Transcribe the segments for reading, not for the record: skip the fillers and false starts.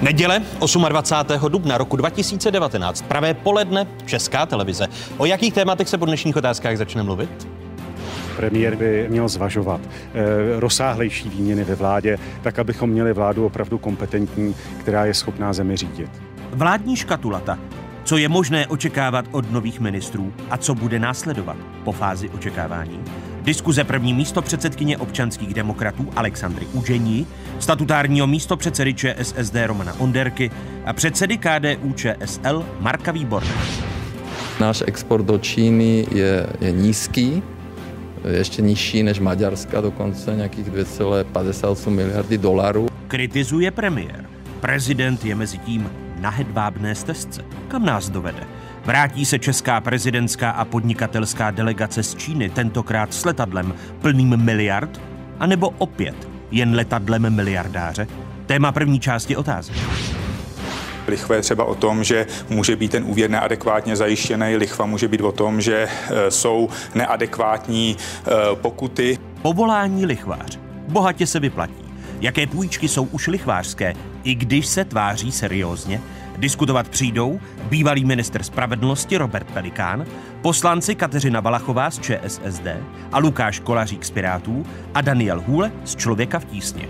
Neděle 28. dubna roku 2019, pravé poledne, Česká televize. O jakých tématech se po dnešních otázkách začne mluvit? Premiér by měl zvažovat rozsáhlejší výměny ve vládě, tak abychom měli vládu opravdu kompetentní, která je schopná zemi řídit. Vládní škatulata. Co je možné očekávat od nových ministrů a co bude následovat po fázi očekávání? Diskuze první místopředsedkyně občanských demokratů Alexandry Udžení, statutárního místopředsedy ČSSD Romana Onderky a předsedy KDU-ČSL Marka Výborného. Náš export do Číny je nízký, ještě nižší než Maďarska, dokonce nějakých 2,58 miliardy dolarů. Kritizuje premiér. Prezident je mezi tím na hedvábné stezce. Kam nás dovede? Vrátí se česká prezidentská a podnikatelská delegace z Číny, tentokrát s letadlem plným miliard? A nebo opět jen letadlem miliardáře? Téma první části otázek. Lichva je třeba o tom, že může být ten úvěr neadekvátně zajištěný. Lichva může být o tom, že jsou neadekvátní pokuty. Povolání lichvář. Bohatě se vyplatí. Jaké půjčky jsou už lichvářské, i když se tváří seriózně? Diskutovat přijdou bývalý ministr spravedlnosti Robert Pelikán, poslanci Kateřina Valachová z ČSSD a Lukáš Kolařík z Pirátů a Daniel Hůle z Člověka v tísni.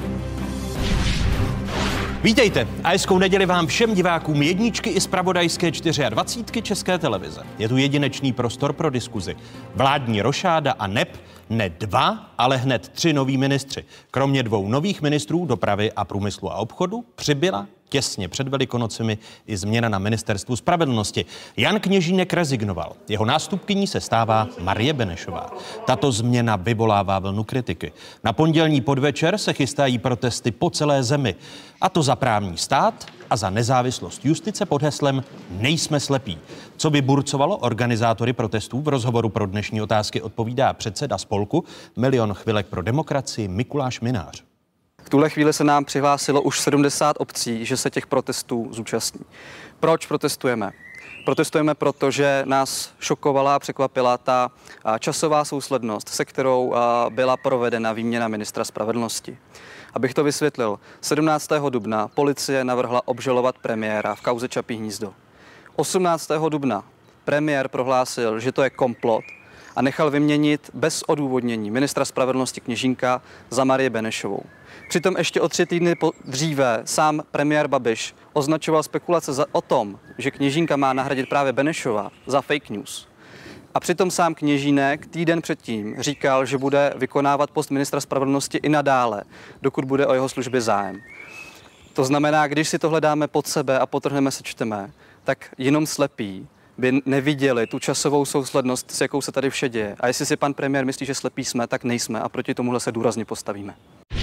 Vítejte a hezkou neděli vám všem divákům jedničky i zpravodajské 24 České televize. Je tu jedinečný prostor pro diskuzi. Vládní rošáda a neb, ne dva, ale hned 3 noví ministři. Kromě 2 nových ministrů dopravy a průmyslu a obchodu přibyla těsně před Velikonocemi i změna na ministerstvu spravedlnosti. Jan Kněžínek rezignoval. Jeho nástupkyní se stává Marie Benešová. Tato změna vyvolává vlnu kritiky. Na pondělní podvečer se chystají protesty po celé zemi. A to za právní stát a za nezávislost justice pod heslem Nejsme slepí. Co by burcovalo organizátory protestů, v rozhovoru pro dnešní otázky odpovídá předseda spolku Milion chvilek pro demokracii Mikuláš Minář. V tuhle chvíli se nám přihlásilo už 70 obcí, že se těch protestů zúčastní. Proč protestujeme? Protestujeme, protože nás šokovala a překvapila ta časová souslednost, se kterou byla provedena výměna ministra spravedlnosti. Abych to vysvětlil, 17. dubna policie navrhla obžalovat premiéra v kauze Čapí hnízdo. 18. dubna premiér prohlásil, že to je komplot a nechal vyměnit bez odůvodnění ministra spravedlnosti Kněžínka za Marii Benešovou. Přitom ještě o 3 týdny dříve sám premiér Babiš označoval spekulace o tom, že Kněžínka má nahradit právě Benešova, za fake news. A přitom sám Kněžínek týden předtím říkal, že bude vykonávat post ministra spravedlnosti i nadále, dokud bude o jeho služby zájem. To znamená, když si tohle dáme pod sebe a potrhneme sečteme, tak jenom slepí by neviděli tu časovou souslednost, s jakou se tady vše děje. A jestli si pan premiér myslí, že slepí jsme, tak nejsme a proti tomuhle se důrazně postavíme.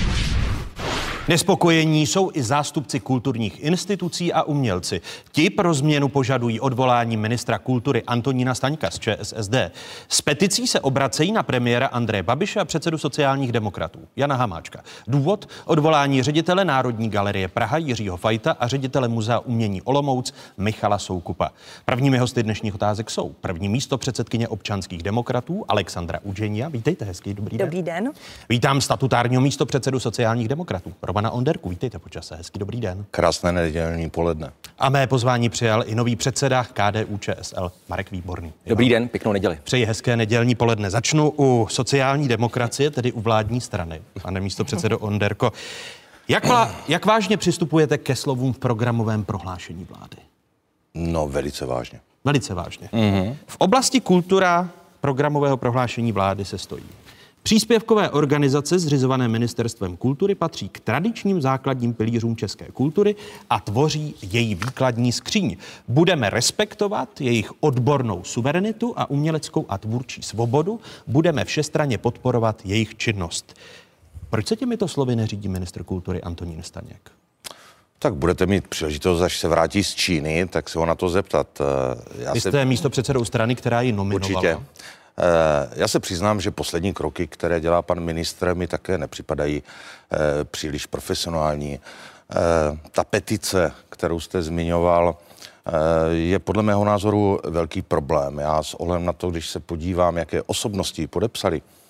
Nespokojení jsou i zástupci kulturních institucí a umělci. Ti pro změnu požadují odvolání ministra kultury Antonína Staňka z ČSSD. S peticí se obracejí na premiéra Andreje Babiše a předsedu sociálních demokratů Jana Hamáčka. Důvod? Odvolání ředitele Národní galerie Praha Jiřího Fajta a ředitele Muzea umění Olomouc Michala Soukupa. Prvními hosty dnešních otázek jsou první místopředsedkyně občanských demokratů Alexandra Udžení. Vítejte, hezký dobrý den. Dobrý den. Vítám statutárního místopředsedu sociálních demokratů Romana Onderku. Vítejte po čase, hezký dobrý den. Krásné nedělní poledne. A mé pozvání přijal i nový předseda KDU-ČSL Marek Výborný. Dobrý den, pěknou neděli. Přeji hezké nedělní poledne. Začnu u sociální demokracie, tedy u vládní strany. Pane místopředsedo Onderko, jak vážně přistupujete ke slovům v programovém prohlášení vlády? No, velice vážně. Velice vážně. V oblasti kultura programového prohlášení vlády se stojí: příspěvkové organizace zřizované Ministerstvem kultury patří k tradičním základním pilířům české kultury a tvoří její výkladní skříň. Budeme respektovat jejich odbornou suverenitu a uměleckou a tvůrčí svobodu. Budeme všestranně podporovat jejich činnost. Proč se těmito slovy neřídí ministr kultury Antonín Staněk? Tak budete mít příležitost, až se vrátí z Číny, tak se ho na to zeptat. Vy jste místopředsedou strany, která ji nominovala. Určitě. Já se přiznám, že poslední kroky, které dělá pan ministr, mi také nepřipadají příliš profesionální. Ta petice, kterou jste zmiňoval, je podle mého názoru velký problém. Já s ohledem na to, když se podívám, jaké osobnosti podepsali,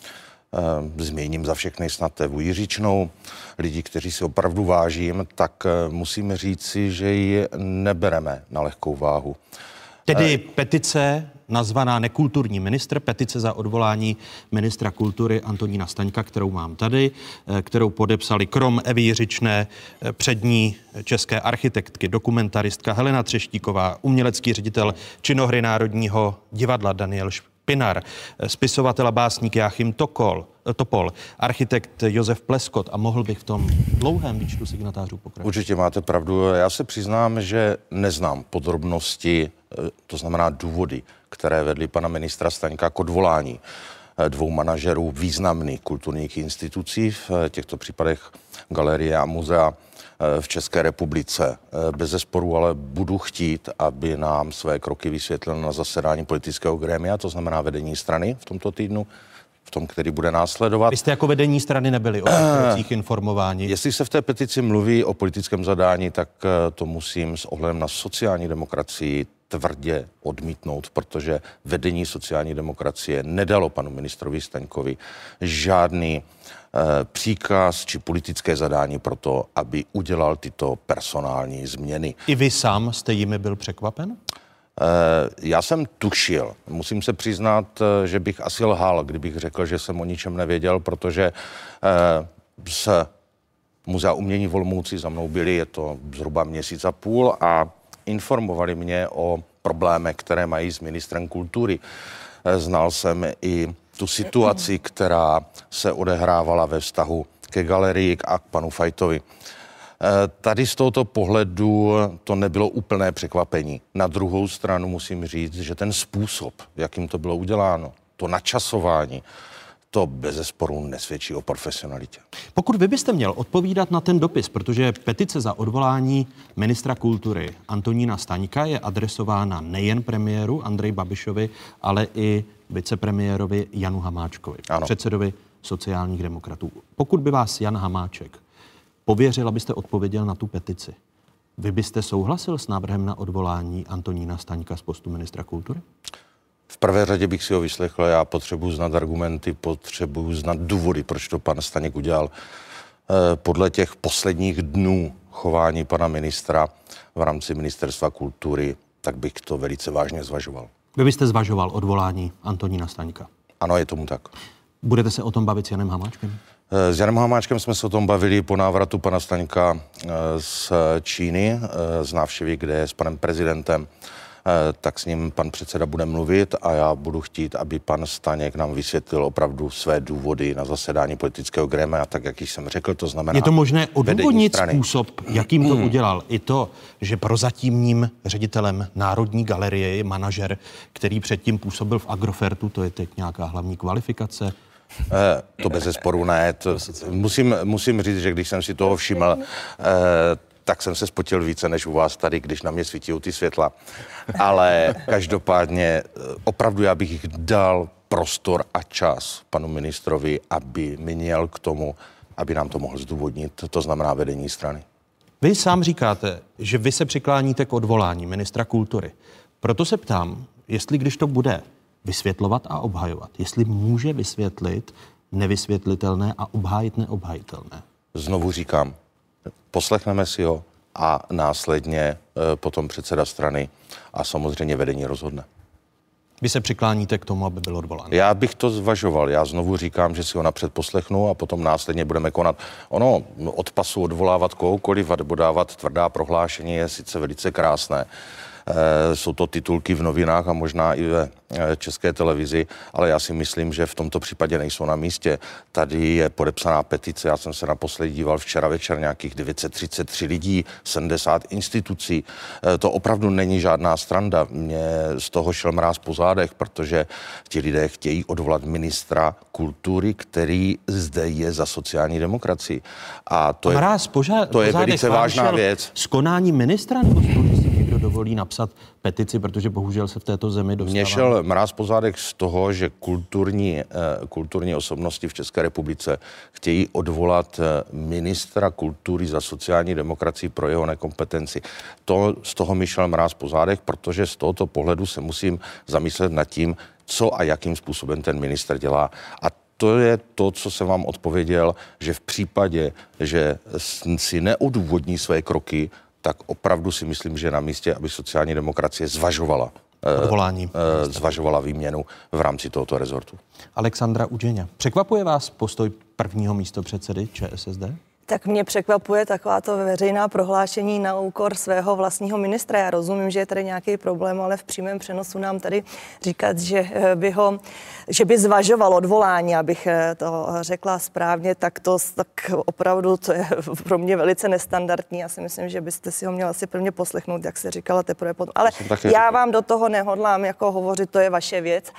zmíním za všechny snad Evu Jiříčnou, lidi, kteří si opravdu vážím, tak musíme říci, že ji nebereme na lehkou váhu. Tedy petice nazvaná Nekulturní ministr, petice za odvolání ministra kultury Antonína Staňka, kterou mám tady, kterou podepsali krom Evy Jiřičné přední české architektky, dokumentaristka Helena Třeštíková, umělecký ředitel činohry Národního divadla Daniel Špinar, spisovatel a básník Jáchym Topol, architekt Josef Pleskot a mohl bych v tom dlouhém výčtu signatářů pokračovat. Určitě máte pravdu. Já se přiznám, že neznám podrobnosti, to znamená důvody, které vedly pana ministra Staňka k odvolání dvou manažerů významných kulturních institucí, v těchto případech galerie a muzea v České republice. Bezesporu ale budu chtít, aby nám své kroky vysvětlil na zasedání politického grémia, to znamená vedení strany v tomto týdnu, v tom, který bude následovat. Vy jste jako vedení strany nebyli o těch informováni. Jestli se v té petici mluví o politickém zadání, tak to musím s ohledem na sociální demokracii tvrdě odmítnout, protože vedení sociální demokracie nedalo panu ministrovi Staňkovi žádný příkaz či politické zadání pro to, aby udělal tyto personální změny. I vy sám jste jimi byl překvapen? Já jsem tušil. Musím se přiznat, že bych asi lhal, kdybych řekl, že jsem o ničem nevěděl, protože z Muzea umění v Olomouci za mnou byli, je to zhruba měsíc a půl, a informovali mě o problémech, které mají s ministrem kultury. Znal jsem i tu situaci, která se odehrávala ve vztahu ke galerii a k panu Fajtovi. Tady z tohoto pohledu to nebylo úplné překvapení. Na druhou stranu musím říct, že ten způsob, jakým to bylo uděláno, to načasování, to bezesporu nesvědčí o profesionalitě. Pokud vy byste měl odpovídat na ten dopis, protože petice za odvolání ministra kultury Antonína Staňka je adresována nejen premiéru Andreji Babišovi, ale i vicepremiérovi Janu Hamáčkovi, předsedovi sociálních demokratů. Pokud by vás Jan Hamáček pověřil, abyste odpověděl na tu petici, vy byste souhlasil s návrhem na odvolání Antonína Staňka z postu ministra kultury? V prvé řadě bych si ho vyslechl, já potřebuji znát argumenty, potřebuji znát důvody, proč to pan Staněk udělal. Podle těch posledních dnů chování pana ministra v rámci ministerstva kultury, tak bych to velice vážně zvažoval. Vy byste zvažoval odvolání Antonína Staňka? Ano, je tomu tak. Budete se o tom bavit s Janem Hamáčkem? S Janem Hamáčkem jsme se o tom bavili po návratu pana Staňka z Číny, z návštěvy, kde je s panem prezidentem. Tak s ním pan předseda bude mluvit a já budu chtít, aby pan Staněk nám vysvětlil opravdu své důvody na zasedání politického grémia, tak jak jsem řekl, to znamená... Je to možné odůvodnit způsob, jakým to udělal? I to, že prozatímním ředitelem Národní galerie je manažer, který předtím působil v Agrofertu, to je teď nějaká hlavní kvalifikace? To bezesporu ne. Musím říct, že když jsem si toho všiml, tak jsem se spotil více než u vás tady, když na mě svítí ty světla. Ale každopádně opravdu já bych dal prostor a čas panu ministrovi, aby měl k tomu, aby nám to mohl zdůvodnit, to znamená vedení strany. Vy sám říkáte, že vy se přikláníte k odvolání ministra kultury. Proto se ptám, jestli když to bude vysvětlovat a obhajovat, jestli může vysvětlit nevysvětlitelné a obhájit neobhajitelné. Znovu říkám, poslechneme si ho a následně potom předseda strany a samozřejmě vedení rozhodne. Vy se přikláníte k tomu, aby byl odvolán? Já bych to zvažoval. Já znovu říkám, že si ho napřed poslechnu a potom následně budeme konat. Ono od pasu odvolávat kohokoliv a dávat tvrdá prohlášení je sice velice krásné. Jsou to titulky v novinách a možná i ve České televizi, ale já si myslím, že v tomto případě nejsou na místě. Tady je podepsaná petice, já jsem se naposledy díval včera večer, nějakých 933 lidí, 70 institucí. To opravdu není žádná sranda. Mě z toho šel mráz po zádech, protože ti lidé chtějí odvolat ministra kultury, který zde je za sociální demokracii. A to je velice vážná věc. Z konání ministra nebo někdo dovolí napsat petici, protože bohužel se v této zemi dostává. Mně šel mráz po zádech z toho, že kulturní osobnosti v České republice chtějí odvolat ministra kultury za sociální demokracii pro jeho nekompetenci. Z toho mi šel mráz po zádech, protože z tohoto pohledu se musím zamyslet nad tím, co a jakým způsobem ten ministr dělá. A to je to, co jsem vám odpověděl, že v případě, že si neodůvodní své kroky, tak opravdu si myslím, že na místě, aby sociální demokracie zvažovala výměnu v rámci tohoto rezortu. Alexandra Udženě. Překvapuje vás postoj prvního místopředsedy ČSSD? Tak mě překvapuje takováto veřejná prohlášení na úkor svého vlastního ministra. Já rozumím, že je tady nějaký problém, ale v přímém přenosu nám tady říkat, že by zvažoval odvolání, abych to řekla správně, tak opravdu to je pro mě velice nestandardní. Já si myslím, že byste si ho měla asi prvně poslechnout, jak se říkala teprve potom. Ale já vám do toho nehodlám jako hovořit, to je vaše věc.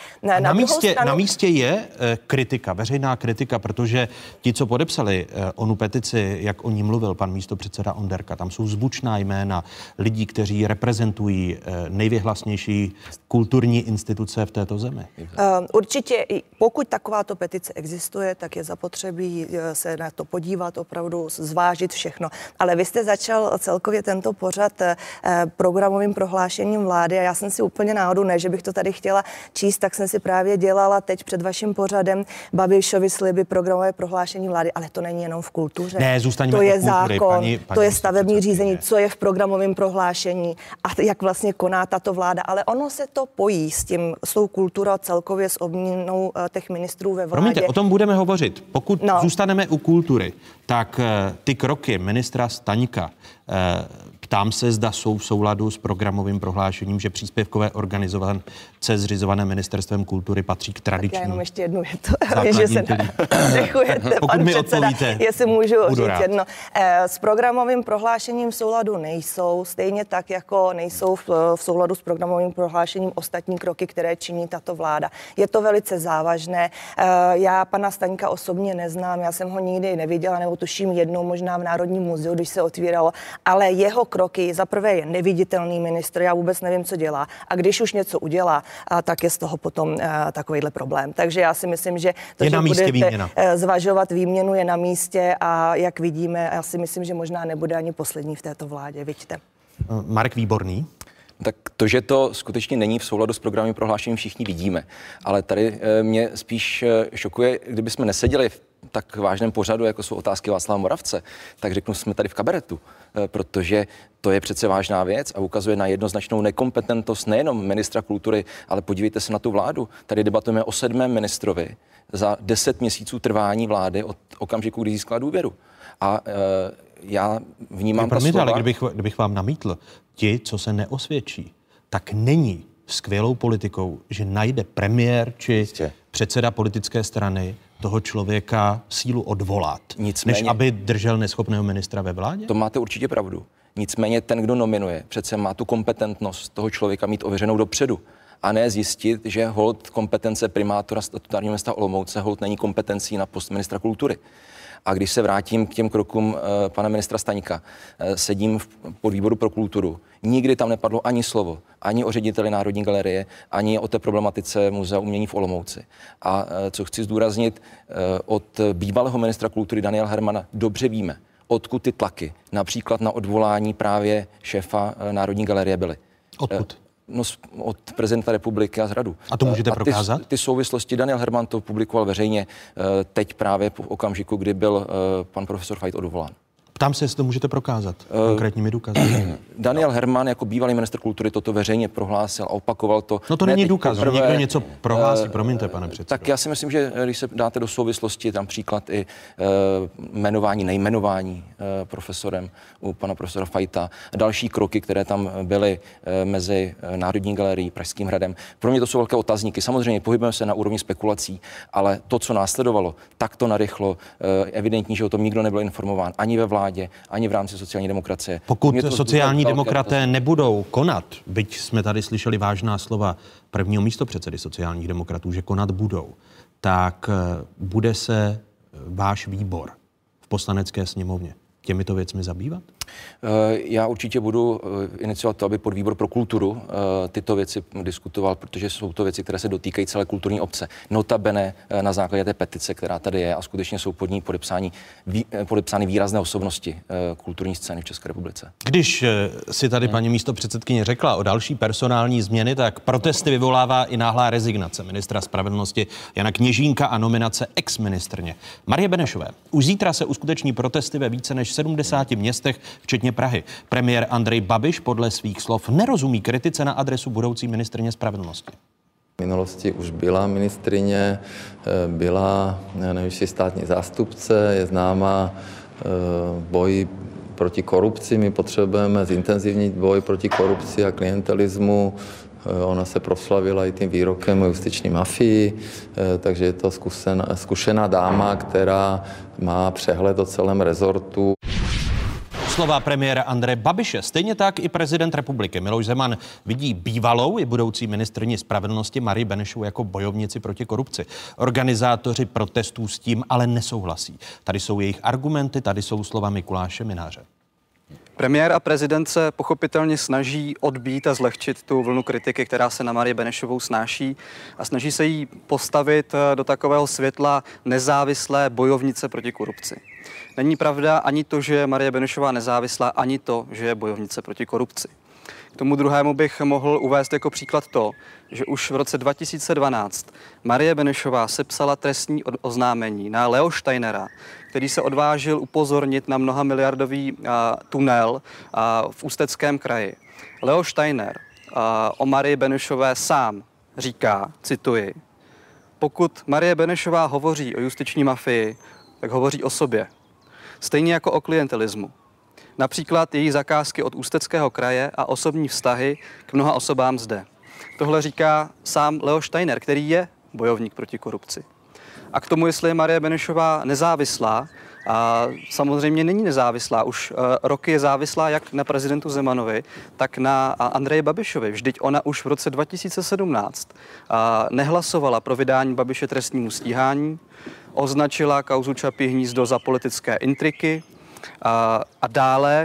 Na místě je kritika, veřejná kritika, protože ti, co podepsali onu petici, jak o ní mluvil pan místopředseda Onderka, tam jsou zvučná jména lidí, kteří reprezentují nejvyhlasnější kulturní instituce v této zemi. Určitě, pokud takováto petice existuje, tak je zapotřebí se na to podívat, opravdu zvážit všechno. Ale vy jste začal celkově tento pořad programovým prohlášením vlády a já jsem si úplně náhodou, ne, že bych to tady chtěla číst, tak jsem si právě dělala teď před vaším pořadem Babišovi sliby programové prohlášení vlády, ale to není jenom v kultuře. Ne, zůstaňme to je kultury, zákon, to je stavební řízení, co je v programovém prohlášení a jak vlastně koná tato vláda. Ale ono se to pojí s tou kulturou celkově s obměnou těch ministrů ve vládě. Promiňte, o tom budeme hovořit. Pokud zůstaneme u kultury, tak ty kroky ministra Staňka, ptám se, zda jsou v souladu s programovým prohlášením, že příspěvkové organizace zřizované ministerstvem kultury patří k tradičním. Tak já jenom ještě jednu větu, že se dechujete, pan předseda, jestli můžu říct jedno. S programovým prohlášením v souladu nejsou, stejně tak, jako nejsou v souladu s programovým prohlášením ostatní kroky, které činí tato vláda. Je to velice závažné. Já pana Staňka osobně neznám, já jsem ho nikdy neviděla, nebo tuším jednou možná v Národním muzeu, když se otvíralo, ale jeho kroky, za prvé je neviditelný ministr, já vůbec nevím, co dělá. A když už něco udělá, tak je z toho potom takovýhle problém. Takže já si myslím, že to, že budete zvažovat výměnu, je na místě a jak vidíme, já si myslím, že možná nebude ani poslední v této vládě. Vidíte. Marek Výborný. Tak to, že to skutečně není v souladu s programovým prohlášením, všichni vidíme. Ale tady mě spíš šokuje, kdyby jsme neseděli v tak vážném pořadu, jako jsou otázky Václava Moravce, tak řeknu, jsme tady v kabaretu, protože to je přece vážná věc a ukazuje na jednoznačnou nekompetentnost nejenom ministra kultury, ale podívejte se na tu vládu. Tady debatujeme o 7. ministrovi za 10 měsíců trvání vlády od okamžiku, kdy získala důvěru. A já vnímám ta slova... Ale kdybych vám namítl, ti, co se neosvědčí, tak není skvělou politikou, že najde premiér či předseda politické strany toho člověka sílu odvolat, než aby držel neschopného ministra ve vládě? To máte určitě pravdu. Nicméně ten, kdo nominuje, přece má tu kompetentnost toho člověka mít ověřenou dopředu. A ne zjistit, že holt kompetence primátora statutárního města Olomouce holt není kompetencí na post ministra kultury. A když se vrátím k těm krokům pana ministra Staňka, sedím v podvýboru pro kulturu, nikdy tam nepadlo ani slovo, ani o řediteli Národní galerie, ani o té problematice Muzea umění v Olomouci. A co chci zdůraznit, od bývalého ministra kultury Daniela Hermana dobře víme, odkud ty tlaky, například na odvolání právě šéfa Národní galerie byly. Odkud? No, od prezidenta republiky a z hradu. A to můžete prokázat? Ty souvislosti, Daniel Herman to publikoval veřejně teď právě v okamžiku, kdy byl pan profesor Fajt odvolán. Ptám se, jestli to můžete prokázat konkrétními důkazy. Daniel Herman jako bývalý ministr kultury toto veřejně prohlásil a opakoval to. No to není důkaz, že někdo něco prohlásí, promiňte, pane předsedo. Tak já si myslím, že když se dáte do souvislosti, tam příklad i jmenování, nejmenování profesorem u pana profesora Fajta, další kroky, které tam byly mezi Národní galerií, Pražským hradem. Pro mě to jsou velké otazníky. Samozřejmě pohybujeme se na úrovni spekulací, ale to, co následovalo, tak to narychlo, evidentní, že o tom nikdo nebyl informován ani ve vládě, ani v rámci sociální demokracie. Pokud sociální demokraté nebudou konat, byť jsme tady slyšeli vážná slova prvního místopředsedy sociálních demokratů, že konat budou, tak bude se váš výbor v poslanecké sněmovně těmito věcmi zabývat? Já určitě budu iniciovat to, aby podvýbor pro kulturu tyto věci diskutoval, protože jsou to věci, které se dotýkají celé kulturní obce. Notabene na základě té petice, která tady je, a skutečně jsou pod ní podepsány výrazné osobnosti kulturní scény v České republice. Když si tady paní místopředsedkyně řekla o další personální změny, tak protesty vyvolává i náhlá rezignace ministra spravedlnosti Jana Kněžínka a nominace ex-ministrně Marie Benešové. Už zítra se uskuteční protesty ve více než 70 městech, včetně Prahy. Premiér Andrej Babiš podle svých slov nerozumí kritice na adresu budoucí ministryně spravedlnosti. V minulosti už byla ministryně, byla nejvyšší státní zástupce, je známá boj proti korupci. My potřebujeme zintenzivnit boj proti korupci a klientelismu. Ona se proslavila i tím výrokem o justiční mafii, takže je to zkušená dáma, která má přehled o celém rezortu. Slova premiéra Andreje Babiše, stejně tak i prezident republiky Miloš Zeman vidí bývalou i budoucí ministryni spravedlnosti Marii Benešovou jako bojovnici proti korupci. Organizátoři protestů s tím ale nesouhlasí. Tady jsou jejich argumenty, tady jsou slova Mikuláše Mynáře. Premiér a prezident se pochopitelně snaží odbít a zlehčit tu vlnu kritiky, která se na Marii Benešovou snáší, a snaží se jí postavit do takového světla nezávislé bojovnice proti korupci. Není pravda ani to, že je Marie Benešová nezávislá, ani to, že je bojovnice proti korupci. K tomu druhému bych mohl uvést jako příklad to, že už v roce 2012 Marie Benešová sepsala trestní oznámení na Leo Steinera, který se odvážil upozornit na mnohamiliardový tunel v Ústeckém kraji. Leo Steiner o Marii Benešové sám říká, cituji, pokud Marie Benešová hovoří o justiční mafii, tak hovoří o sobě. Stejně jako o klientelismu. Například její zakázky od Ústeckého kraje a osobní vztahy k mnoha osobám zde. Tohle říká sám Leo Steiner, který je bojovník proti korupci. A k tomu, jestli je Marie Benešová nezávislá, a samozřejmě není nezávislá. Už roky je závislá jak na prezidentu Zemanovi, tak na Andreji Babišovi. Vždyť ona už v roce 2017 nehlasovala pro vydání Babiše trestnímu stíhání, označila kauzu Čapí hnízdo za politické intriky a dále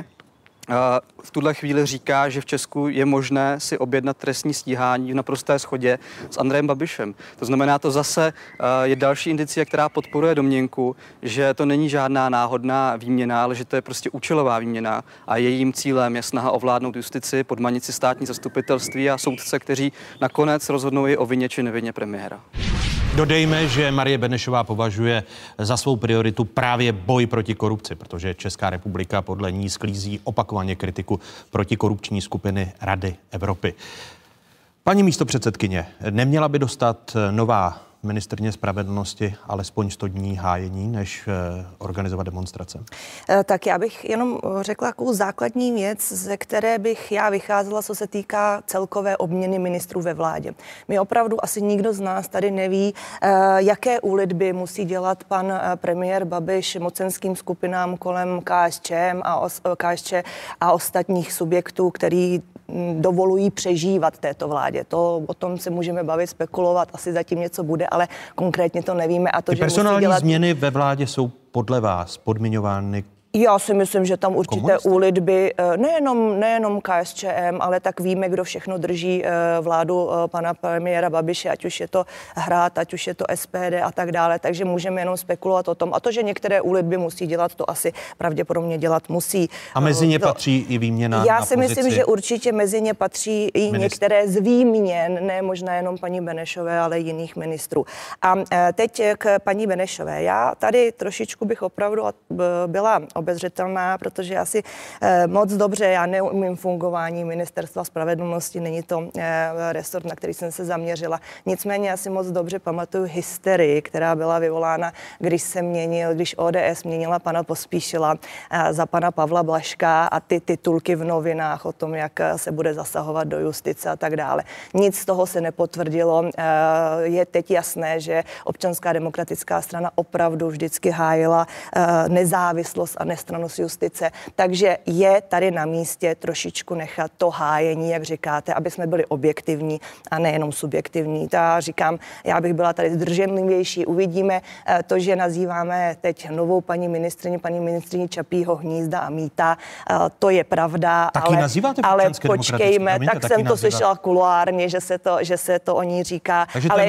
v tuhle chvíli říká, že v Česku je možné si objednat trestní stíhání v naprosté shodě s Andrejem Babišem. To znamená, to zase je další indicie, která podporuje domněnku, že to není žádná náhodná výměna, ale že to je prostě účelová výměna a jejím cílem je snaha ovládnout justici, podmanit si státní zastupitelství a soudce, kteří nakonec rozhodnou i o vině či nevině premiéra. Dodejme, že Marie Benešová považuje za svou prioritu právě boj proti korupci, protože Česká republika podle ní sklízí opakovaně kritiku protikorupční skupiny Rady Evropy. Paní místopředsedkyně, neměla by dostat nová ministryně spravedlnosti alespoň 100 dní hájení, než organizovat demonstrace? Tak já bych jenom řekla takovou základní věc, ze které bych já vycházela, co se týká celkové obměny ministrů ve vládě. My opravdu asi nikdo z nás tady neví, jaké úlitby musí dělat pan premiér Babiš mocenským skupinám kolem KSČ a ostatních subjektů, který dovolují přežívat této vládě. O tom se můžeme bavit, spekulovat, asi zatím něco bude, ale konkrétně to nevíme. A to, ty že personální změny ve vládě jsou podle vás podmiňovány? Já si myslím, že tam určité úlitby, nejenom KSČM, ale tak víme, kdo všechno drží vládu pana premiéra Babiše, ať už je to Hrad, ať už je to SPD a tak dále, takže můžeme jenom spekulovat o tom. A to, že některé úlitby musí dělat, to asi pravděpodobně dělat musí. A mezi ně patří i výměna Já na si pozici. myslím, že určitě mezi ně patří i některé z výměn, ne možná jenom paní Benešové, ale jiných ministrů. A teď k paní Benešové. Já tady trošičku bych opravdu byla obezřetelná, protože asi moc dobře, já neumím fungování ministerstva spravedlnosti, není to resort, na který jsem se zaměřila. Nicméně asi moc dobře pamatuju hysterii, která byla vyvolána, když ODS měnila pana Pospíšila za pana Pavla Blažka a ty titulky v novinách o tom, jak se bude zasahovat do justice a tak dále. Nic z toho se nepotvrdilo. Je teď jasné, že Občanská demokratická strana opravdu vždycky hájila nezávislost a nestrannost justice. Takže je tady na místě trošičku nechat to hájení, jak říkáte, aby jsme byli objektivní a nejenom subjektivní. Já říkám, já bych byla tady zdrženlivější. Uvidíme to, že nazýváme teď novou paní ministryni Čapího hnízda a mýta. To je pravda, ale počkejme, tak jsem to slyšela kuloárně, že se to o ní říká. Takže ale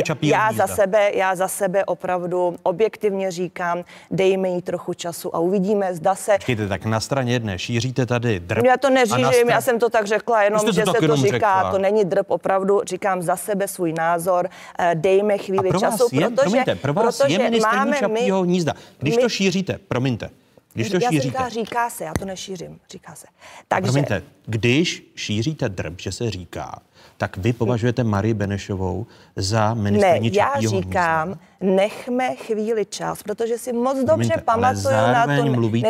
já za sebe opravdu objektivně říkám, dejme jí trochu času a uvidíme, zda se... Počkejte, tak na straně jedné šíříte tady drb. Já to neřížím, já jsem to tak řekla, jenom že se to říká, řekla. To není drb, opravdu říkám za sebe svůj názor, dejme chvíli času, protože máme Čapího hnízda. Když to šíříte, promiňte, když to šíříte. Říká se, já to nešířím, říká se. Takže... Promiňte, když šíříte drb, že se říká, tak vy považujete Marii Benešovou za ministryni Čapího hnízda? Já říkám, nechme chvíli čas, protože si moc dobře pamatuju na to.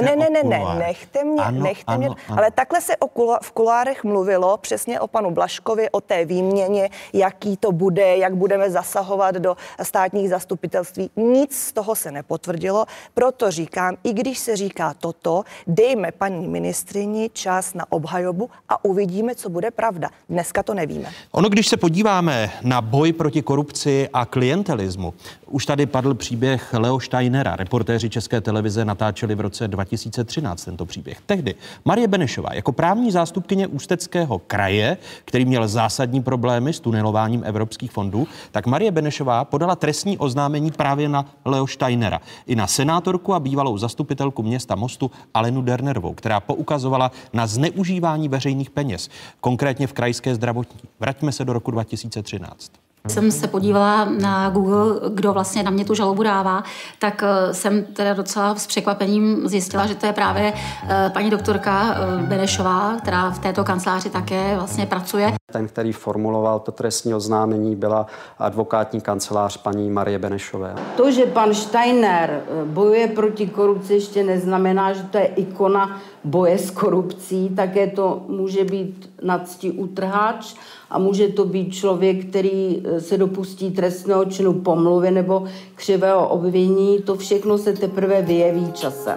Nechte mě. Ale takhle se v kulárech mluvilo přesně o panu Blažkovi, o té výměně, jaký to bude, jak budeme zasahovat do státních zastupitelství. Nic z toho se nepotvrdilo, proto říkám, i když se říká toto, dejme paní ministryni čas na obhajobu a uvidíme, co bude pravda. Dneska to nevíme. Ono, když se podíváme na boj proti korupci a klientelismu, už tady padl příběh Leo Steinera. Reportéři České televize natáčeli v roce 2013 tento příběh. Tehdy Marie Benešová jako právní zástupkyně Ústeckého kraje, který měl zásadní problémy s tunelováním evropských fondů, tak Marie Benešová podala trestní oznámení právě na Leo Steinera i na senátorku a bývalou zastupitelku města Mostu Alenu Dernerovou, která poukazovala na zneužívání veřejných peněz, konkrétně v krajské zdravotní. Vraťme se do roku 2013. Jsem se podívala na Google, kdo vlastně na mě tu žalobu dává, tak jsem teda docela s překvapením zjistila, že to je právě paní doktorka Benešová, která v této kanceláři také vlastně pracuje. Ten, který formuloval to trestní oznámení, byla advokátní kancelář paní Marie Benešové. To, že pan Steiner bojuje proti korupci, ještě neznamená, že to je ikona boje s korupcí, také to může být nadstiutrhač a může to být člověk, který se dopustí trestného činu pomluvy nebo křivého obvinění. To všechno se teprve vyjeví časem.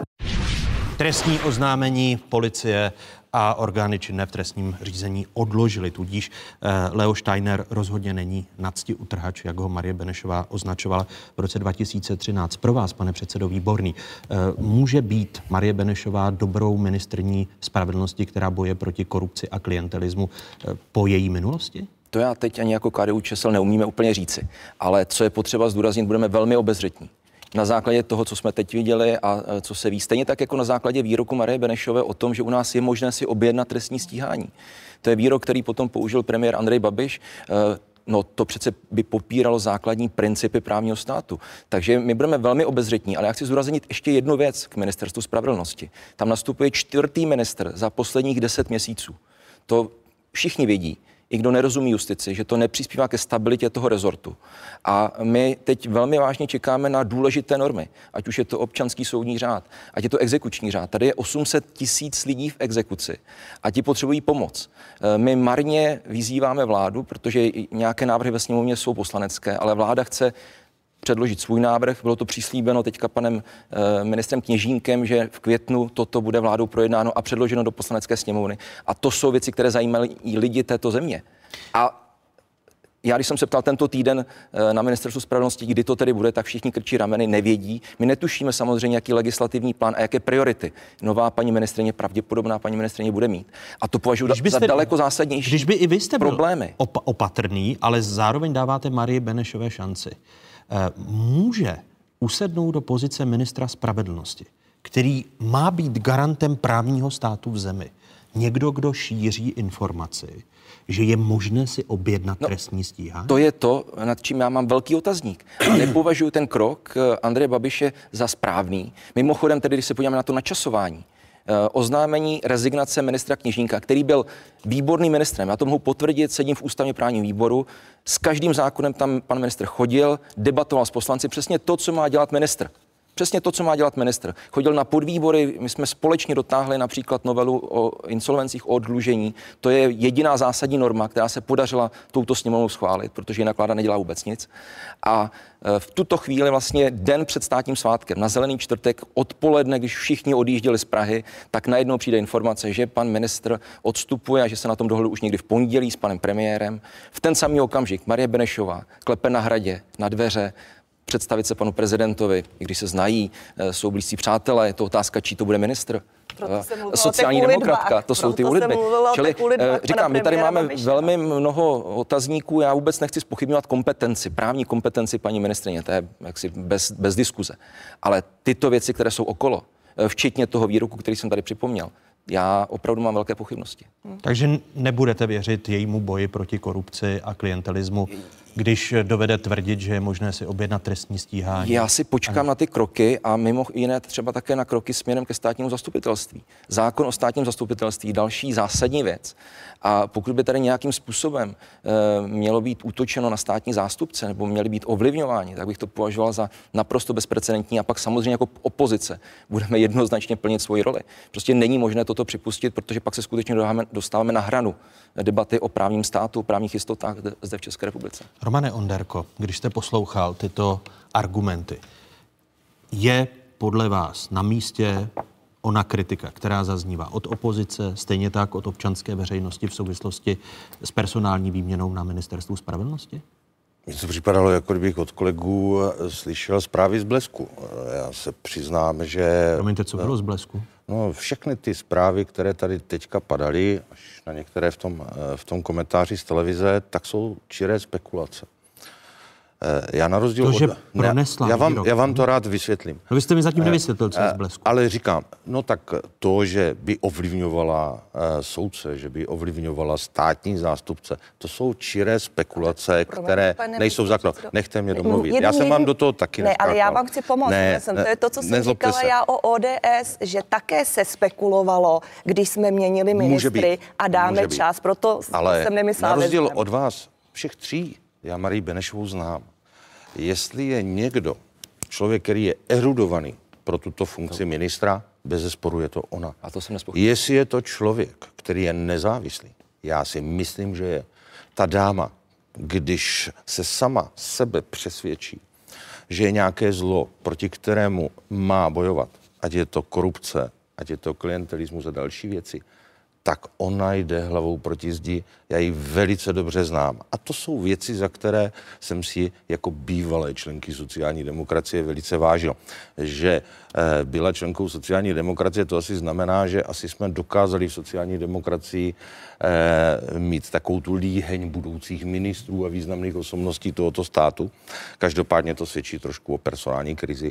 Trestní oznámení policie a orgány činné v trestním řízení odložili. Tudíž Leo Steiner rozhodně není nadstiutrhač, jak ho Marie Benešová označovala v roce 2013. Pro vás, pane předsedo Výborný, může být Marie Benešová dobrou ministryní spravedlnosti, která boje proti korupci a klientelismu po její minulosti? To já teď ani jako KDU-ČSL neumíme úplně říci. Ale co je potřeba zdůraznit, budeme velmi obezřetní. Na základě toho, co jsme teď viděli a co se ví, stejně tak jako na základě výroku Marie Benešové o tom, že u nás je možné si objednat trestní stíhání. To je výrok, který potom použil premiér Andrej Babiš. No to přece by popíralo základní principy právního státu. Takže my budeme velmi obezřetní, ale já chci zdůraznit ještě jednu věc k ministerstvu spravedlnosti. Tam nastupuje 4. ministr za posledních 10 měsíců. To všichni vědí. I kdo nerozumí justici, že to nepřispívá ke stabilitě toho rezortu. A my teď velmi vážně čekáme na důležité normy, ať už je to občanský soudní řád, ať je to exekuční řád. Tady je 800 000 lidí v exekuci a ti potřebují pomoc. My marně vyzýváme vládu, protože nějaké návrhy ve sněmovně jsou poslanecké, ale vláda chce předložit svůj návrh. Bylo to přislíbeno teďka panem ministrem Kněžínkem, že v květnu toto bude vládou projednáno a předloženo do poslanecké sněmovny. A to jsou věci, které zajímají lidi této země. A já, když jsem se ptal tento týden na ministerstvu spravedlnosti, kdy to tedy bude, tak všichni krčí rameny, nevědí. My netušíme samozřejmě, jaký legislativní plán a jaké priority nová paní ministryně, pravděpodobná paní ministryně bude mít. A to považuji za daleko zásadnější. Když by i vy jste problémy. Opatrný, ale zároveň dáváte Marii Benešové šanci. Může usednout do pozice ministra spravedlnosti, který má být garantem právního státu v zemi. Někdo, kdo šíří informaci, že je možné si objednat trestní stíhání? To je to, nad čím já mám velký otazník. A nepovažuji ten krok Andreje Babiše za správný. Mimochodem, tedy, když se podíváme na to načasování, oznámení rezignace ministra Kněžínka, který byl výborným ministrem. Já to mohu potvrdit, sedím v ústavně právním výboru. S každým zákonem tam pan ministr chodil, debatoval s poslanci přesně to, co má dělat ministr. Přesně to, co má dělat ministr. Chodil na podvýbory, my jsme společně dotáhli například novelu o insolvencích, o oddlužení. To je jediná zásadní norma, která se podařila touto sněmovnou schválit, protože jinak vláda nedělá vůbec nic. A v tuto chvíli vlastně den před státním svátkem, na Zelený čtvrtek odpoledne, když všichni odjížděli z Prahy, tak najednou přijde informace, že pan ministr odstupuje a že se na tom dohodl už někdy v pondělí s panem premiérem. V ten samý okamžik Marie Benešová klepe na Hradě, na dveře, představit se panu prezidentovi, i když se znají, jsou blízcí přátelé, je to otázka, čí to bude ministr. Sociální demokratka, to jsou ty lidmi. Čili říkám, my tady máme velmi mnoho otazníků, já vůbec nechci zpochybňovat kompetenci, právní kompetenci paní ministryně, to je jaksi bez diskuze. Ale tyto věci, které jsou okolo, včetně toho výroku, který jsem tady připomněl, já opravdu mám velké pochybnosti. Takže nebudete věřit jejímu boji proti korupci a klientelismu, když dovede tvrdit, že je možné si objednat trestní stíhání? Já si počkám na ty kroky a mimo jiné třeba také na kroky směrem ke státnímu zastupitelství. Zákon o státním zastupitelství, další zásadní věc. A pokud by tady nějakým způsobem mělo být útočeno na státní zástupce nebo měli být ovlivňováni, tak bych to považoval za naprosto bezprecedentní a pak samozřejmě jako opozice budeme jednoznačně plnit svoji roli. Prostě není možné toto připustit, protože pak se skutečně dostáváme na hranu debaty o právním státu, o právních jistotách zde v České republice. Romane Onderko, když jste poslouchal tyto argumenty, je podle vás na místě ona kritika, která zaznívá od opozice, stejně tak od občanské veřejnosti v souvislosti s personální výměnou na Ministerstvu spravedlnosti? Mně to připadalo, jako kdybych od kolegů slyšel zprávy z Blesku. Já se přiznám, že... Promiňte, co bylo z Blesku? No, všechny ty zprávy, které tady teďka padaly, až na některé v tom komentáři z televize, tak jsou čiré spekulace. Já na rozdíl to, od... Já vám to rád vysvětlím. No vy jste mi zatím nevysvětlil, co je z Blesku. Ale říkám, no tak to, že by ovlivňovala soudce, že by ovlivňovala státní zástupce, to jsou čiré spekulace, které nejsou v základu. Nechte mě domluvit. Já jsem vám do toho taky neskákal. Ale já vám chci pomoct. To je to, co jsem říkala já o ODS, že také se spekulovalo, když jsme měnili ministry a dáme čas. Proto jsem nemyslela. Ale na rozdíl od vás, všech tří, já Marii Benešovou znám. Jestli je někdo, člověk, který je erudovaný pro tuto funkci ministra, bezesporu je to ona. A to jsem nespochybnil. Jestli je to člověk, který je nezávislý, já si myslím, že je. Ta dáma, když se sama sebe přesvědčí, že je nějaké zlo, proti kterému má bojovat, ať je to korupce, ať je to klientelismus a další věci, tak ona jde hlavou proti zdi. Já ji velice dobře znám. A to jsou věci, za které jsem si jako bývalé členky sociální demokracie velice vážil. Že byla členkou sociální demokracie, to asi znamená, že asi jsme dokázali v sociální demokracii mít takovou tu líheň budoucích ministrů a významných osobností tohoto státu. Každopádně to svědčí trošku o personální krizi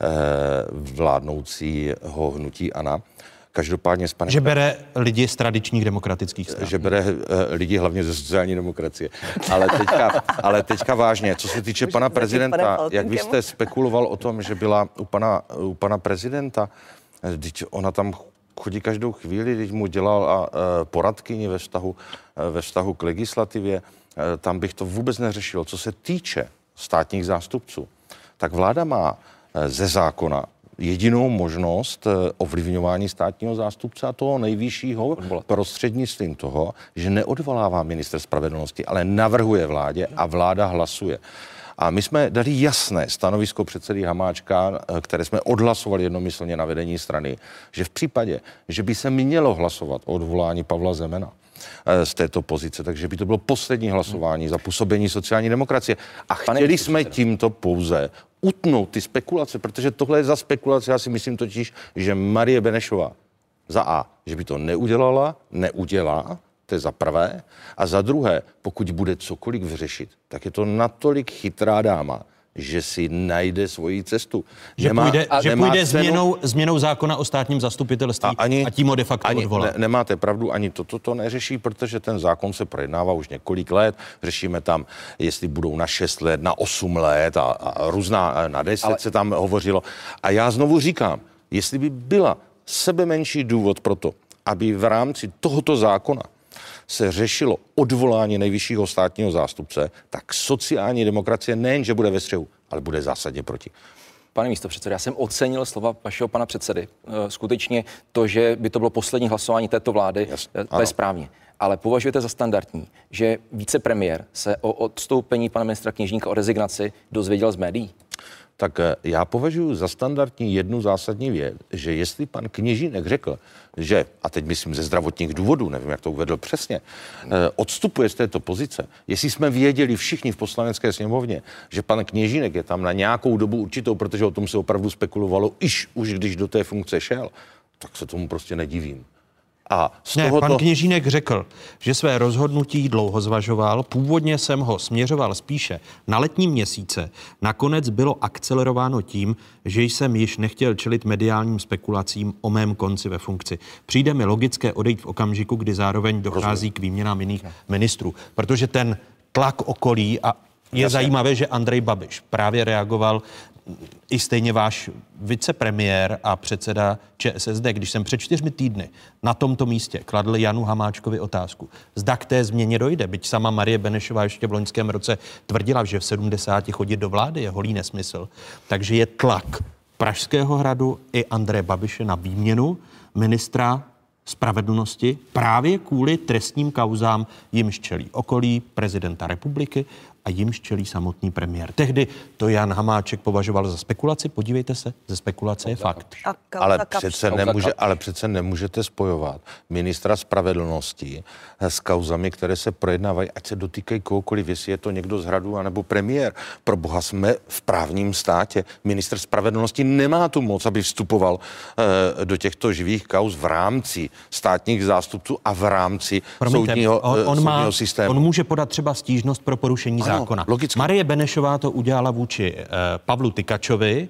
vládnoucího hnutí ANO. Každopádně s panem... Že bere lidi z tradičních demokratických stran. Že bere lidi hlavně ze sociální demokracie. Ale teďka vážně, co se týče pana prezidenta, jak vy jste spekuloval o tom, že byla u pana prezidenta, ona tam chodí každou chvíli, když mu dělala poradkyni ve vztahu k legislativě, tam bych to vůbec neřešil. Co se týče státních zástupců, tak vláda má ze zákona jedinou možnost ovlivňování státního zástupce a toho nejvyššího prostřednictvím toho, že neodvolává ministr spravedlnosti, ale navrhuje vládě a vláda hlasuje. A my jsme dali jasné stanovisko předsedy Hamáčka, které jsme odhlasovali jednomyslně na vedení strany, že v případě, že by se mělo hlasovat o odvolání Pavla Zemana z této pozice, takže by to bylo poslední hlasování za působení sociální demokracie. A chtěli jsme tímto pouze utnout ty spekulace, protože tohle je za spekulace. Já si myslím totiž, že Marie Benešová za A, že by to neudělá, to je za prvé, a za druhé, pokud bude cokoliv vyřešit, tak je to natolik chytrá dáma, že si najde svoji cestu. Že půjde změnou zákona o státním zastupitelství a tím ho de facto odvolá. Nemáte pravdu, ani toto neřeší, protože ten zákon se projednává už několik let. Řešíme tam, jestli budou na 6 let, na 8 let a různá na 10 se tam hovořilo. A já znovu říkám, jestli by byla sebemenší důvod pro to, aby v rámci tohoto zákona se řešilo odvolání nejvyššího státního zástupce, tak sociální demokracie nejenže bude ve střehu, ale bude zásadně proti. Pane místopředsedo, já jsem ocenil slova vašeho pana předsedy. Skutečně to, že by to bylo poslední hlasování této vlády, to je správně. Ale považujete za standardní, že vicepremiér se o odstoupení pana ministra Kněžínka, o rezignaci dozvěděl z médií? Tak já považuji za standardní jednu zásadní věc, že jestli pan Kněžínek řekl, že, a teď myslím ze zdravotních důvodů, nevím, jak to uvedl přesně, odstupuje z této pozice, jestli jsme věděli všichni v Poslanecké sněmovně, že pan Kněžínek je tam na nějakou dobu určitou, protože o tom se opravdu spekulovalo, už když do té funkce šel, tak se tomu prostě nedivím. A pan Kněžínek řekl, že své rozhodnutí dlouho zvažoval, původně jsem ho směřoval spíše na letní měsíce, nakonec bylo akcelerováno tím, že jsem již nechtěl čelit mediálním spekulacím o mém konci ve funkci. Přijde mi logické odejít v okamžiku, kdy zároveň dochází k výměnám jiných ministrů, protože ten tlak okolí a je zajímavé, že Andrej Babiš právě reagoval i stejně váš vicepremiér a předseda ČSSD, když jsem před 4 týdny na tomto místě kladl Janu Hamáčkovi otázku, zda k té změně dojde, byť sama Marie Benešová ještě v loňském roce tvrdila, že v 70 chodit do vlády je holý nesmysl. Takže je tlak Pražského hradu i Andreje Babiše na výměnu ministra spravedlnosti právě kvůli trestním kauzám, jimž čelí okolí prezidenta republiky a jimž čelí samotný premiér. Tehdy to Jan Hamáček považoval za spekulaci. Podívejte se, ze spekulace je fakt. Ale přece nemůžete spojovat ministra spravedlnosti s kauzami, které se projednávají, ať se dotýkají kohokoliv, jestli je to někdo z hradu anebo premiér. Pro boha, jsme v právním státě. Ministr spravedlnosti nemá tu moc, aby vstupoval do těchto živých kauz v rámci státních zástupců a v rámci soudního systému. On může podat třeba stížnost pro porušení zákona. Logicky. Marie Benešová to udělala vůči Pavlu Tykačovi.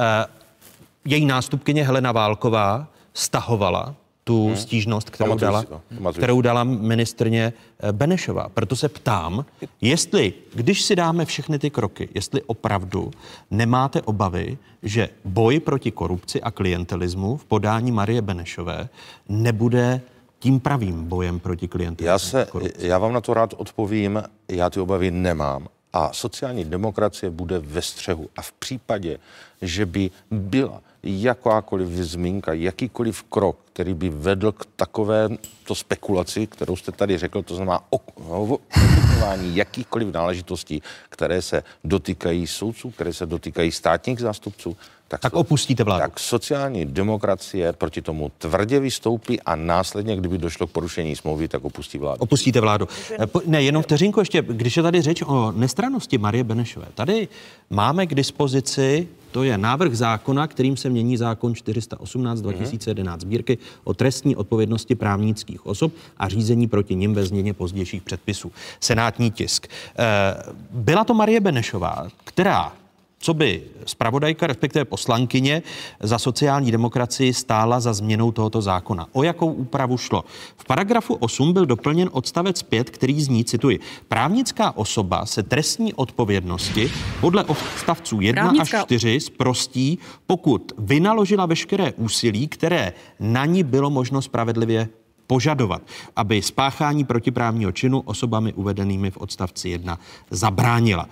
Její nástupkyně Helena Válková stahovala tu stížnost, kterou dala ministryně Benešová. Proto se ptám, jestli, když si dáme všechny ty kroky, jestli opravdu nemáte obavy, že boj proti korupci a klientelismu v podání Marie Benešové nebude tím pravým bojem proti klientelismu. Já vám na to rád odpovím, já ty obavy nemám. A sociální demokracie bude ve střehu. A v případě, že by byla jakákoliv zmínka, jakýkoliv krok, který by vedl k takovéto spekulaci, kterou jste tady řekl, to znamená ovlivňování jakýchkoliv náležitostí, které se dotýkají soudců, které se dotýkají státních zástupců, tak opustíte vládu. Tak sociální demokracie proti tomu tvrdě vystoupí a následně, kdyby došlo k porušení smlouvy, tak opustí vládu. Opustíte vládu. Ne, jenom vteřinku ještě, když je tady řeč o nestrannosti Marie Benešové. Tady máme k dispozici, to je návrh zákona, kterým se mění zákon 418/2011 sbírky o trestní odpovědnosti právnických osob a řízení proti nim ve změně pozdějších předpisů. Senátní tisk. Byla to Marie Benešová, která co by zpravodajka, respektive poslankyně za sociální demokracii stála za změnou tohoto zákona. O jakou úpravu šlo? V paragrafu 8 byl doplněn odstavec 5, který zní, cituji, právnická osoba se trestní odpovědnosti podle odstavců 1 až 4 zprostí, pokud vynaložila veškeré úsilí, které na ní bylo možno spravedlivě požadovat, aby spáchání protiprávního činu osobami uvedenými v odstavci 1 zabránila.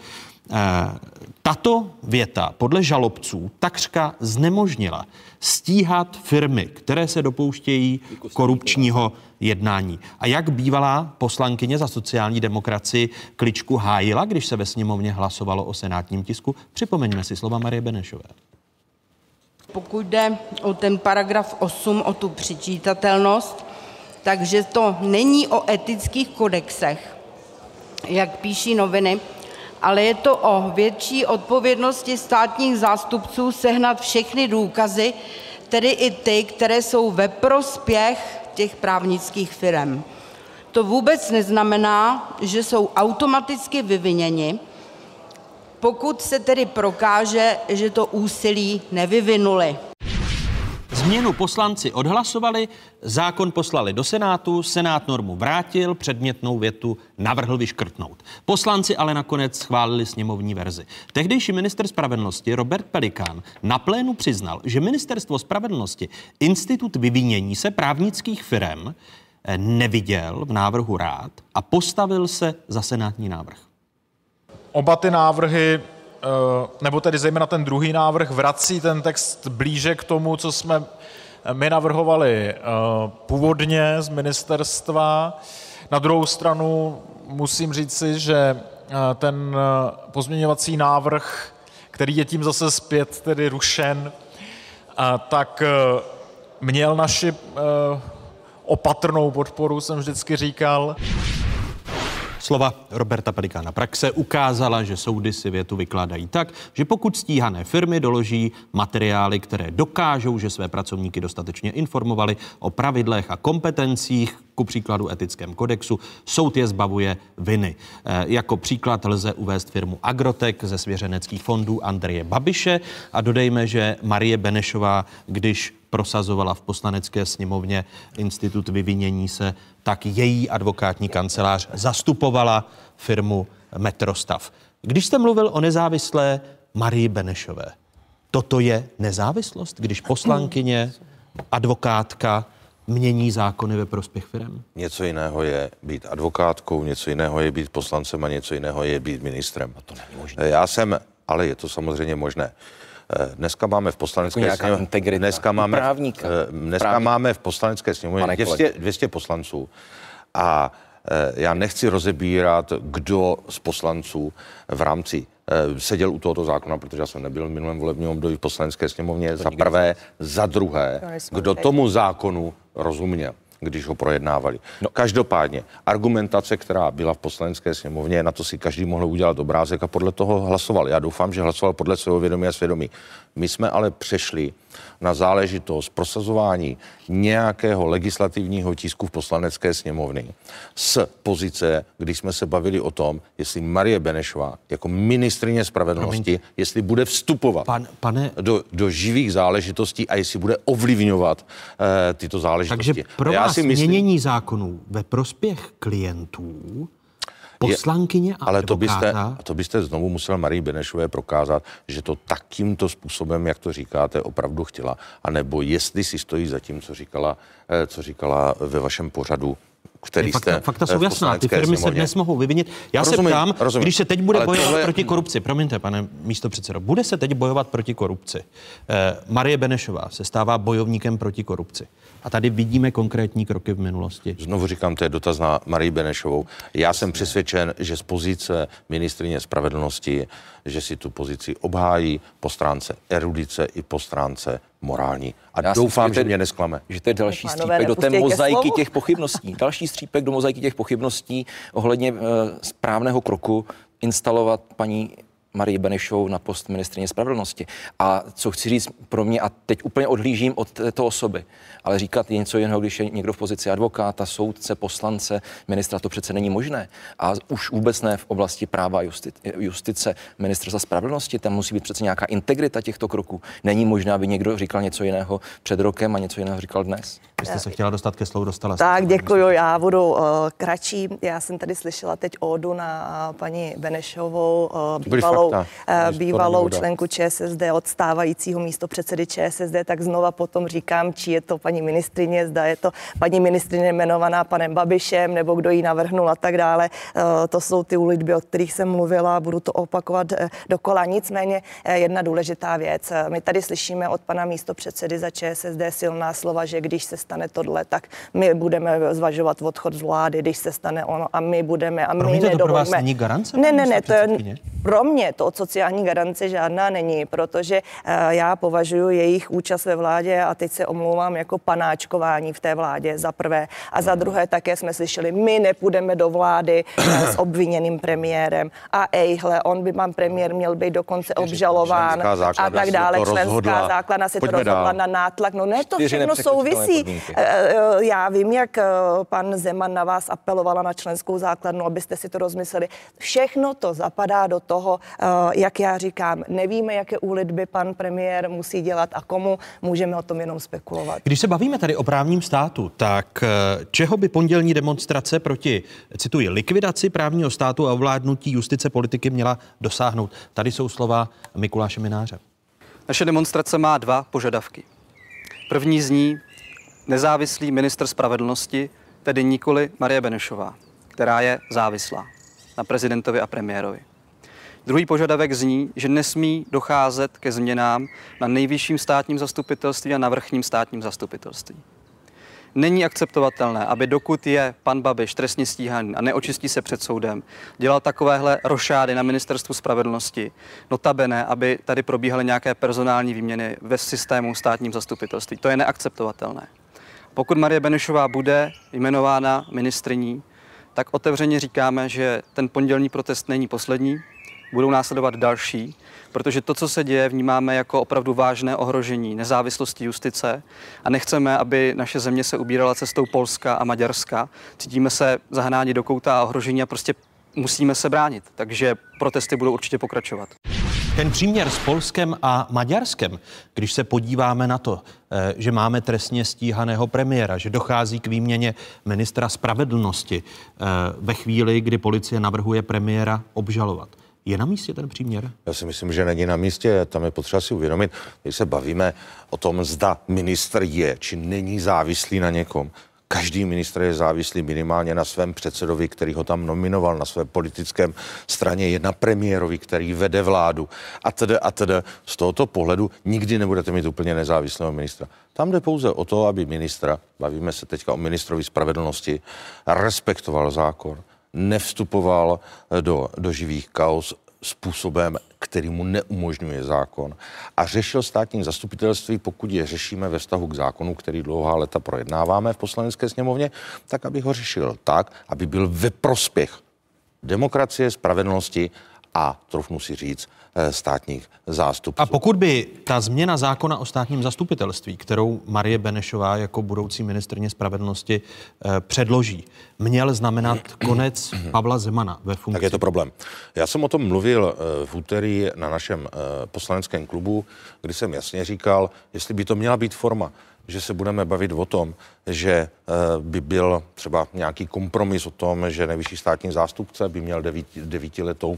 Tato věta podle žalobců takřka znemožnila stíhat firmy, které se dopouštějí korupčního jednání. A jak bývalá poslankyně za sociální demokracii kličku hájila, když se ve sněmovně hlasovalo o senátním tisku? Připomeňme si slova Marie Benešové. Pokud jde o ten paragraf 8, o tu přičítatelnost, takže to není o etických kodexech, jak píší noviny, ale je to o větší odpovědnosti státních zástupců sehnat všechny důkazy, tedy i ty, které jsou ve prospěch těch právnických firem. To vůbec neznamená, že jsou automaticky vyviněni, pokud se tedy prokáže, že to úsilí nevyvinuli. Změnu poslanci odhlasovali, zákon poslali do Senátu, Senát normu vrátil, předmětnou větu navrhl vyškrtnout. Poslanci ale nakonec schválili sněmovní verzi. Tehdejší ministr spravedlnosti Robert Pelikán na plénu přiznal, že ministerstvo spravedlnosti institut vyvinění se právnických firem neviděl v návrhu rád a postavil se za senátní návrh. Oba ty návrhy nebo tedy zejména ten druhý návrh, vrací ten text blíže k tomu, co jsme my navrhovali původně z ministerstva. Na druhou stranu musím říci, že ten pozměňovací návrh, který je tím zase zpět tedy rušen, tak měl naši opatrnou podporu, jsem vždycky říkal. Slova Roberta Pelikána. Praxe ukázala, že soudy si větu vykládají tak, že pokud stíhané firmy doloží materiály, které dokážou, že své pracovníky dostatečně informovali o pravidlech a kompetencích, ku příkladu etickém kodexu, soud je zbavuje viny. Jako příklad lze uvést firmu Agrotec ze svěřeneckých fondů Andreje Babiše a dodejme, že Marie Benešová, když prosazovala v Poslanecké sněmovně institut vyvinění se, tak její advokátní kancelář zastupovala firmu Metrostav. Když jste mluvil o nezávislé Marii Benešové, toto je nezávislost, když poslankyně, advokátka mění zákony ve prospěch firem? Něco jiného je být advokátkou, něco jiného je být poslancem a něco jiného je být ministrem. A to není možné. Ale je to samozřejmě možné. Dneska máme v Poslanecké sněmovně máme v Poslanecké sněmovně 200 poslanců a já nechci rozebírat, kdo z poslanců v rámci seděl u tohoto zákona, protože já jsem nebyl v minulém volebním období v Poslanecké sněmovně, za prvé, za druhé, kdo tomu zákonu rozuměl, když ho projednávali. No. Každopádně argumentace, která byla v Poslanecké sněmovně, na to si každý mohl udělat obrázek a podle toho hlasoval. Já doufám, že hlasoval podle svého vědomí a svědomí. My jsme ale přešli na záležitost prosazování nějakého legislativního tisku v Poslanecké sněmovny z pozice, když jsme se bavili o tom, jestli Marie Benešová jako ministryně spravedlnosti, jestli bude vstupovat do živých záležitostí a jestli bude ovlivňovat tyto záležitosti. Takže pro vás změnění zákonů ve prospěch klientů, poslankyně a advokáta... To byste znovu musel Marii Benešové prokázat, že to takýmto způsobem, jak to říkáte, opravdu chtěla, anebo jestli si stojí za tím, co říkala ve vašem pořadu, který jste fakta jsou jasná, ty firmy se dnes mohou vyvinit. Já se ptám, když se teď bude bojovat proti korupci, promiňte, pane místopředsedo, bude se teď bojovat proti korupci. Marie Benešová se stává bojovníkem proti korupci. A tady vidíme konkrétní kroky v minulosti. Znovu říkám, to je dotaz na Marii Benešovou. Já jsem přesvědčen, že z pozice ministryně spravedlnosti, že si tu pozici obhájí po stránce erudice i po stránce morální. A já doufám, že mě nesklame. Že to je další střípek do té mozaiky těch pochybností. Další střípek do mozaiky těch pochybností ohledně správného kroku instalovat paní Marii Benešovou na post ministryně spravedlnosti. A co chci říct pro mě, a teď úplně odhlížím od této osoby, ale říkat něco jiného, když je někdo v pozici advokáta, soudce, poslance, ministra, to přece není možné. A už vůbec ne v oblasti práva a justice ministerstva spravedlnosti, tam musí být přece nějaká integrita těchto kroků. Není možné, aby někdo říkal něco jiného před rokem a něco jiného říkal dnes. Vy jste se chtěla dostat ke slovu, dostala. Tak, děkuju, já budu kratší. Já jsem tady slyšela teď ódu na paní Benešovou, bývalou členku ČSSD, odstávajícího místopředsedy ČSSD, tak znova potom říkám, či je to paní ministryně, zda je to paní ministryně jmenovaná panem Babišem, nebo kdo ji navrhnul a tak dále. To jsou ty úlitby, o kterých jsem mluvila, budu to opakovat dokola. Nicméně jedna důležitá věc. My tady slyšíme od pana místopředsedy za ČSSD silná slova, že když se stane tohle, tak my budeme zvažovat odchod z vlády, když se stane ono a my budeme a my nedovolíme. To pro vás není garance? Ne, to je pro mě to sociální garance žádná není, protože já považuji jejich účast ve vládě a teď se omlouvám jako panáčkování v té vládě za prvé. A za druhé také jsme slyšeli, my nepůjdeme do vlády s obviněným premiérem a on by pan premiér měl být dokonce obžalován a tak dále. Členská základna se to rozhodla na nátlak. No ne, to všechno souvisí. Já vím, jak pan Zeman na vás apelovala na členskou základnu, abyste si to rozmysleli. Všechno to zapadá do toho, jak já říkám, nevíme, jaké úlitby pan premiér musí dělat a komu, můžeme o tom jenom spekulovat. Když se bavíme tady o právním státu, tak čeho by pondělní demonstrace proti, cituji, likvidaci právního státu a ovládnutí justice politiky měla dosáhnout? Tady jsou slova Mikuláše Mynáře. Naše demonstrace má dva požadavky. První z ní nezávislý ministr spravedlnosti, tedy nikoli Marie Benešová, která je závislá na prezidentovi a premiérovi. Druhý požadavek zní, že nesmí docházet ke změnám na nejvyšším státním zastupitelství a na vrchním státním zastupitelství. Není akceptovatelné, aby dokud je pan Babiš trestně stíhaný a neočistí se před soudem, dělal takovéhle rošády na ministerstvu spravedlnosti. Notabene, aby tady probíhaly nějaké personální výměny ve systému státním zastupitelství. To je neakceptovatelné. Pokud Marie Benešová bude jmenována ministryní, tak otevřeně říkáme, že ten pondělní protest není poslední, budou následovat další, protože to, co se děje, vnímáme jako opravdu vážné ohrožení nezávislosti justice a nechceme, aby naše země se ubírala cestou Polska a Maďarska. Cítíme se zahnáni do kouta a ohrožení a prostě musíme se bránit, takže protesty budou určitě pokračovat. Ten příměr s Polskem a Maďarskem, když se podíváme na to, že máme trestně stíhaného premiéra, že dochází k výměně ministra spravedlnosti ve chvíli, kdy policie navrhuje premiéra obžalovat. Je na místě ten příměr? Já si myslím, že není na místě. Tam je potřeba si uvědomit, když se bavíme o tom, zda ministr je či není závislý na někom. Každý ministr je závislý minimálně na svém předsedovi, který ho tam nominoval, na své politickém straně, je na premiérovi, který vede vládu a tedy. Z tohoto pohledu nikdy nebudete mít úplně nezávislého ministra. Tam jde pouze o to, aby ministra, bavíme se teďka o ministrovi spravedlnosti, respektoval zákon, nevstupoval do živých kauz způsobem, který mu neumožňuje zákon a řešil státní zastupitelství, pokud je řešíme ve vztahu k zákonu, který dlouhá léta projednáváme v Poslanecké sněmovně, tak aby ho řešil tak, aby byl ve prospěch demokracie, spravedlnosti a, troufnu si říct, státních zástupců. A pokud by ta změna zákona o státním zastupitelství, kterou Marie Benešová jako budoucí ministryně spravedlnosti předloží, měl znamenat konec Pavla Zemana ve funkci? Tak je to problém. Já jsem o tom mluvil v úterý na našem poslaneckém klubu, kdy jsem jasně říkal, jestli by to měla být forma, že se budeme bavit o tom, že by byl třeba nějaký kompromis o tom, že nejvyšší státní zástupce by měl 9letou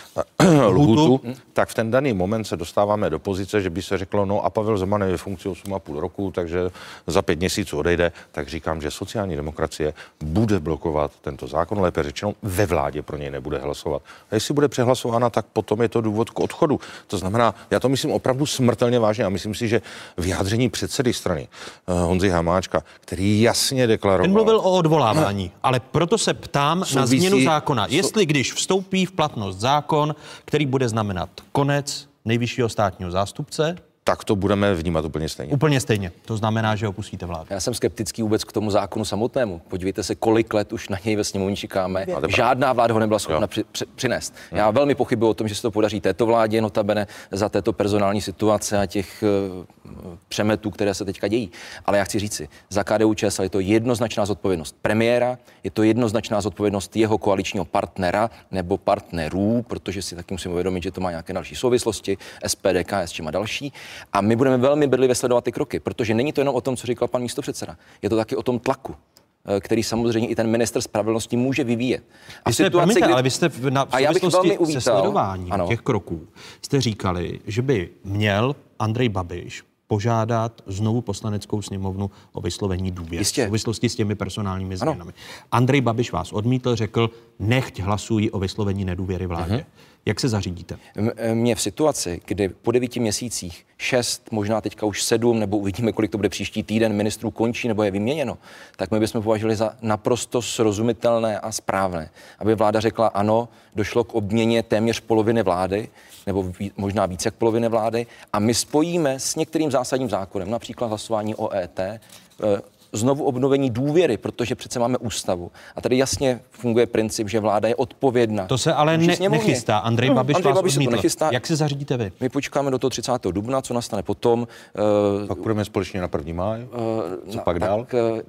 lhůtu, tak v ten daný moment se dostáváme do pozice, že by se řeklo, no a Pavel Zeman je ve funkci 8,5 roku, takže za 5 měsíců odejde, tak říkám, že sociální demokracie bude blokovat tento zákon, lépe řečeno ve vládě pro něj nebude hlasovat. A jestli bude přehlasována, tak potom je to důvod k odchodu. To znamená, já to myslím opravdu smrtelně vážně a myslím si, že vyjádření předsedy strany Honzy Hamáčka, který jasně deklaroval. Ten mluvil o odvolávání, ale proto se ptám na změnu zákona. Jestli když vstoupí v platnost zákon, který bude znamenat konec nejvyššího státního zástupce, tak to budeme vnímat úplně stejně. Úplně stejně. To znamená, že opustíte vládu. Já jsem skeptický vůbec k tomu zákonu samotnému. Podívejte se, kolik let už na něj ve sněmovně čekáme. Žádná vláda ho nebyla schopna přinést. Já velmi pochybuji o tom, že se to podaří této vládě, notabene za této personální situace a těch přemetů, které se teďka dějí. Ale já chci říci, za KDU-ČSL je to jednoznačná zodpovědnost premiéra, je to jednoznačná zodpovědnost jeho koaličního partnera nebo partnerů, protože si taky musím uvědomit, že to má nějaké další souvislosti, SPD, KSČM a další. A my budeme velmi bedlivě sledovat ty kroky, protože není to jenom o tom, co říkal pan místopředseda. Je to taky o tom tlaku, který samozřejmě i ten ministr spravedlnosti může vyvíjet. Ale vy jste v souvislosti se sledováním těch kroků jste říkali, že by měl Andrej Babiš požádat znovu Poslaneckou sněmovnu o vyslovení důvěry v souvislosti s těmi personálními změnami. Ano. Andrej Babiš vás odmítl, řekl, nechť hlasují o vyslovení nedůvěry vládě. Jak se zařídíte? Mě v situaci, kdy po 9 měsících 6, možná teďka už 7, nebo uvidíme, kolik to bude příští týden, ministrů končí nebo je vyměněno, tak my bychom považovali za naprosto srozumitelné a správné, aby vláda řekla ano, došlo k obměně téměř poloviny vlády, nebo možná více jak poloviny vlády, a my spojíme s některým zásadním zákonem, například hlasování o EET, znovu obnovení důvěry, protože přece máme ústavu. A tady jasně funguje princip, že vláda je odpovědná. To se ale nechystá. Andrej Babiš vás odmítl. Jak se zařídíte vy? My počkáme do toho 30. dubna, co nastane potom. Pak budeme společně na 1. máj? Co pak dál?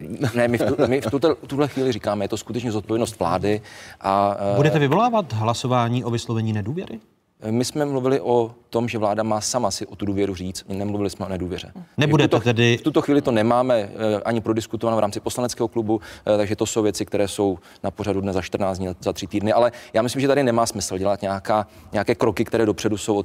My v tuhle chvíli říkáme, je to skutečně zodpovědnost vlády. Budete vyvolávat hlasování o vyslovení nedůvěry? My jsme mluvili o tom, že vláda má sama si o tu důvěru říct, nemluvili jsme o nedůvěře. Nebudete tedy... V tuto chvíli to nemáme ani prodiskutováno v rámci poslaneckého klubu, takže to jsou věci, které jsou na pořadu dne za 14 dní, za 3 týdny, ale já myslím, že tady nemá smysl dělat nějaké kroky, které dopředu jsou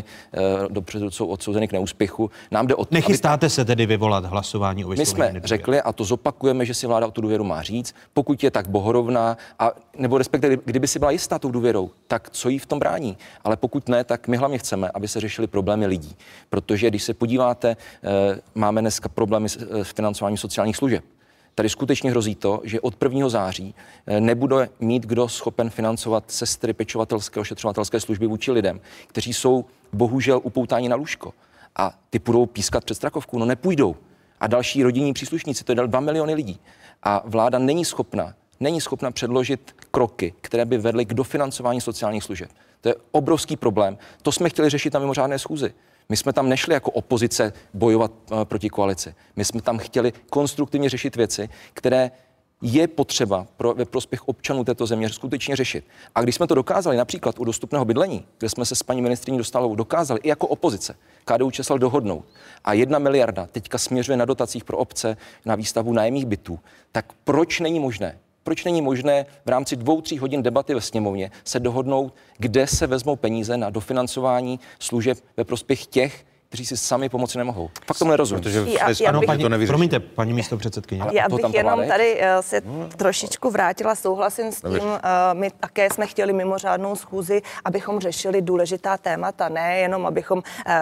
odsouzeny k neúspěchu. Nám jde o to, Nechystáte se tedy vyvolat hlasování o vyslovení nedůvěry? My jsme řekli, a to zopakujeme, že si vláda o tu důvěru má říct, pokud je tak bohorovná, nebo respektive kdyby si byla jistá tou důvěrou, tak co jí v tom brání? Ale pokud ne, tak my hlavně chceme, aby se řešily problémy lidí. Protože když se podíváte, máme dneska problémy s financováním sociálních služeb. Tady skutečně hrozí to, že od 1. září nebude mít kdo schopen financovat sestry pečovatelské, ošetřovatelské služby vůči lidem, kteří jsou bohužel upoutáni na lůžko. A ty půjdou pískat před Strakovku, no nepůjdou. A další rodinní příslušníci, to je 2 miliony lidí. A vláda není schopna předložit kroky, které by vedly k dofinancování sociálních služeb. To je obrovský problém. To jsme chtěli řešit na mimořádné schůzi. My jsme tam nešli jako opozice bojovat proti koalici. My jsme tam chtěli konstruktivně řešit věci, které je potřeba ve prospěch občanů této země skutečně řešit. A když jsme to dokázali například u dostupného bydlení, kde jsme se s paní ministryní Dostálovou dokázali i jako opozice KDU-ČSL dohodnout a 1 miliarda teďka směřuje na dotacích pro obce na výstavbu nájemních bytů, tak proč není možné v rámci 2-3 hodin debaty ve sněmovně se dohodnout, kde se vezmou peníze na dofinancování služeb ve prospěch těch, kteří si sami pomoci nemohou. Fakt tomu nerozumím. Protože promiňte, paní místopředsedkyně. Já bych jenom tady se trošičku vrátila, souhlasím s tím, my také jsme chtěli mimořádnou schůzi, abychom řešili důležitá témata, ne jenom abychom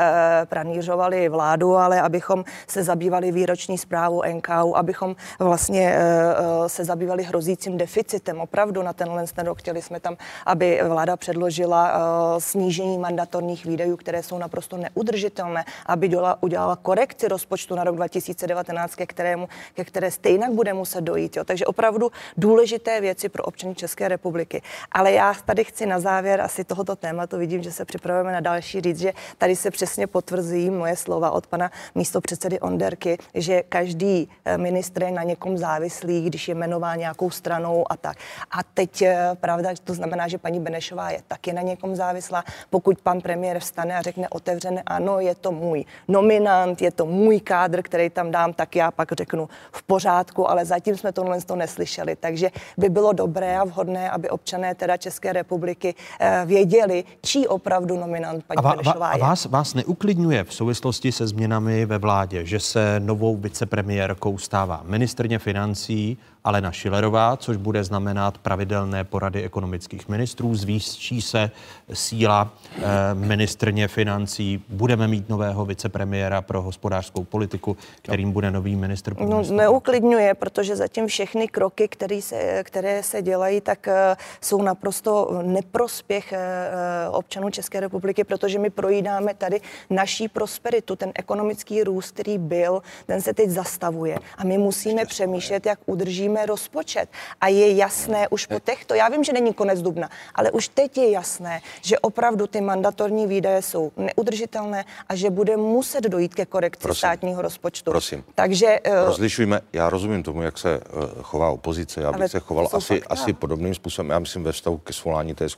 pranířovali vládu, ale abychom se zabývali výroční zprávou NKÚ, abychom vlastně se zabývali hrozícím deficitem. Opravdu na tenhle rok chtěli jsme tam, aby vláda předložila snížení mandatorních výdajů, které jsou naprosto neudržitelné, aby udělala korekci rozpočtu na rok 2019, ke které stejně bude muset dojít. Jo. Takže opravdu důležité věci pro občany České republiky. Ale já tady chci na závěr asi tohoto tématu, vidím, že se připravujeme na další, říct, že tady se přesně potvrzují moje slova od pana místopředsedy Onderky, že každý ministr je na někom závislý, když je jmenován nějakou stranou a tak. A teď pravda, to znamená, že paní Benešová je taky na někom závislá. Pokud pan premiér vstane a řekne otevřeně, ano, je to můj nominant, je to můj kádr, který tam dám, tak já pak řeknu v pořádku, ale zatím jsme tohle neslyšeli. Takže by bylo dobré a vhodné, aby občané teda České republiky věděli, čí opravdu nominant paní Benešová je. A vás neuklidňuje v souvislosti se změnami ve vládě, že se novou vicepremiérkou stává ministryně financí Alena Schillerová, což bude znamenat pravidelné porady ekonomických ministrů, zvýší se síla ministryně financí, budeme mít nového vicepremiéra pro hospodářskou politiku, kterým bude nový ministr průmyslu. Neuklidňuje, protože zatím všechny kroky, které se dělají, tak jsou naprosto neprospěch občanů České republiky, protože my projídáme tady naší prosperitu, ten ekonomický růst, který byl, ten se teď zastavuje a my musíme přemýšlet, jak udržíme rozpočet. A je jasné už po těchto, já vím, že není konec dubna, ale už teď je jasné, že opravdu ty mandatorní výdaje jsou neudržitelné a že bude muset dojít ke korekci státního rozpočtu. Prosím. Takže rozlišujme, já rozumím tomu, jak se chová opozice, já bych se choval asi podobným způsobem, já myslím ve vztahu ke svolání té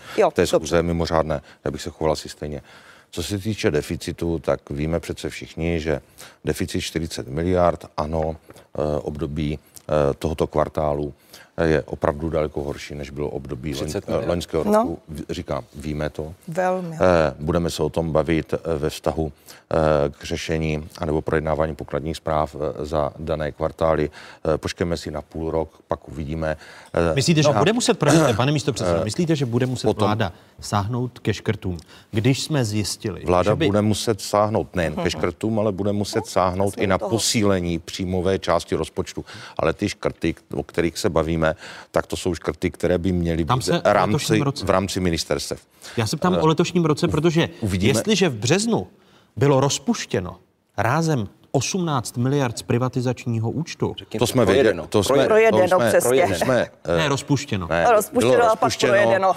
schůze mimořádné, já bych se choval asi stejně. Co se týče deficitu, tak víme přece všichni, že deficit 40 miliard, ano, období tohoto kvartálu je opravdu daleko horší, než bylo období loňského roku. Říkám, víme to. Velmi. Budeme se o tom bavit ve vztahu k řešení anebo projednávání pokladních zpráv za dané kvartály. Počkejme si na půl rok, pak uvidíme. Myslíte, že bude muset, pane místopředsedo, myslíte, že bude muset vláda sáhnout ke škrtům, když jsme zjistili, vláda bude muset sáhnout nejen ke škrtům, ale bude muset sáhnout i na posílení příjmové části rozpočtu. Ale ty škrty, o kterých se bavíme, tak to jsou škrty, které by měly být v rámci ministerstev. Já se ptám o letošním roce, protože jestliže v březnu bylo rozpuštěno rázem 18 miliard z privatizačního účtu. To jsme věděli. Projedeno přesně. Ne, rozpuštěno. Rozpuštěno a pak projedeno.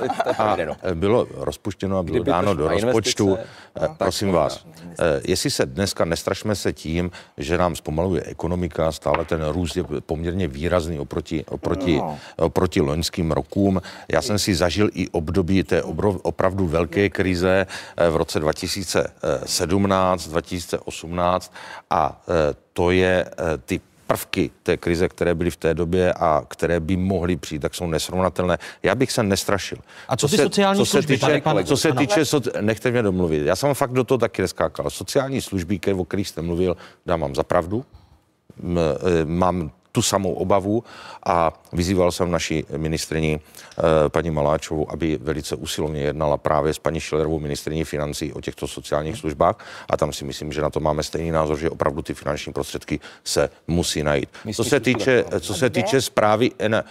Bylo rozpuštěno a bylo dáno do rozpočtu. Prosím vás, jestli se dneska nestrašme se tím, že nám zpomaluje ekonomika, stále ten růst je poměrně výrazný oproti loňským rokům. Já jsem si zažil i období té opravdu velké krize v roce 2017, 2018 a to je ty prvky té krize, které byly v té době a které by mohly přijít, tak jsou nesrovnatelné. Já bych se nestrašil. A co ty sociální služby? Co se týče, nechte mě domluvit. Já jsem fakt do toho taky neskákal. Sociální služby, o kterých jste mluvil, dám vám za pravdu. Mám tu samou obavu a vyzýval jsem naši ministryni paní Maláčovou, aby velice usilovně jednala právě s paní Schillerovou, ministryní financí, o těchto sociálních službách a tam si myslím, že na to máme stejný názor, že opravdu ty finanční prostředky se musí najít. Co se týče zprávy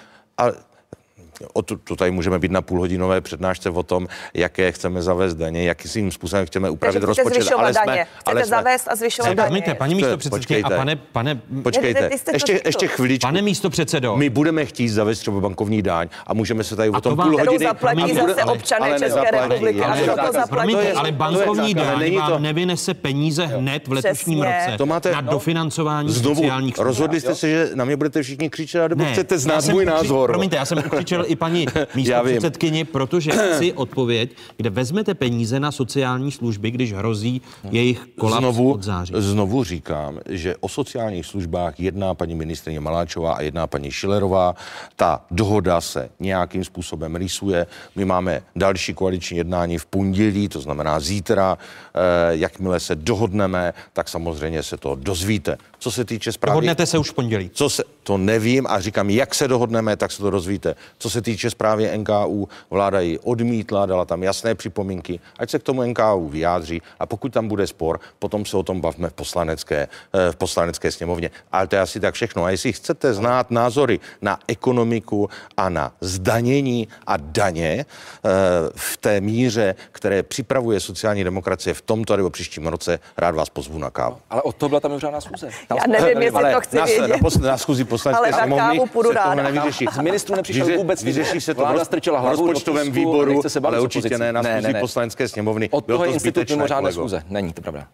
to tady můžeme být na půlhodinové přednášce o tom, jaké chceme zavést daně, jakým způsobem chceme upravit rozpočet. Chcete zavést a zvyšovat daně. Promiňte, paní místopředsedkyně, a počkejte, ještě chviličku. Pane místopředsedo. My budeme chtít zavést třeba bankovní daň a můžeme se tady o tom půl hodiny... zaplatí zase občané České republiky. Ale bankovní daň vám nevynese peníze hned v letošním roce na dofinancování sociálních služeb. Rozhodli jste se, že na mě budete všichni křičet, nebo chcete znát můj názor? Promiňte, já jsem ukřičel i paní místopředsedkyni, protože chci odpověď, kde vezmete peníze na sociální služby, když hrozí jejich kolaps od září. Znovu říkám, že o sociálních službách jedná paní ministryně Maláčová a jedná paní Schillerová. Ta dohoda se nějakým způsobem rýsuje. My máme další koaliční jednání v pondělí, to znamená zítra. Jakmile se dohodneme, tak samozřejmě se to dozvíte. Co se týče zprávy... Dohodnete se už v pondělí? To nevím a říkám, jak se dohodneme, tak se to dozvíte. Co se týče zprávy NKÚ, vláda ji odmítla, dala tam jasné připomínky, ať se k tomu NKÚ vyjádří a pokud tam bude spor, potom se o tom bavme v poslanecké sněmovně. Ale to je asi tak všechno. A jestli chcete znát názory na ekonomiku a na zdanění a daně v té míře, které připravuje sociální demokracie v tomto nebo příštím roce, rád vás pozvu na kávu. Ale od toho byla tam řádná schůze. Já nevím, jestli to chci vědět. Na schůzi poslanecké sněmovny se to nevyřeší. Z ministrů nepřišel vůbec. Vyřeší se to v rozpočtovém výboru, ale určitě ne na schůzi poslanecké sněmovny. Od toho institut mimořádné schůze. Není to pravda.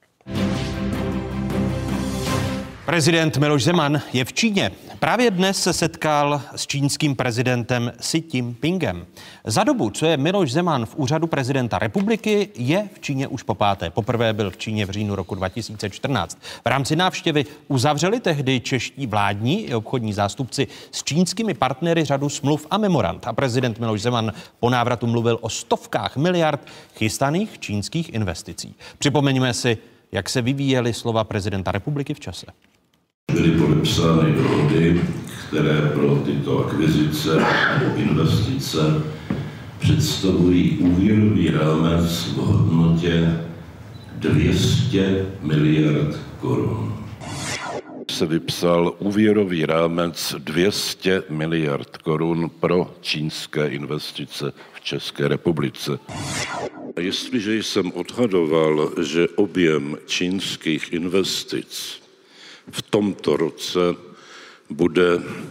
Prezident Miloš Zeman je v Číně. Právě dnes se setkal s čínským prezidentem Xi Jinpingem. Za dobu, co je Miloš Zeman v úřadu prezidenta republiky, je v Číně už popáté. Poprvé byl v Číně v říjnu roku 2014. V rámci návštěvy uzavřeli tehdy čeští vládní i obchodní zástupci s čínskými partnery řadu smluv a memorand. A prezident Miloš Zeman po návratu mluvil o stovkách miliard chystaných čínských investicí. Připomeňme si, jak se vyvíjely slova prezidenta republiky v čase. Byly podepsány dohody, které pro tyto akvizice nebo investice představují úvěrový rámec v hodnotě 200 miliard korun. Se vypsal úvěrový rámec 200 miliard korun pro čínské investice v České republice. Jestliže jsem odhadoval, že objem čínských investic v tomto roce bude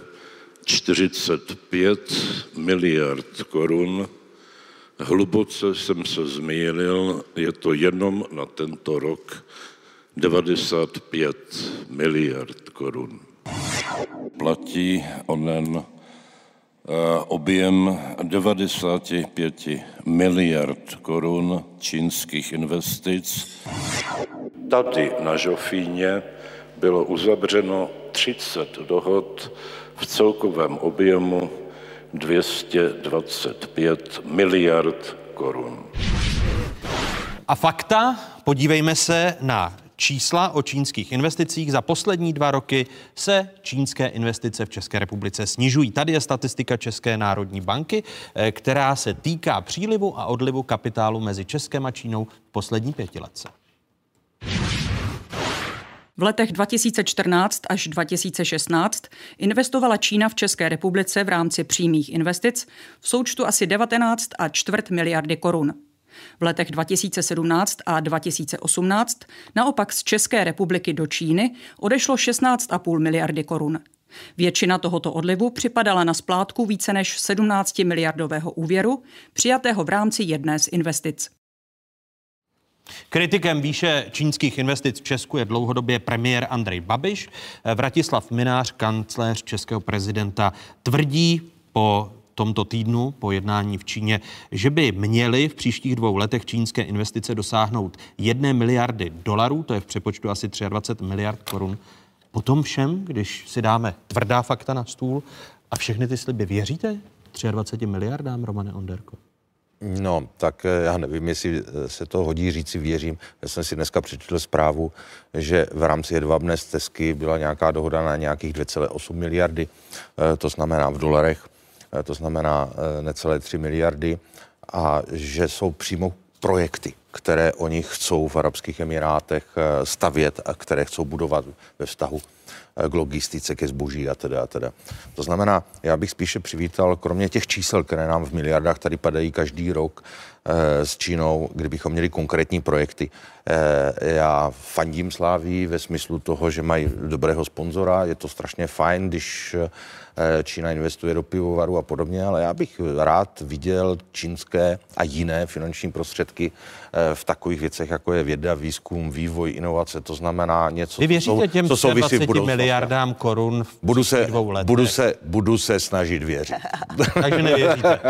45 miliard korun. Hluboce jsem se zmýlil, je to jenom na tento rok 95 miliard korun. Platí onen objem 95 miliard korun čínských investic. Tady na Žofíně bylo uzavřeno 30 dohod v celkovém objemu 225 miliard korun. A fakta? Podívejme se na čísla o čínských investicích. Za poslední 2 roky se čínské investice v České republice snižují. Tady je statistika České národní banky, která se týká přílivu a odlivu kapitálu mezi Českem a Čínou v poslední 5 letech. V letech 2014 až 2016 investovala Čína v České republice v rámci přímých investic v součtu asi 19,25 miliardy korun. V letech 2017 a 2018 naopak z České republiky do Číny odešlo 16,5 miliardy korun. Většina tohoto odlivu připadala na splátku více než 17 miliardového úvěru, přijatého v rámci jedné z investic. Kritikem výše čínských investic v Česku je dlouhodobě premiér Andrej Babiš. Vratislav Mynář, kancléř českého prezidenta, tvrdí po tomto týdnu, po jednání v Číně, že by měly v příštích 2 letech čínské investice dosáhnout 1 miliardy dolarů, to je v přepočtu asi 23 miliard korun. Po tom všem, když si dáme tvrdá fakta na stůl a všechny ty sliby, věříte 23 miliardám, Romane Onderko? No, tak já nevím, jestli se to hodí říci, věřím. Já jsem si dneska přečetl zprávu, že v rámci jedvabné stezky byla nějaká dohoda na nějakých 2,8 miliardy, to znamená v dolarech, to znamená necelé 3 miliardy a že jsou přímo projekty, které oni chcou v Arabských Emirátech stavět a které chcou budovat ve vztahu k logistice, ke zboží a teda. To znamená, já bych spíše přivítal, kromě těch čísel, které nám v miliardách tady padají každý rok s Čínou, kdybychom měli konkrétní projekty. Já fandím Slávii ve smyslu toho, že mají dobrého sponzora, je to strašně fajn, když Čína investuje do pivovaru a podobně, ale já bych rád viděl čínské a jiné finanční prostředky v takových věcech, jako je věda, výzkum, vývoj, inovace, to znamená něco, Vy věříte těm co souvisí v 20 miliardám korun v dvou letech? Budu se snažit věřit. Takže nevěříte.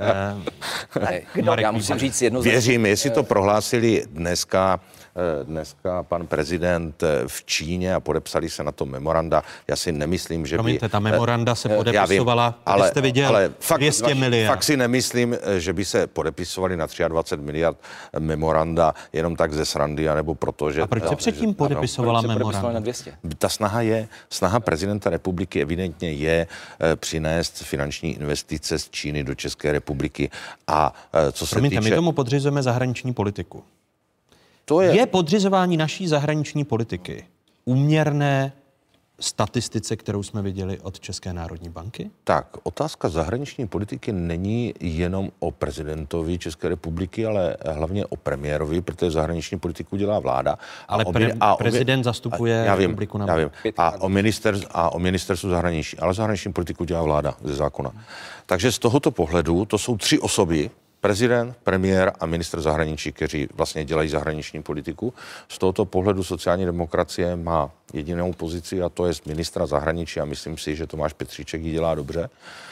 Já musím říct jedno. Věřím, jestli to prohlásili dneska pan prezident v Číně a podepsali se na to memoranda. Já si nemyslím, že Promiňte, ta memoranda se podepisovala, ale jste viděl, ale 200 miliard. Fakt si nemyslím, že by se podepisovali na 23 miliard memoranda jenom tak ze srandy, anebo protože... A proč se předtím podepisovala memoranda? Na 200? Ta snaha prezidenta republiky evidentně je přinést finanční investice z Číny do České republiky. A co se Promiňte, týče... my tomu podřizujeme zahraniční politiku. Je podřizování naší zahraniční politiky úměrné statistice, kterou jsme viděli od České národní banky? Tak, otázka zahraniční politiky není jenom o prezidentovi České republiky, ale hlavně o premiérovi, protože zahraniční politiku dělá vláda. Ale prezident zastupuje republiku na... Já vím. A o ministerstvu zahraničí. Ale zahraniční politiku dělá vláda ze zákona. Takže z tohoto pohledu to jsou 3 osoby, prezident, premiér a ministr zahraničí, kteří vlastně dělají zahraniční politiku. Z tohoto pohledu sociální demokracie má jedinou pozici a to je ministra zahraničí a myslím si, že Tomáš Petříček ji dělá dobře.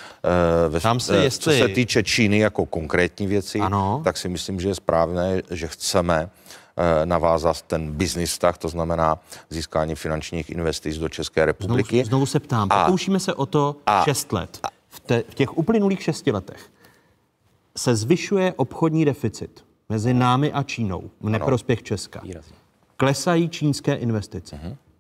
Co se týče Číny jako konkrétní věci, tak si myslím, že je správné, že chceme navázat ten business vztah, to znamená získání finančních investic do České republiky. Znovu se ptám, pokoušíme se o to 6 let. V těch uplynulých 6 letech se zvyšuje obchodní deficit mezi námi a Čínou v neprospěch Česka. Klesají čínské investice.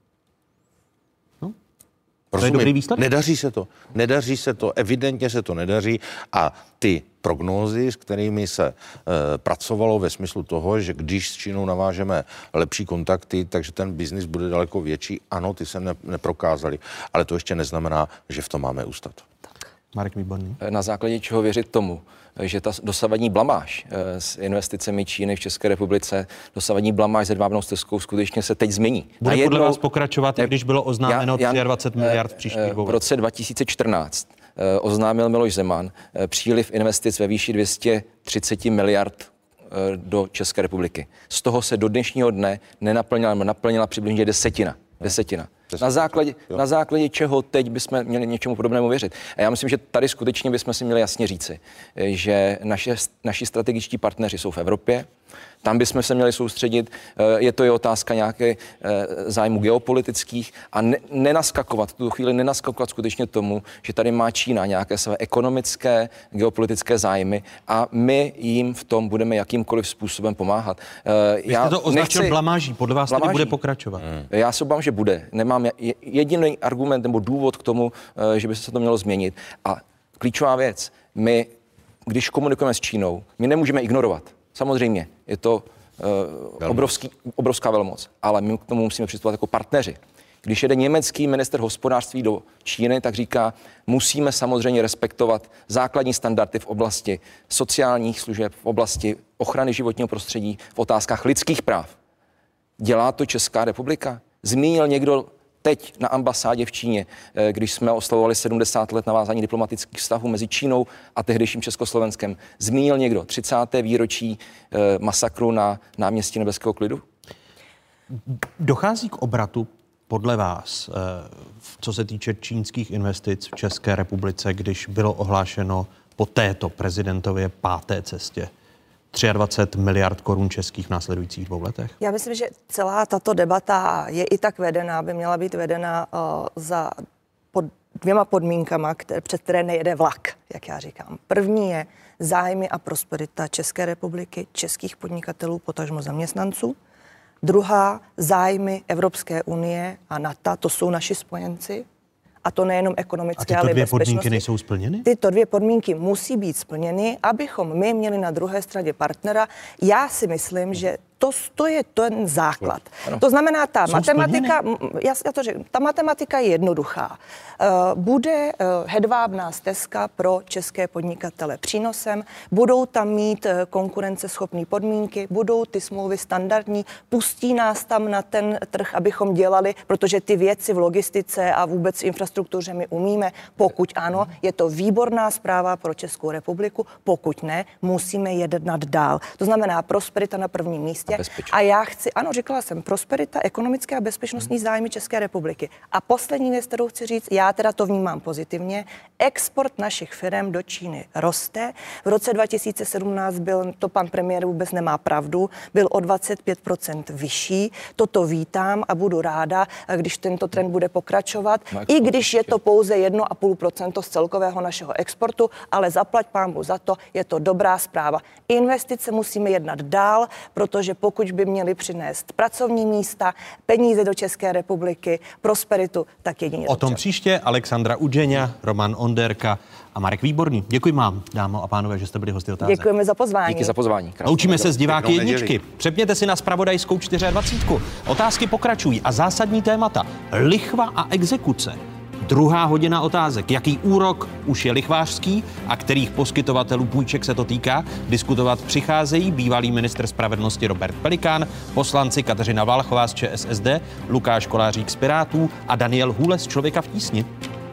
No? To je dobrý výsledek? Nedaří se to, evidentně se to nedaří a ty prognózy, s kterými se pracovalo ve smyslu toho, že když s Čínou navážeme lepší kontakty, takže ten biznis bude daleko větší. Ano, ty se neprokázaly, ale to ještě neznamená, že v tom máme ustat. Marek Výborný. Na základě čeho věřit tomu, že ta dosavadní blamáž s investicemi Číny v České republice, dosavadní blamáž s jedvábnou stezkou skutečně se teď změní. Bude podle vás pokračovat, když bylo oznámeno 23 miliard v příštích 2 letech? V roce 2014 oznámil Miloš Zeman příliv investic ve výši 230 miliard do České republiky. Z toho se do dnešního dne naplnila přibližně desetina. Na základě čeho teď bychom měli něčemu podobnému věřit. A já myslím, že tady skutečně bychom si měli jasně říci, že naši strategičtí partneři jsou v Evropě, tam bychom se měli soustředit, je to i otázka nějaké zájmu geopolitických a v tuto chvíli nenaskakovat skutečně tomu, že tady má Čína nějaké své ekonomické, geopolitické zájmy a my jim v tom budeme jakýmkoliv způsobem pomáhat. Vy jste to označil blamáží, podle vás tady bude pokračovat? Já se obávám, že bude. Nemám jediný argument nebo důvod k tomu, že by se to mělo změnit. A klíčová věc, my, když komunikujeme s Čínou, my nemůžeme ignorovat. Samozřejmě, je to obrovská velmoc, ale my k tomu musíme přistupovat jako partneři. Když jede německý ministr hospodářství do Číny, tak říká, musíme samozřejmě respektovat základní standardy v oblasti sociálních služeb, v oblasti ochrany životního prostředí, v otázkách lidských práv. Dělá to Česká republika? Zmínil někdo teď na ambasádě v Číně, když jsme oslavovali 70 let navázání diplomatických vztahů mezi Čínou a tehdejším Československem. Zmínil někdo 30. výročí masakru na náměstí Nebeského klidu? Dochází k obratu podle vás, co se týče čínských investic v České republice, když bylo ohlášeno po této prezidentově 5. cestě 23 miliard korun českých v následujících 2 letech? Já myslím, že celá tato debata je i tak vedená, by měla být vedena pod 2 podmínkama, před které nejede vlak, jak já říkám. První je zájmy a prosperita České republiky, českých podnikatelů, potažmo zaměstnanců. Druhá, zájmy Evropské unie a NATO, to jsou naši spojenci. A to nejenom ekonomické, ale i bezpečnostní. A tyto dvě podmínky nejsou splněny? Tyto dvě podmínky musí být splněny, abychom my měli na druhé straně partnera. Já si myslím, že to je ten základ. To znamená, ta matematika, ta matematika je jednoduchá. Bude hedvábná stezka pro české podnikatele přínosem, budou tam mít konkurenceschopné podmínky, budou ty smlouvy standardní, pustí nás tam na ten trh, abychom dělali, protože ty věci v logistice a vůbec v infrastruktuře my umíme. Pokud ano, je to výborná zpráva pro Českou republiku, pokud ne, musíme jednat dál. To znamená prosperita na prvním místě. A já chci, ano, říkala jsem, prosperita, ekonomické a bezpečnostní zájmy České republiky. A poslední věc, kterou chci říct, já teda to vnímám pozitivně, export našich firm do Číny roste. V roce 2017 byl, to pan premiér vůbec nemá pravdu, byl o 25% vyšší. Toto vítám a budu ráda, když tento trend bude pokračovat, i když je to pouze 1,5% z celkového našeho exportu, ale zaplať pánbu za to, je to dobrá zpráva. Investice musíme jednat dál, protože pokud by měli přinést pracovní místa, peníze do České republiky, prosperitu, tak jedině o tom příště Alexandra Udženia, Roman Onderka a Marek Výborný. Děkuji vám, dámo a pánové, že jste byli hosty Otázek. Děkujeme za pozvání. Díky za pozvání. Loučíme se s diváky jedničky. Přepněte si na Zpravodajskou 24. Otázky pokračují a zásadní témata. Lichva a exekuce. Druhá hodina Otázek. Jaký úrok už je lichvářský a kterých poskytovatelů půjček se to týká? Diskutovat přicházejí bývalý ministr spravedlnosti Robert Pelikán, poslanci Kateřina Valachová z ČSSD, Lukáš Kolářík z Pirátů a Daniel Hůle z Člověka v tísni.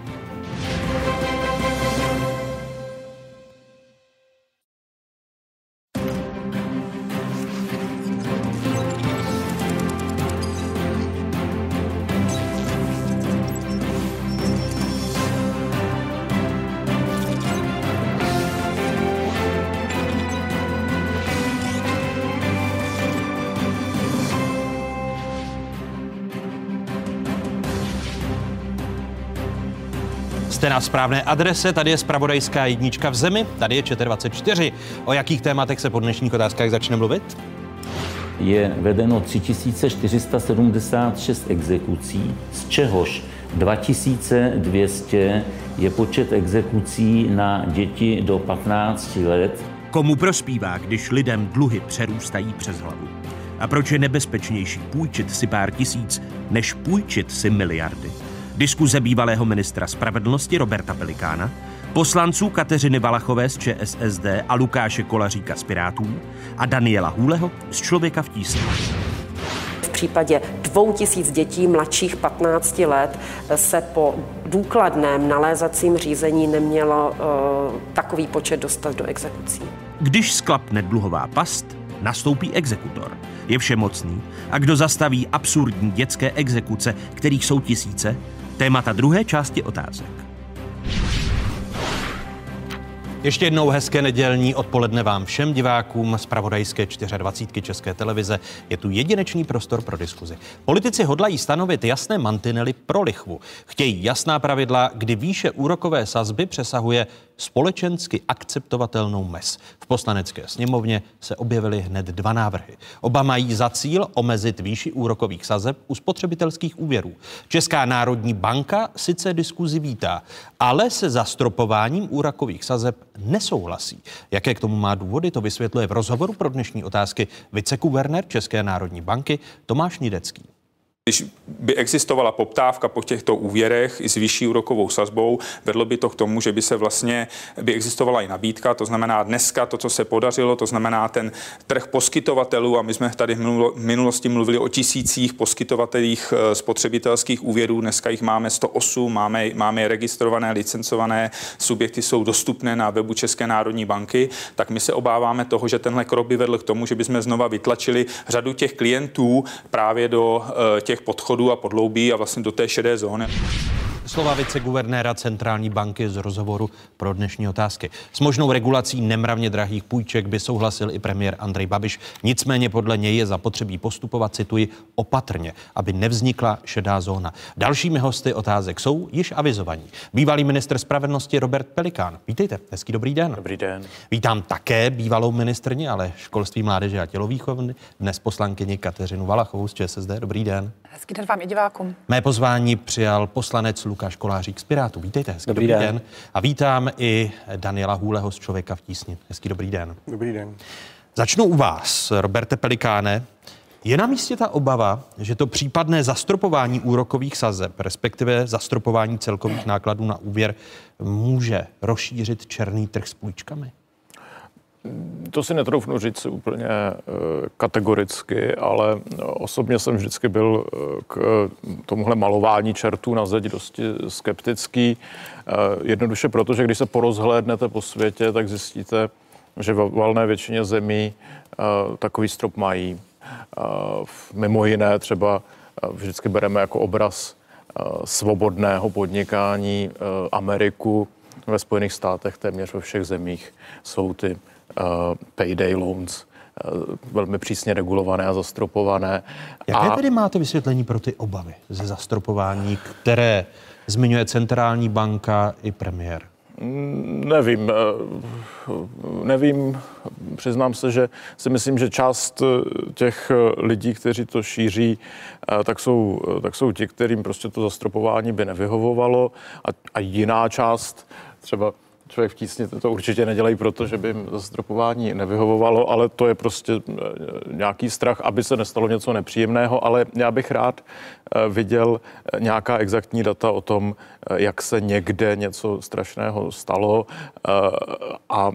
Jste na správné adrese, tady je Zpravodajská jednička v zemi, tady je ČT24. O jakých tématech se po dnešních otázkách začne mluvit? Je vedeno 3476 exekucí, z čehož 2200 je počet exekucí na děti do 15 let. Komu prospívá, když lidem dluhy přerůstají přes hlavu? A proč je nebezpečnější půjčit si pár tisíc, než půjčit si miliardy? Diskuze bývalého ministra spravedlnosti Roberta Pelikána, poslanců Kateřiny Valachové z ČSSD a Lukáše Kolaříka z Pirátů a Daniela Hůleho z Člověka v tísni. V případě 2000 dětí mladších 15 let se po důkladném nalézacím řízení nemělo takový počet dostat do exekucí. Když sklapne dluhová past, nastoupí exekutor. Je všemocný a kdo zastaví absurdní dětské exekuce, kterých jsou tisíce? Témata druhé části Otázek. Ještě jednou hezké nedělní odpoledne vám všem divákům Zpravodajské 24 České televize. Je tu jedinečný prostor pro diskuzi. Politici hodlají stanovit jasné mantinely pro lichvu. Chtějí jasná pravidla, kdy výše úrokové sazby přesahuje společensky akceptovatelnou mez. V Poslanecké sněmovně se objevily hned dva návrhy. Oba mají za cíl omezit výši úrokových sazeb u spotřebitelských úvěrů. Česká národní banka sice diskuzi vítá, ale se zastropováním úrokových sazeb nesouhlasí. Jaké k tomu má důvody, to vysvětluje v rozhovoru pro dnešní otázky viceguvernér České národní banky Tomáš Nidecký. Když by existovala poptávka po těchto úvěrech i s vyšší úrokovou sazbou, vedlo by to k tomu, že by se vlastně by existovala i nabídka, to znamená dneska to, co se podařilo, to znamená ten trh poskytovatelů, a my jsme tady v minulosti mluvili o tisících poskytovatelích spotřebitelských úvěrů, dneska jich máme 108, máme je registrované, licencované, subjekty jsou dostupné na webu České národní banky, tak my se obáváme toho, že tenhle krok by vedl k tomu, že bychom znova vytlačili řadu těch klientů právě do těch podchodů a podloubí a vlastně do té šedé zóny. Slova viceguvernéra centrální banky z rozhovoru pro dnešní otázky. S možnou regulací nemravně drahých půjček by souhlasil i premiér Andrej Babiš. Nicméně podle něj je zapotřebí postupovat, cituji, opatrně, aby nevznikla šedá zóna. Dalšími hosty otázek jsou již avizovaní. Bývalý ministr spravedlnosti Robert Pelikán. Vítejte, hezký dobrý den. Dobrý den. Vítám také bývalou ministryni, ale školství, mládeže a tělovýchovny, dnes poslankyni Kateřinu Valachovou z ČSSD. Dobrý den. Hezký den vám i divákům. Mé pozvání přijal poslanec Lukáš Kolářík z Pirátů. Vítejte, hezký dobrý den. A vítám i Daniela Hůleho z Člověka v tísni. Hezký dobrý den. Dobrý den. Začnu u vás, Roberte Pelikáne. Je na místě ta obava, že to případné zastropování úrokových sazeb, respektive zastropování celkových nákladů na úvěr, může rozšířit černý trh s půjčkami? To si netroufnu říct úplně kategoricky, ale osobně jsem vždycky byl k tomuhle malování čertů na zeď dosti skeptický. Jednoduše proto, že když se porozhlédnete po světě, tak zjistíte, že v valné většině zemí takový strop mají. Mimo jiné třeba vždycky bereme jako obraz svobodného podnikání Ameriku. Ve Spojených státech téměř ve všech zemích jsou ty payday loans velmi přísně regulované a zastropované. Jaké tedy máte vysvětlení pro ty obavy ze zastropování, které zmiňuje centrální banka i premiér? Nevím, přiznám se, že si myslím, že část těch lidí, kteří to šíří, tak jsou ti, kterým prostě to zastropování by nevyhovovalo a jiná část, třeba Člověk v tísni to určitě nedělají, protože by jim zastropování nevyhovovalo, ale to je prostě nějaký strach, aby se nestalo něco nepříjemného, ale já bych rád viděl nějaká exaktní data o tom, jak se někde něco strašného stalo a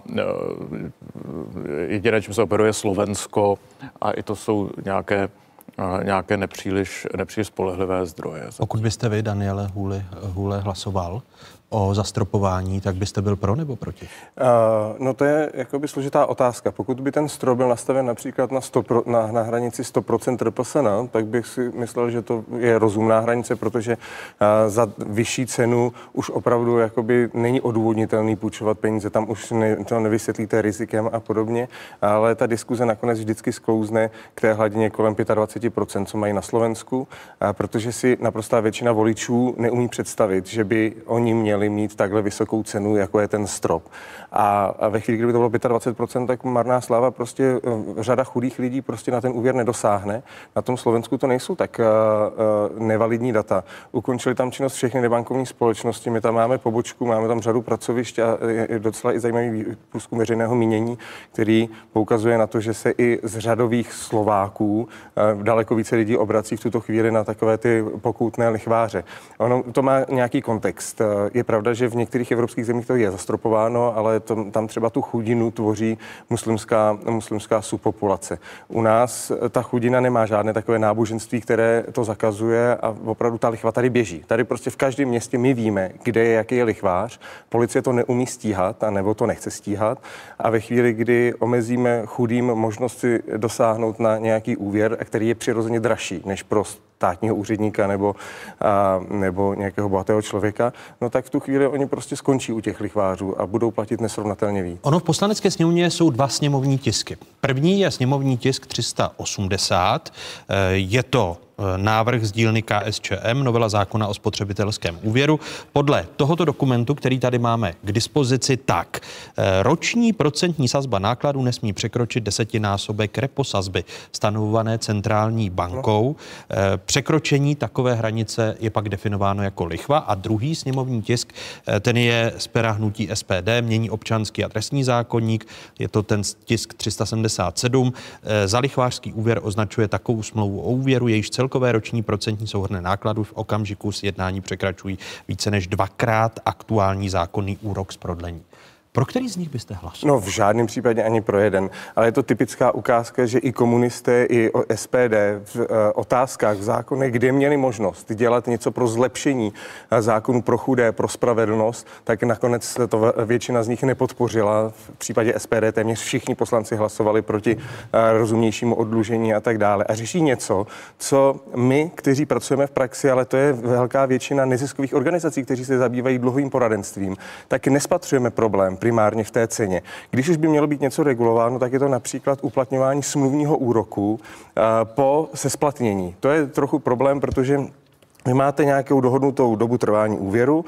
jediné, čím se operuje Slovensko a i to jsou nějaké nepříliš spolehlivé zdroje. Pokud byste vy, Daniele Hůle, hlasoval o zastropování, tak byste byl pro nebo proti? No to je jakoby složitá otázka. Pokud by ten strop byl nastaven například na hranici 100% RPSN, tak bych si myslel, že to je rozumná hranice, protože za vyšší cenu už opravdu jakoby není odůvodnitelný půjčovat peníze, tam už to nevysvětlíte rizikem a podobně, ale ta diskuze nakonec vždycky sklouzne k té hladině kolem 25%, co mají na Slovensku, protože si naprostá většina voličů neumí představit, že by oni měli mít takhle vysokou cenu, jako je ten strop. A ve chvíli, kdyby to bylo 25%, tak marná sláva, prostě řada chudých lidí prostě na ten úvěr nedosáhne. Na tom Slovensku to nejsou tak nevalidní data. Ukončili tam činnost všechny nebankovní společnosti, my tam máme pobočku, máme tam řadu pracovišť a je docela i zajímavý průzkum veřejného mínění, který poukazuje na to, že se i z řadových Slováků daleko více lidí obrací v tuto chvíli na takové ty pokoutné lichváře. Ono to má nějaký kontext. Je pravda, že v některých evropských zemích to je zastropováno, ale tam třeba tu chudinu tvoří muslimská subpopulace. U nás ta chudina nemá žádné takové náboženství, které to zakazuje a opravdu ta lichva tady běží. Tady prostě v každém městě my víme, kde je, jaký je lichvář. Policie to neumí stíhat, anebo to nechce stíhat. A ve chvíli, kdy omezíme chudým možnost si dosáhnout na nějaký úvěr, který je přirozeně dražší než pro státního úředníka nebo nějakého bohatého člověka, no tak v tu chvíli oni prostě skončí u těch lichvářů a budou platit nesrovnatelně víc. Ono v Poslanecké sněmovně jsou dva sněmovní tisky. První je sněmovní tisk 380. Je to návrh z dílny KSČM, novela zákona o spotřebitelském úvěru. Podle tohoto dokumentu, který tady máme k dispozici, tak roční procentní sazba nákladů nesmí překročit 10násobek repo sazby stanovované centrální bankou. Překročení takové hranice je pak definováno jako lichva a druhý sněmovní tisk, ten je z pera hnutí SPD, mění občanský a trestní zákoník, je to ten tisk 377. Za lichvářský úvěr označuje takovou smlouvu o úvěru, jejíž celkové roční procentní souhrnné nákladu v okamžiku sjednání překračují více než 2x aktuální zákonný úrok z prodlení. Pro který z nich byste hlasoval? No v žádném případě ani pro jeden, ale je to typická ukázka, že i komunisté, i SPD v otázkách, v zákonech, kde měli možnost dělat něco pro zlepšení zákonů pro chudé, pro spravedlnost, tak nakonec to většina z nich nepodpořila. V případě SPD téměř všichni poslanci hlasovali proti rozumnějšímu oddlužení a tak dále. A řeší něco, co my, kteří pracujeme v praxi, ale to je velká většina neziskových organizací, kteří se zabývají dlouhodobým poradenstvím, tak nespatřujeme problém primárně v té ceně. Když už by mělo být něco regulováno, tak je to například uplatňování smluvního úroku po sesplatnění. To je trochu problém, protože vy máte nějakou dohodnutou dobu trvání úvěru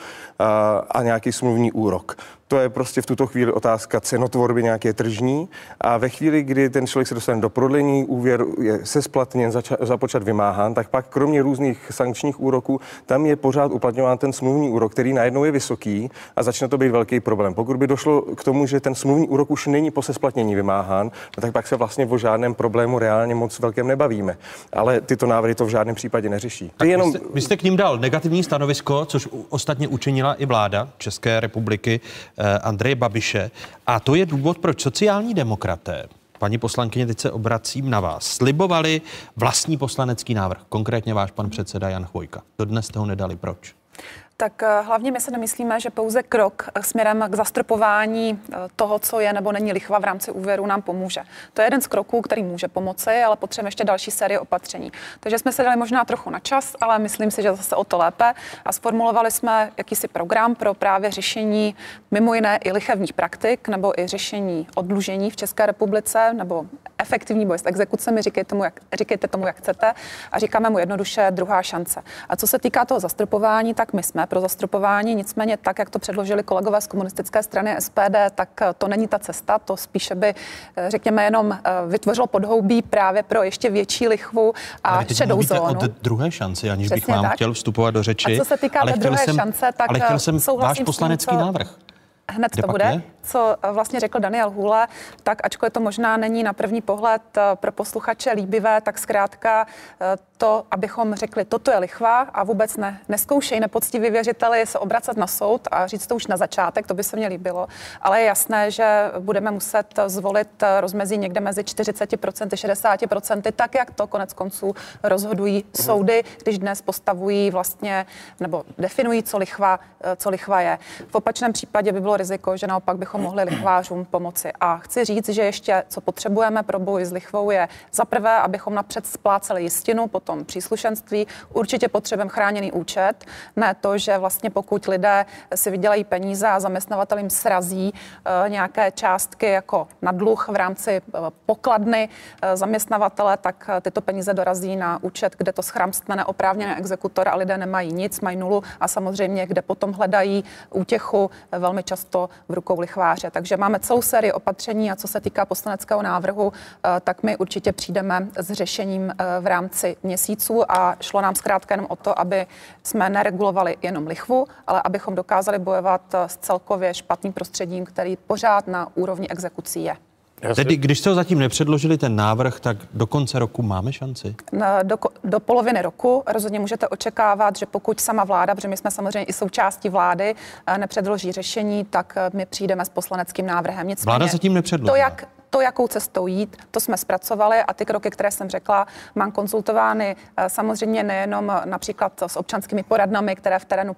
a nějaký smluvní úrok. To je prostě v tuto chvíli otázka cenotvorby nějaké tržní a ve chvíli, kdy ten člověk se dostane do prodlení, úvěr je sesplatněn, započat vymáhán, tak pak kromě různých sankčních úroků tam je pořád uplatňován ten smluvní úrok, který najednou je vysoký a začne to být velký problém. Pokud by došlo k tomu, že ten smluvní úrok už není po sesplatnění vymáhán, tak pak se vlastně o žádném problému reálně moc velkém nebavíme. Ale tyto návrhy to v žádném případě neřeší. Vy jste k ním dal negativní stanovisko, což ostatně učinila i vláda České republiky Andreje Babiše. A to je důvod, proč sociální demokraté, paní poslankyně, teď se obracím na vás, slibovali vlastní poslanecký návrh, konkrétně váš pan předseda Jan Chvojka. Dodnes jste ho nedali. Proč? Tak hlavně my se nemyslíme, že pouze krok směrem k zastropování toho, co je nebo není lichva v rámci úvěru, nám pomůže. To je jeden z kroků, který může pomoci, ale potřebujeme ještě další série opatření. Takže jsme se dali možná trochu na čas, ale myslím si, že zase o to lépe a sformulovali jsme jakýsi program pro právě řešení mimo jiné i lichevních praktik nebo i řešení oddlužení v České republice nebo efektivní boj s exekucemi, říkejte tomu, jak chcete a říkáme mu jednoduše druhá šance. A co se týká toho zastropování, tak my jsme pro zastropování, nicméně tak, jak to předložili kolegové z komunistické strany SPD, tak to není ta cesta, to spíše by, řekněme, jenom vytvořilo podhoubí právě pro ještě větší lichvu a šedou zónu. Od druhé šanci, aniž bych vám chtěl vstupovat do řeči. A co se týká druhé šance, tak ale chtěl jsem váš poslanecký návrh. Hned to bude, co vlastně řekl Daniel Hůle, tak ačkoliv to možná není na první pohled pro posluchače líbivé, tak zkrátka to, abychom řekli, toto je lichva a vůbec neskoušej nepoctiví věřiteli se obracet na soud a říct to už na začátek, to by se mně líbilo, ale je jasné, že budeme muset zvolit rozmezí někde mezi 40%, 60%, tak jak to konec konců rozhodují soudy, když dnes postavují vlastně nebo definují, co lichva je. V opačném případě by bylo riziko, že naopak bychom mohli lichvářům pomoci. A chci říct, že ještě co potřebujeme pro boj s lichvou je za prvé, abychom napřed spláceli jistinu, potom příslušenství. Určitě potřebujeme chráněný účet, ne to, že vlastně pokud lidé si vydělají peníze a zaměstnavatel jim srazí nějaké částky jako na dluh v rámci pokladny zaměstnavatele, tak tyto peníze dorazí na účet, kde to schramstne neoprávněný exekutor a lidé nemají nic, mají nulu a samozřejmě, kde potom hledají útěchu velmi často v rukou lichváře. Takže máme celou sérii opatření a co se týká poslaneckého návrhu, tak my určitě přijdeme s řešením v rámci měsíců a šlo nám zkrátka jenom o to, aby jsme neregulovali jenom lichvu, ale abychom dokázali bojovat s celkově špatným prostředím, který pořád na úrovni exekucí je. Tedy, když jste ho zatím nepředložili ten návrh, tak do konce roku máme šanci? Do poloviny roku rozhodně můžete očekávat, že pokud sama vláda, protože my jsme samozřejmě i součástí vlády, nepředloží řešení, tak my přijdeme s poslaneckým návrhem. Nicméně, vláda zatím nepředložila. To, jakou cestou jít, to jsme zpracovali a ty kroky, které jsem řekla, mám konzultovány samozřejmě nejenom například s občanskými poradnami, které v terénu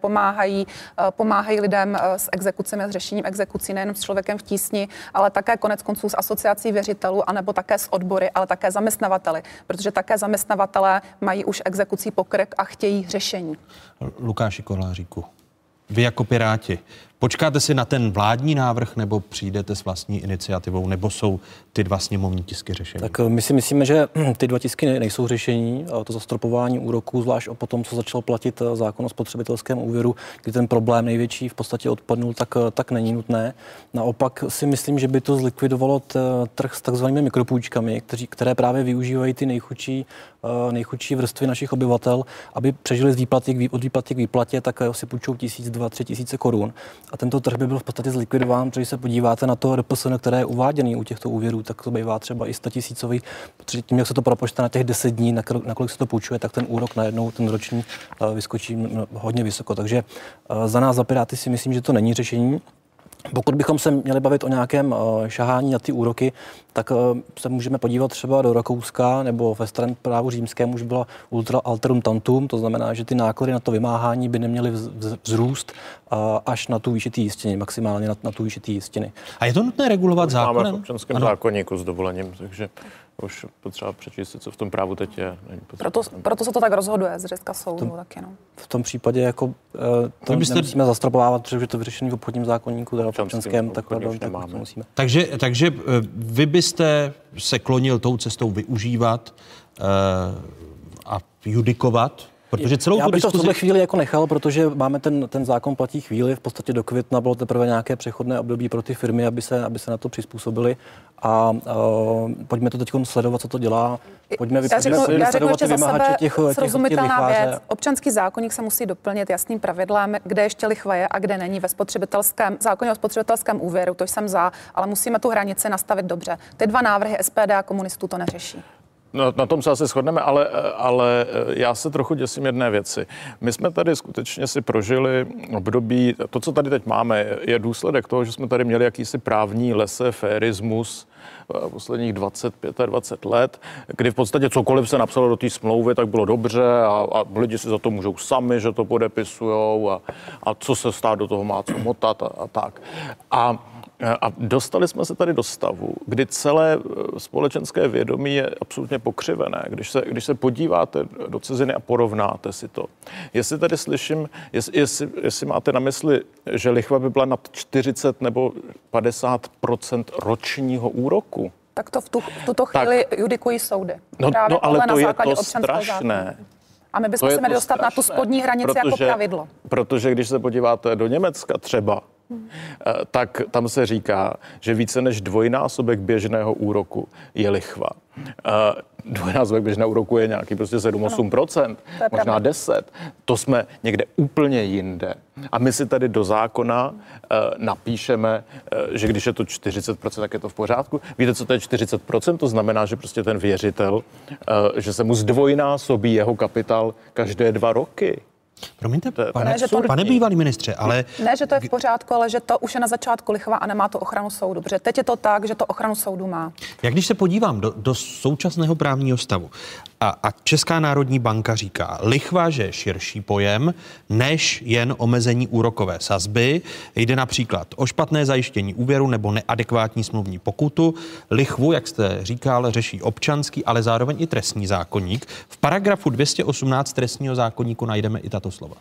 pomáhají lidem s exekucemi, s řešením exekucí, nejenom s člověkem v tísni, ale také konec konců s asociací věřitelů, anebo také s odbory, ale také zaměstnavateli, protože také zaměstnavatelé mají už exekucí pokrk a chtějí řešení. Lukáši Koláříku, vy jako Piráti, počkáte si na ten vládní návrh, nebo přijdete s vlastní iniciativou, nebo jsou ty dva sněmovní tisky řešení? Tak my si myslíme, že ty dva tisky nejsou řešení. To zastropování úroků, zvlášť po tom, co začal platit zákon o spotřebitelském úvěru, kdy ten problém největší v podstatě odpadnul, tak není nutné. Naopak si myslím, že by to zlikvidovalo trh s takzvanými mikropůjčkami, které právě využívají ty nejchudší vrstvy našich obyvatel, aby přežili od výplaty k výplatě, tak si půjčou 1 000, 2 000, 3 000 korun. A tento trh by byl v podstatě zlikvidován, protože se podíváte na to RPSN, které je uváděný u těchto úvěrů, tak to bývá třeba i 100 000, protože tím, jak se to propočte na těch 10 dní, na kolik se to půjčuje, tak ten úrok najednou, ten roční, vyskočí hodně vysoko. Takže za nás, za Piráty, si myslím, že to není řešení. Pokud bychom se měli bavit o nějakém šahání na ty úroky, tak se můžeme podívat třeba do Rakouska nebo ve starém právu římském už byla ultra alterum tantum, to znamená, že ty náklady na to vymáhání by neměly vzrůst až na tu výši té jistiny, maximálně na tu výši té jistiny. A je to nutné regulovat zákonem? Máme v občanském zákoníku s dovolením, takže už potřeba přečíst, co v tom právu teď je. Proto se to tak rozhoduje z hlediska soudu taky, no. V tom případě jako to nemusíme zastropovávat, protože to vyřešení v obchodním zákoníku, teda v občanském, tak to musíme. Takže vy byste se klonil tou cestou využívat a judikovat? Protože celou já bych diskuzi... to v tuhle chvíli jako nechal, protože máme ten zákon platí chvíli, v podstatě do května bylo teprve nějaké přechodné období pro ty firmy, aby se na to přizpůsobili a pojďme to teď sledovat, co to dělá. Pojďme sledovat ty vymahače těch srozumitelná věc. Občanský zákoník se musí doplnit jasným pravidlem, kde ještě lichva je a kde není ve spotřebitelském zákoně o spotřebitelském úvěru, to jsem za, ale musíme tu hranici nastavit dobře. Ty dva návrhy SPD a komunistů to neřeší. No, na tom se asi shodneme, ale já se trochu děsím jedné věci. My jsme tady skutečně si prožili období, to, co tady teď máme, je důsledek toho, že jsme tady měli jakýsi právní laissez-fairismus posledních 25 let, kdy v podstatě cokoliv se napsalo do té smlouvy, tak bylo dobře a lidi si za to můžou sami, že to podepisujou a co se stát do toho má co motat a tak. A dostali jsme se tady do stavu, kdy celé společenské vědomí je absolutně pokřivené. Když se podíváte do ciziny a porovnáte si to. Jestli tady slyším, jestli máte na mysli, že lichva by byla nad 40 nebo 50% ročního úroku, tak to v tuto chvíli judikují soudy. No ale to je to strašné. A my bychom se měli dostat na tu spodní hranici jako pravidlo. Protože když se podíváte do Německa třeba, tak tam se říká, že více než dvojnásobek běžného úroku je lichva. Dvojnásobek běžného úroku je nějaký prostě 7-8%, možná 10%. To jsme někde úplně jinde. A my si tady do zákona napíšeme, že když je to 40%, tak je to v pořádku. Víte, co to je 40%? To znamená, že prostě ten věřitel, že se mu zdvojnásobí jeho kapitál každé 2 roky. Promiňte, pane bývalý ministře, ale... Ne, že to je v pořádku, ale že to už je na začátku lichva a nemá to ochranu soudu. Protože teď je to tak, že to ochranu soudu má. Jak když se podívám do současného právního stavu a Česká národní banka říká, lichva, že je širší pojem, než jen omezení úrokové sazby. Jde například o špatné zajištění úvěru nebo neadekvátní smluvní pokutu. Lichvu, jak jste říkal, řeší občanský, ale zároveň i trestní zákoník. V paragrafu 218 trestního zákoníku najdeme i tato slova.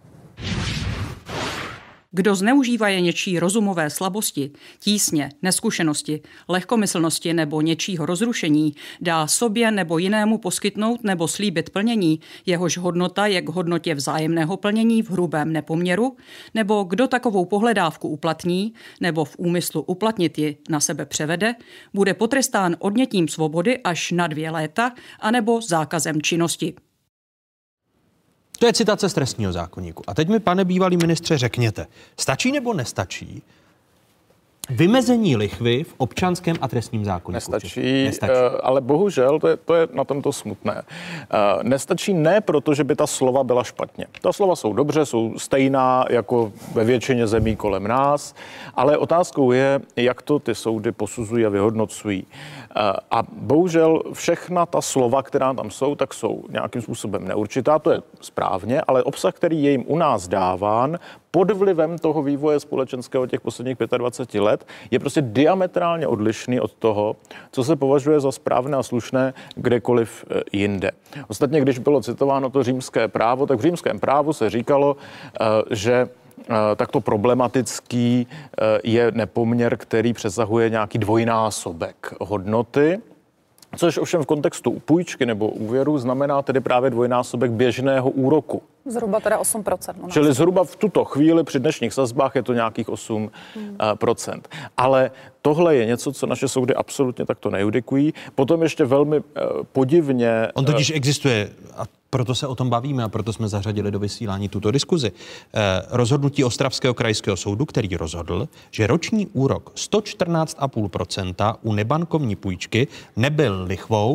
Kdo zneužívá něčí rozumové slabosti, tísně, neskušenosti, lehkomyslnosti nebo něčího rozrušení, dá sobě nebo jinému poskytnout nebo slíbit plnění, jehož hodnota je k hodnotě vzájemného plnění v hrubém nepoměru, nebo kdo takovou pohledávku uplatní nebo v úmyslu uplatnit ji na sebe převede, bude potrestán odnětím svobody až na 2 léta anebo zákazem činnosti. To je citace z trestního zákoníku. A teď mi, pane bývalý ministře, řekněte, stačí nebo nestačí vymezení lichvy v občanském a trestním zákoníku? Nestačí. Ale bohužel to je na tomto smutné. Nestačí ne proto, že by ta slova byla špatně. Ta slova jsou dobře, jsou stejná jako ve většině zemí kolem nás, ale otázkou je, jak to ty soudy posuzují a vyhodnocují. A bohužel všechna ta slova, která tam jsou, tak jsou nějakým způsobem neurčitá, to je správně, ale obsah, který je jim u nás dáván, pod vlivem toho vývoje společenského těch posledních 25 let, je prostě diametrálně odlišný od toho, co se považuje za správné a slušné kdekoliv jinde. Ostatně, když bylo citováno to římské právo, tak v římském právu se říkalo, že takto problematický je nepoměr, který přesahuje nějaký dvojnásobek hodnoty, což ovšem v kontextu půjčky nebo úvěru znamená tedy právě dvojnásobek běžného úroku. Zhruba teda 8%. Čili zhruba v tuto chvíli při dnešních sazbách je to nějakých 8%. Ale tohle je něco, co naše soudy absolutně takto nejudikují. Potom ještě velmi podivně... On totiž existuje, a proto se o tom bavíme a proto jsme zařadili do vysílání tuto diskuzi. Rozhodnutí Ostravského krajského soudu, který rozhodl, že roční úrok 114,5% u nebankovní půjčky nebyl lichvou,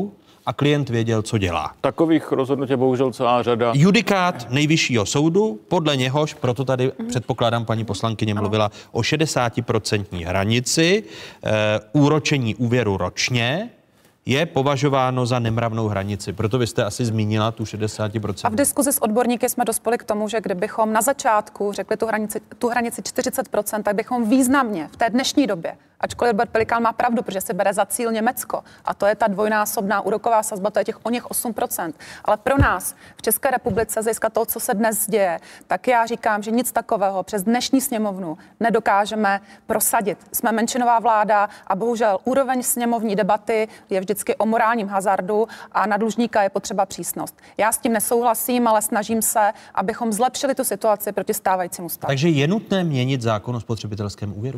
a klient věděl, co dělá. Takových rozhodnutí je bohužel celá řada. Judikát Nejvyššího soudu, podle něhož, proto tady předpokládám, paní poslankyně mluvila o 60% hranici úročení úvěru ročně, je považováno za nemravnou hranici. Proto vy jste asi zmínila tu 60%. A v diskuzi s odborníky jsme dospěli k tomu, že kdybychom na začátku řekli tu hranici 40%, tak bychom významně v té dnešní době, ačkoliv Robert Pelikán má pravdu, protože se bere za cíl Německo, a to je ta dvojnásobná úroková sazba, to je těch o něch 8%. Ale pro nás v České republice, z hlediska toho, co se dnes děje, tak já říkám, že nic takového přes dnešní sněmovnu nedokážeme prosadit. Jsme menšinová vláda a bohužel úroveň sněmovní debaty je vždycky o morálním hazardu a na dlužníka je potřeba přísnost. Já s tím nesouhlasím, ale snažím se, abychom zlepšili tu situaci proti stávajícímu stavu. Takže je nutné měnit zákon o spotřebitelském úvěru?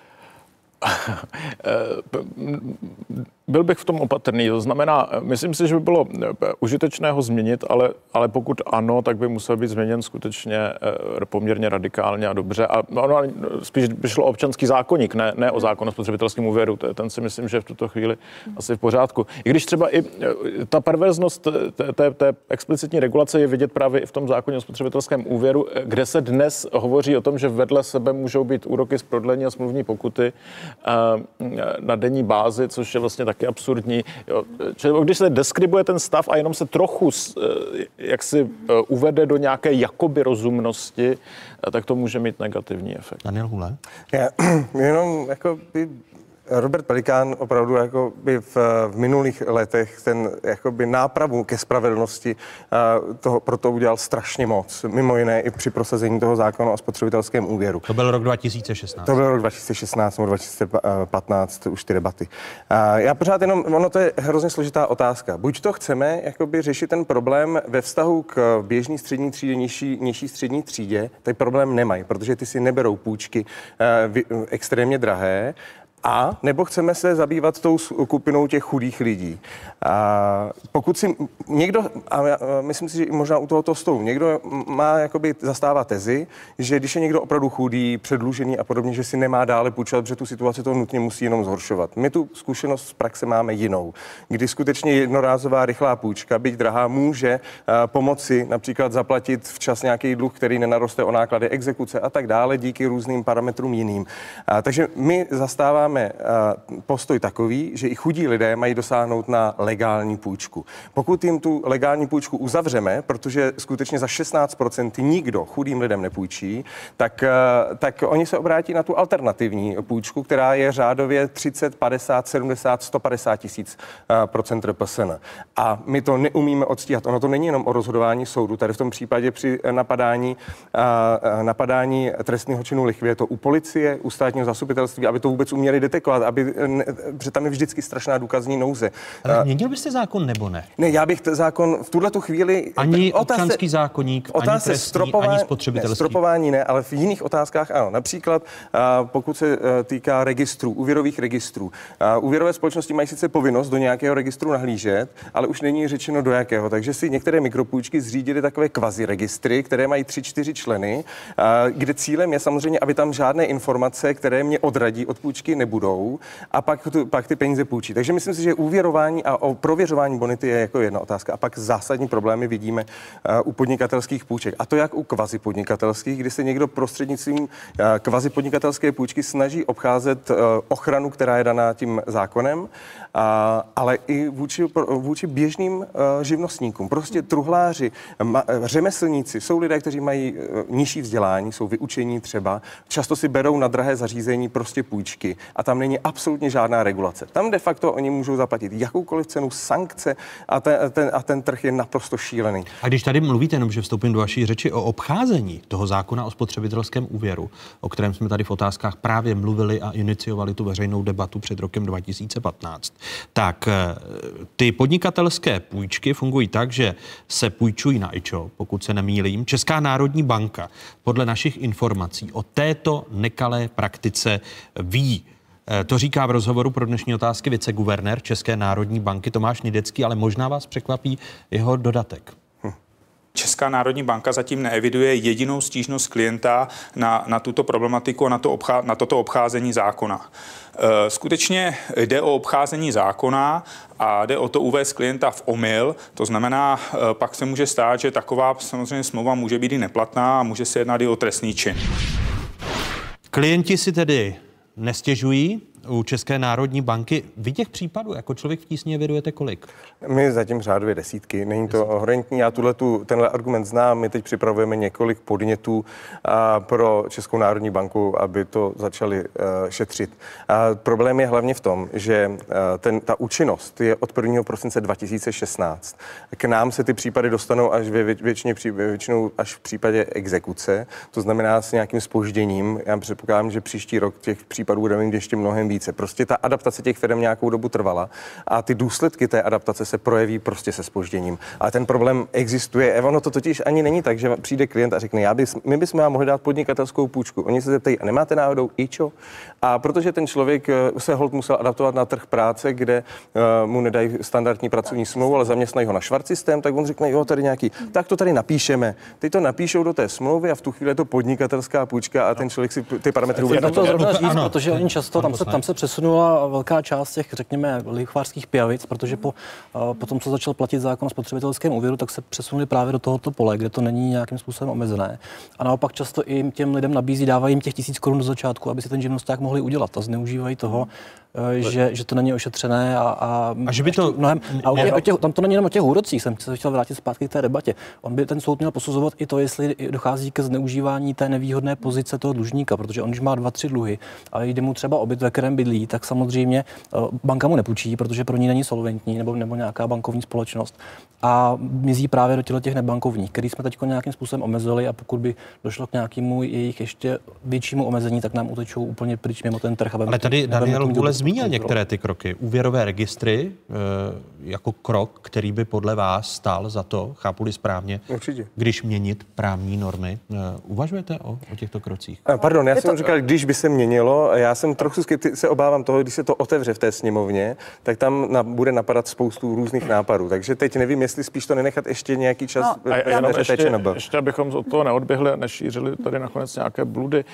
Byl bych v tom opatrný. To znamená, myslím si, že by bylo užitečné ho změnit, ale pokud ano, tak by musel být změněn skutečně poměrně radikálně a dobře. A ono spíš by šlo o občanský zákoník, ne o zákon o spotřebitelském úvěru. Ten si myslím, že je v tuto chvíli asi v pořádku. I když třeba i ta perverznost té explicitní regulace je vidět právě i v tom zákoně o spotřebitelském úvěru, kde se dnes hovoří o tom, že vedle sebe můžou být úroky z prodlení a smluvní pokuty na denní bázi, což je vlastně taky absurdní. Když se deskribuje ten stav a jenom se trochu jaksi uvede do nějaké jakoby rozumnosti, tak to může mít negativní efekt. Daniel Hůle? Jenom jako Robert Pelikán opravdu jako by v minulých letech ten jakoby nápravu ke spravedlnosti proto udělal strašně moc. Mimo jiné i při prosazení toho zákona o spotřebitelském úvěru. To byl rok 2016. To byl rok 2016 nebo 2015 už ty debaty. Já pořád jenom, ono to je hrozně složitá otázka. Buď to chceme jakoby řešit ten problém ve vztahu k běžné střední třídě, nižší střední třídě, tak problém nemají, protože ty si neberou půjčky extrémně drahé, a nebo chceme se zabývat tou skupinou těch chudých lidí. A pokud si někdo, a myslím si, že i možná u tohoto stolu, někdo má jakoby zastává tezi, že když je někdo opravdu chudý, předlužený a podobně, že si nemá dále půjčovat, protože tu situaci to nutně musí jenom zhoršovat. My tu zkušenost z praxe máme jinou, kdy skutečně jednorázová rychlá půjčka, byť drahá, může pomoci například zaplatit včas nějaký dluh, který nenaroste o náklady exekuce a tak dále, díky různým parametrům jiným. Takže my zastáváme postoj takový, že i chudí lidé mají dosáhnout na legální půjčku. Pokud jim tu legální půjčku uzavřeme, protože skutečně za 16% nikdo chudým lidem nepůjčí, tak oni se obrátí na tu alternativní půjčku, která je řádově 30, 50, 70, 150 tisíc procent RPSN. A my to neumíme odstíhat. Ono to není jenom o rozhodování soudu. Tady v tom případě při napadání trestného činu lichvy je to u policie, u státního zastupitelství, aby to vůbec uměli detekovat, protože tam je vždycky strašná důkazní nouze. Ale měnil byste zákon nebo ne? Ne, já bych zákon v tuhletu chvíli... Ani občanský zákoník, ani trestní, ani spotřebitelský. Stropování ne, ale v jiných otázkách ano. Například pokud se týká registrů, úvěrových registrů. Úvěrové společnosti mají sice povinnost do nějakého registru nahlížet, ale už není řečeno do jakého. Takže si některé mikropůjčky zřídily takové kvazi registry, které mají 3-4 členy, kde cílem je samozřejmě, aby tam žádné informace, které mě odradí od půjčky, nebudou a pak ty peníze půjčí. Takže myslím si, že úvěrování a o prověřování bonity je jako jedna otázka. A pak zásadní problémy vidíme u podnikatelských půjček. A to jak u kvazipodnikatelských, kdy se někdo prostřednictvím kvazipodnikatelské půjčky snaží obcházet ochranu, která je daná tím zákonem, ale i vůči běžným živnostníkům. Prostě truhláři, řemeslníci jsou lidé, kteří mají nižší vzdělání, jsou vyučení třeba, často si berou na drahé zařízení prostě půjčky a tam není absolutně žádná regulace. Tam de facto oni můžou zaplatit jakoukoliv cenu, sankce a ten trh je naprosto šílený. A když tady mluvíte, jenom že vstoupím do vaší řeči o obcházení toho zákona o spotřebitelském úvěru, o kterém jsme tady v otázkách právě mluvili a iniciovali tu veřejnou debatu před rokem 2015, tak ty podnikatelské půjčky fungují tak, že se půjčují na IČO, pokud se nemýlím. Česká národní banka podle našich informací o této nekalé praktice ví. To říká v rozhovoru pro dnešní otázky viceguvernér České národní banky Tomáš Nidecký, ale možná vás překvapí jeho dodatek. Česká národní banka zatím neeviduje jedinou stížnost klienta na tuto problematiku a na toto obcházení zákona. Skutečně jde o obcházení zákona a jde o to uvést klienta v omyl. To znamená, pak se může stát, že taková samozřejmě smlouva může být i neplatná a může se jednat i o trestný čin. Klienti si tedy nestěžují u České národní banky. Vy těch případů jako člověk v tísni evidujete kolik? My zatím řádově desítky. Není to horentní. Já tenhle argument znám. My teď připravujeme několik podnětů pro Českou národní banku, aby to začali šetřit. Problém je hlavně v tom, že ta účinnost je od 1. prosince 2016. K nám se ty případy dostanou až většinou až v případě exekuce. To znamená s nějakým zpožděním. Já předpokládám, že příští rok těch případů budeme mít ještě mnohem více. Prostě ta adaptace těch firm nějakou dobu trvala a ty důsledky té adaptace se projeví prostě se zpožděním. Ale ten problém existuje. Ono to totiž ani není tak, že přijde klient a řekne, my bychom vám mohli dát podnikatelskou půjčku. Oni se zeptají, a nemáte náhodou IČO? A protože ten člověk se holt musel adaptovat na trh práce, kde mu nedají standardní pracovní smlouvu, ale zaměstnají ho na švarcsystém, tak on řekne, jo, tady nějaký, tak to tady napíšeme. Teď to napíšou do té smlouvy a v tu chvíli je to podnikatelská půjčka a ten člověk si ty parametry vůbec neví. Protože oni často tam se přesunula velká část těch, řekněme, lichvářských pijavic, protože po tom, co začal platit zákon o spotřebitelském úvěru, tak se přesunuli právě do tohoto pole, kde to není nějakým způsobem omezené. A naopak často i těm lidem dávají jim těch 1000 korun do začátku, aby si ten živnosták mohli udělat a zneužívají toho, že to není ošetřené a že by to mnohem, tam to není jenom o těch úrocích, jsem se chtěl vrátit zpátky k té debatě. On by ten soud měl posuzovat i to, jestli dochází ke zneužívání té nevýhodné pozice toho dlužníka, protože on už má 2-3 dluhy a jde mu třeba o byt, ve kterém bydlí, tak samozřejmě banka mu nepůjčí, protože pro ní není solventní nebo nějaká bankovní společnost a mizí právě do těch nebankovních, který jsme teď nějakým způsobem omezili a pokud by došlo k nějakému jejich ještě většímu omezení, tak nám utečou úplně pryč mimo ten trh. Ale tady Daniel Hůle zmínil některé ty kroky. Úvěrové registry jako krok, který by podle vás stál za to, chápu-li správně, určitě, když měnit právní normy. Uvažujete o těchto krocích? Pardon, já jsem říkal, když by se měnilo, já jsem trochu se obávám toho, když se to otevře v té sněmovně, tak tam bude napadat spoustu různých nápadů. Takže teď nevím, jestli spíš to nenechat ještě nějaký čas. Ještě abychom od toho neodběhli a nešířili tady nakonec nějaké bludy.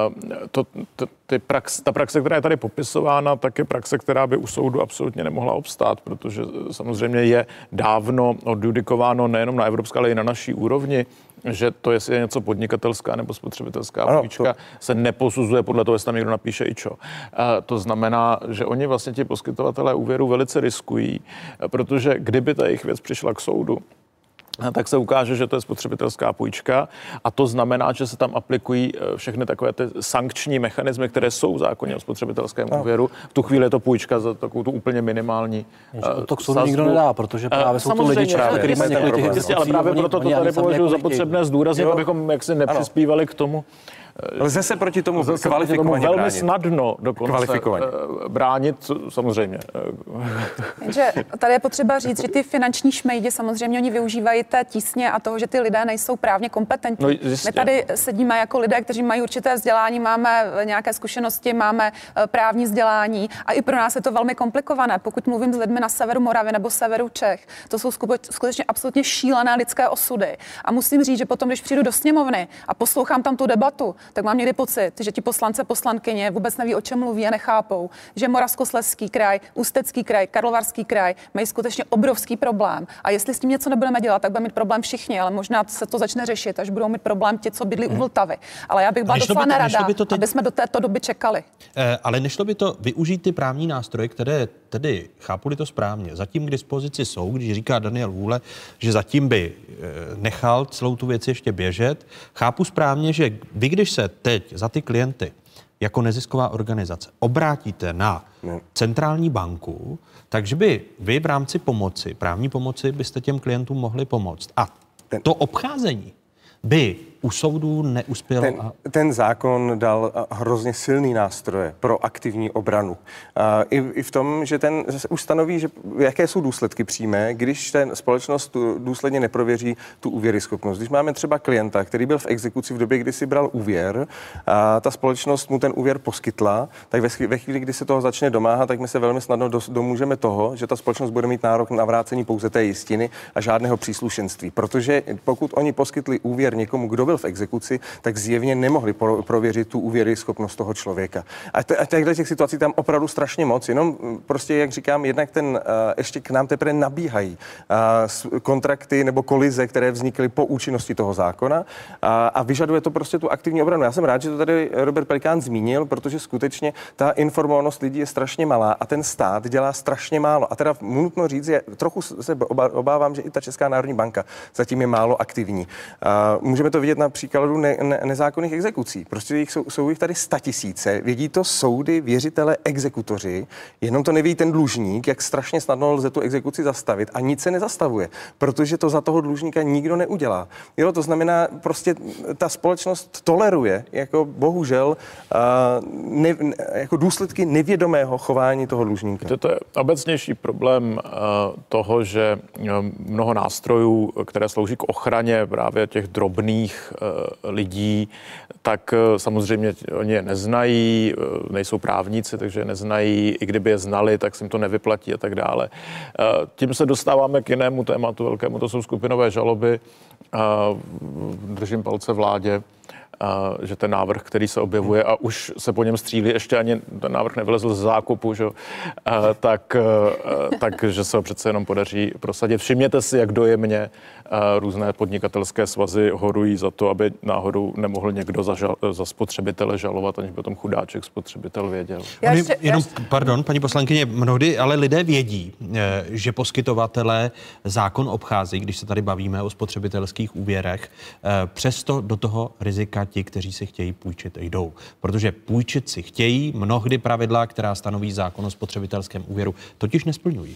Ta praxe, která je tady popisována, tak je praxe, která by u soudu absolutně nemohla obstát, protože samozřejmě je dávno odjudikováno nejenom na evropské, ale i na naší úrovni, že to, jestli je něco podnikatelská nebo spotřebitelská půjčka, se neposuzuje podle toho, jestli tam někdo napíše IČO. To znamená, že oni vlastně ti poskytovatelé úvěru velice riskují, protože kdyby ta jejich věc přišla k soudu, tak se ukáže, že to je spotřebitelská půjčka a to znamená, že se tam aplikují všechny takové ty sankční mechanismy, které jsou v zákoně o spotřebitelském úvěru. V tu chvíli je to půjčka za takovou tu úplně minimální to k soudu nikdo nedá, protože právě jsou to lidi, kteří mají několik těch exekucí. Ale právě proto to tady považuji za potřebné zdůraznit, abychom jaksi nepřispívali k tomu. Lze se proti tomu kvalifikovaně velmi bránit. snadno dokonce bránit, samozřejmě. Jenže tady je potřeba říct, že ty finanční šmejdi samozřejmě oni využívají té tísně a toho, že ty lidé nejsou právně kompetentní. My tady sedíme jako lidé, kteří mají určité vzdělání, máme nějaké zkušenosti, máme právní vzdělání a i pro nás je to velmi komplikované. Pokud mluvím s lidmi na severu Moravy nebo severu Čech, to jsou skutečně absolutně šílené lidské osudy. A musím říct, že potom, když přijdu do sněmovny a poslouchám tam tu debatu, tak mám někdy pocit, že ti poslanci, poslankyně vůbec neví, o čem mluví a nechápou, že Moravskoslezský kraj, Ústecký kraj, Karlovarský kraj mají skutečně obrovský problém. A jestli s tím něco nebudeme dělat, tak budeme mít problém všichni, ale možná se to začne řešit, až budou mít problém ti, co bydlí u Vltavy. Ale já bych byla docela nerada, aby jsme do této doby čekali. Ale nešlo by to využít ty právní nástroje, které tedy, chápu-li to správně, zatím k dispozici jsou, když říká Daniel Hůle, že zatím by nechal celou tu věc ještě běžet. Chápu správně, že vy, když se teď za ty klienty jako nezisková organizace obrátíte na centrální banku, takže by vy v rámci pomoci, právní pomoci, byste těm klientům mohli pomoct. A to obcházení by u soudů neuspěl. Ten zákon dal hrozně silný nástroje pro aktivní obranu. I v tom, že ten už stanoví, že jaké jsou důsledky přímé, když ten společnost důsledně neprověří tu úvěryschopnost. Když máme třeba klienta, který byl v exekuci v době, kdy si bral úvěr, a ta společnost mu ten úvěr poskytla, tak ve chvíli, kdy se toho začne domáhat, tak my se velmi snadno domůžeme toho, že ta společnost bude mít nárok na vrácení pouze té jistiny a žádného příslušenství. Protože pokud oni poskytli úvěr někomu, kdo byl v exekuci, tak zjevně nemohli prověřit tu úvěryschopnost toho člověka. A těch situací tam opravdu strašně moc. Jenom prostě, jak říkám, jednak ještě k nám teprve nabíhají kontrakty nebo kolize, které vznikly po účinnosti toho zákona a vyžaduje to prostě tu aktivní obranu. Já jsem rád, že to tady Robert Pelikán zmínil, protože skutečně ta informovanost lidí je strašně malá a ten stát dělá strašně málo. A teda nutno říct, že trochu se obávám, že i ta Česká národní banka zatím je málo aktivní. Můžeme to vidět na příkladu nezákonných exekucí. Prostě jsou jich tady 100 000. Vědí to soudy, věřitele, exekutoři, jenom to neví ten dlužník, jak strašně snadno lze tu exekuci zastavit a nic se nezastavuje, protože to za toho dlužníka nikdo neudělá. Jo, to znamená, prostě ta společnost toleruje, jako bohužel, jako důsledky nevědomého chování toho dlužníka. To je obecnější problém toho, že mnoho nástrojů, které slouží k ochraně právě těch drobných lidí, tak samozřejmě oni je neznají, nejsou právníci, takže je neznají, i kdyby je znali, tak se jim to nevyplatí a tak dále. Tím se dostáváme k jinému tématu velkému, to jsou skupinové žaloby. Držím palce vládě, že ten návrh, který se objevuje a už se po něm střílí, ještě ani ten návrh nevylezl z zákupu, že? Takže se ho přece jenom podaří prosadit. Všimněte si, jak dojemně různé podnikatelské svazy horují za to, aby náhodou nemohl někdo za spotřebitele žalovat, aniž by o tom chudáček spotřebitel věděl. Pardon, paní poslankyně, mnohdy ale lidé vědí, že poskytovatelé zákon obcházejí, když se tady bavíme o spotřebitelských úvěrech, přesto do toho rizika ti, kteří si chtějí půjčit, jdou. Protože půjčit si chtějí, mnohdy pravidla, která stanoví zákon o spotřebitelském úvěru, totiž nesplňují.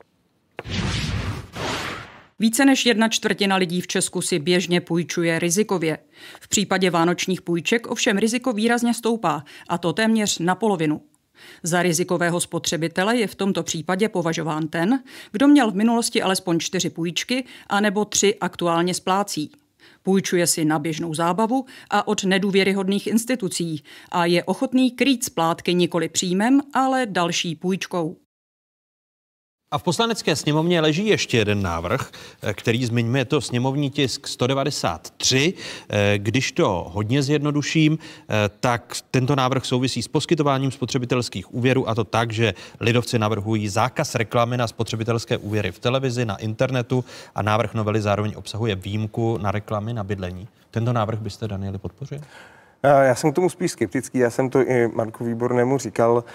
Více než 1/4 lidí v Česku si běžně půjčuje rizikově. V případě vánočních půjček ovšem riziko výrazně stoupá, a to téměř na polovinu. Za rizikového spotřebitele je v tomto případě považován ten, kdo měl v minulosti alespoň 4 půjčky anebo 3 aktuálně splácí. Půjčuje si na běžnou zábavu a od nedůvěryhodných institucí a je ochotný krýt splátky nikoli příjmem, ale další půjčkou. A v Poslanecké sněmovně leží ještě jeden návrh, který zmiňme, je to sněmovní tisk 193. Když to hodně zjednoduším, tak tento návrh souvisí s poskytováním spotřebitelských úvěrů, a to tak, že lidovci navrhují zákaz reklamy na spotřebitelské úvěry v televizi, na internetu, a návrh novely zároveň obsahuje výjimku na reklamy na bydlení. Tento návrh byste, Danieli, podpořil? Já jsem k tomu spíš skeptický, já jsem to i Marku Výbornému říkal,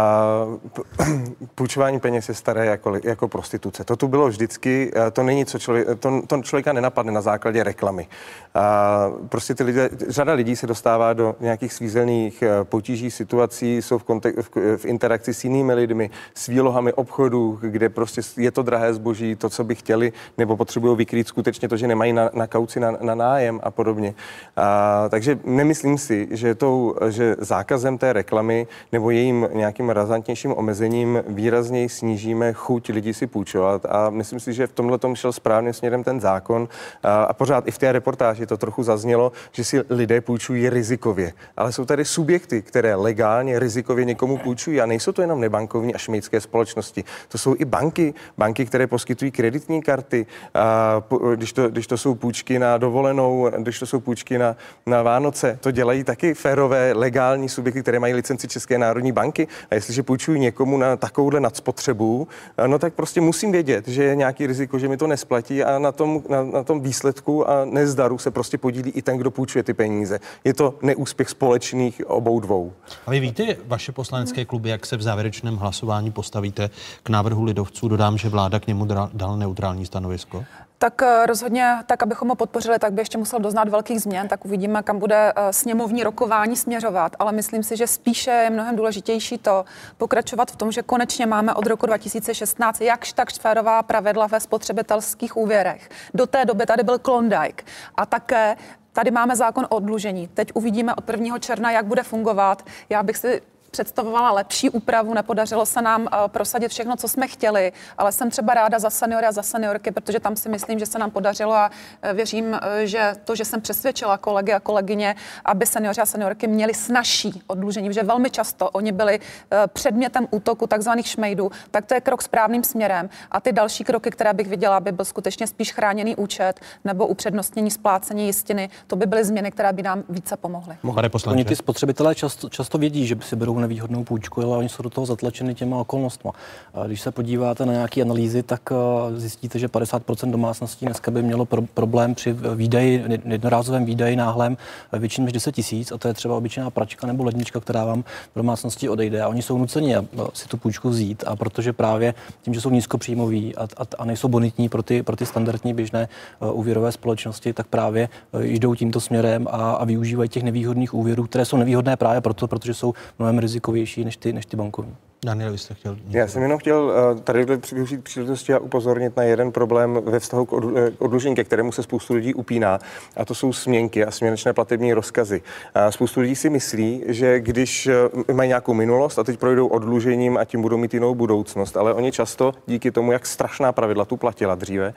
půjčování peněz je staré jako prostituce. To tu bylo vždycky, to není, to člověka nenapadne na základě reklamy. Prostě řada lidí se dostává do nějakých svízelných potíží, situací, jsou v interakci s jinými lidmi, s výlohami obchodů, kde prostě je to drahé zboží, to, co by chtěli, nebo potřebují vykrýt skutečně to, že nemají na kauci na nájem a podobně. Takže nemyslím si, že zákazem té reklamy nebo jejím nějakým razantnějším omezením výrazněji snížíme chuť lidí si půjčovat, a myslím si, že v tomhle tom šel správným směrem ten zákon, a pořád i v té reportáži to trochu zaznělo, že si lidé půjčují rizikově. Ale jsou tady subjekty, které legálně rizikově někomu půjčují, a nejsou to jenom nebankovní a šmejdské společnosti. To jsou i banky, které poskytují kreditní karty, když to jsou půjčky na dovolenou, když to jsou půjčky na Vánoce, to dělají taky férové legální subjekty, které mají licenci České národní banky, a jestliže půjčuji někomu na takovouhle nadspotřebu, no tak prostě musím vědět, že je nějaký riziko, že mi to nesplatí, a na tom výsledku a nezdaru se prostě podílí i ten, kdo půjčuje ty peníze. Je to neúspěch společných obou dvou. A vy víte, vaše poslanecké kluby, jak se v závěrečném hlasování postavíte k návrhu lidovců? Dodám, že vláda k němu dala neutrální stanovisko. Tak rozhodně, tak abychom ho podpořili, tak by ještě musel doznat velkých změn, tak uvidíme, kam bude sněmovní rokování směřovat, ale myslím si, že spíše je mnohem důležitější to pokračovat v tom, že konečně máme od roku 2016 jakž tak férová pravidla ve spotřebitelských úvěrech. Do té doby tady byl Klondike a také Tady máme zákon o oddlužení. Teď uvidíme od 1. června, jak bude fungovat. Já bych si představovala lepší úpravu, nepodařilo se nám prosadit všechno, co jsme chtěli, ale jsem třeba ráda za seniory a za seniorky, protože tam si myslím, že se nám podařilo a věřím, že to, že jsem přesvědčila kolegy a kolegyně, aby seniori a seniorky měli snazší oddlužení, protože velmi často oni byli předmětem útoku takzvaných šmejdů, tak to je krok správným směrem a ty další kroky, které bych viděla, aby byl skutečně spíš chráněný účet nebo upřednostnění splácení jistiny, to by byly změny, které by nám více pomohly. Oni ty spotřebitelé často vědí, že si berou nevýhodnou půjčku, ale oni jsou do toho zatlačeni těma okolnostma. A když se podíváte na nějaké analýzy, tak zjistíte, že 50% domácností dneska by mělo problém při výdaji, jednorázovém výdaji náhlém větším než 10 000, a to je třeba obyčejná pračka nebo lednička, která vám v domácnosti odejde. A oni jsou nuceni si tu půjčku vzít, a protože právě tím, že jsou nízkopříjmoví a nejsou bonitní pro ty standardní běžné úvěrové společnosti, tak právě jdou tímto směrem a využívají těch nevýhodných úvěrů, které jsou nevýhodné právě proto, protože jsou mnohem rizikovější než ty bankovní. Daniel, vy jste chtěl... Já jsem jenom chtěl tady využít příležitosti a upozornit na jeden problém ve vztahu k oddlužení, ke kterému se spoustu lidí upíná, a to jsou směnky a směnečné platební rozkazy. Spoustu lidí si myslí, že když mají nějakou minulost a teď projdou oddlužením a tím budou mít jinou budoucnost, ale oni často díky tomu, jak strašná pravidla tu platila dříve,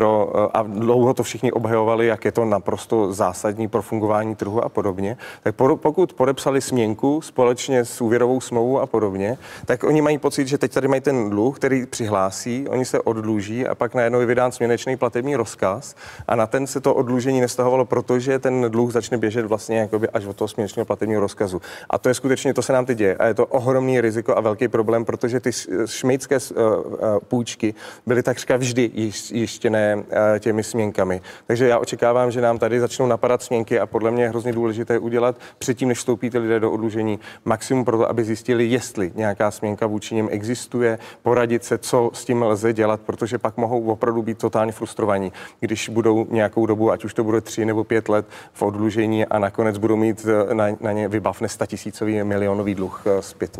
a dlouho to všichni obhajovali, jak je to naprosto zásadní pro fungování trhu a podobně, tak pokud podepsali směnku společně s úvěrovou smlouvou a podobně, tak oni mají pocit, že teď tady mají ten dluh, který přihlásí, oni se oddluží a pak najednou je vydán směnečný platební rozkaz a na ten se to oddlužení nevztahovalo, protože ten dluh začne běžet vlastně jakoby až od toho směnečného platebního rozkazu. A to je skutečně, to se nám teď děje. A je to ohromný riziko a velký problém, protože ty šmejdské půjčky byly takřka vždy jištěné těmi směnkami. Takže já očekávám, že nám tady začnou napadat směnky a podle mě je hrozně důležité udělat předtím, než vstoupí ty lidé do oddlužení, maximum pro to, aby zjistili, jestli nějaká směnka vůči nim existuje, poradit se, co s tím lze dělat, protože pak mohou opravdu být totálně frustrovaní, když budou nějakou dobu, ať už to bude 3 nebo 5 let v oddlužení a nakonec budou mít na ně vybav 100 000 milionový dluh zpětně.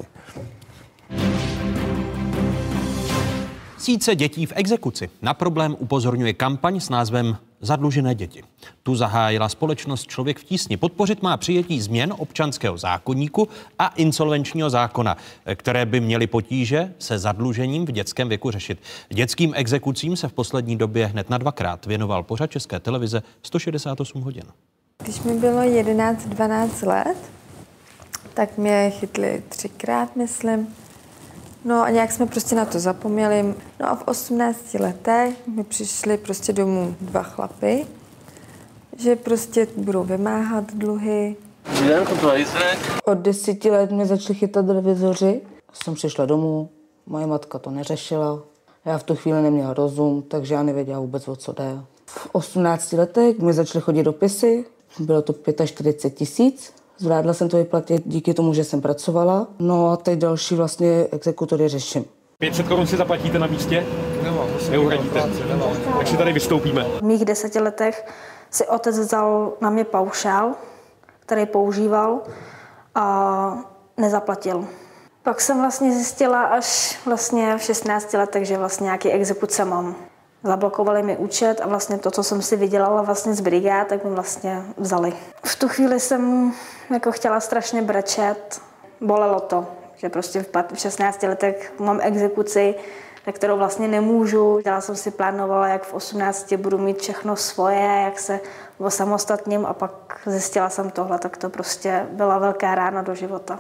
Tisíce dětí v exekuci. Na problém upozorňuje kampaň s názvem Zadlužené děti. Tu zahájila společnost Člověk v tísni. Podpořit má přijetí změn občanského zákoníku a insolvenčního zákona, které by měly potíže se zadlužením v dětském věku řešit. Dětským exekucím se v poslední době hned na 2krát věnoval pořad České televize 168 hodin. Když mi bylo 11-12 let, tak mě chytli 3krát, myslím. No a nějak jsme prostě na to zapomněli. No a v 18 letech mi přišli prostě domů 2 chlapy, že prostě budou vymáhat dluhy. Od 10 let mě začali chytat revizoři. Jsem přišla domů, moje matka to neřešila. Já v tu chvíli neměla rozum, takže já nevěděla vůbec, o co jde. V 18 letech mi začaly chodit dopisy, bylo to 45 000. Zvládla jsem to vyplatit díky tomu, že jsem pracovala. No a teď další vlastně exekutory řeším. 500 korun si zaplatíte na místě? Neuhradíte. Tak si tady vystoupíme. V mých 10 letech si otec vzal na mě paušál, který používal a nezaplatil. Pak jsem vlastně zjistila až vlastně v 16 letech, že vlastně nějaký exekuce mám. Zablokovali mi účet a vlastně to, co jsem si vydělala vlastně z brigád, tak mi vlastně vzali. V tu chvíli jsem jako chtěla strašně brečet, bolelo to, že prostě v 16 letech mám exekuci, na kterou vlastně nemůžu. Já jsem si plánovala, jak v 18 budu mít všechno svoje, jak se osamostatním a pak zjistila jsem tohle, tak to prostě byla velká rána do života.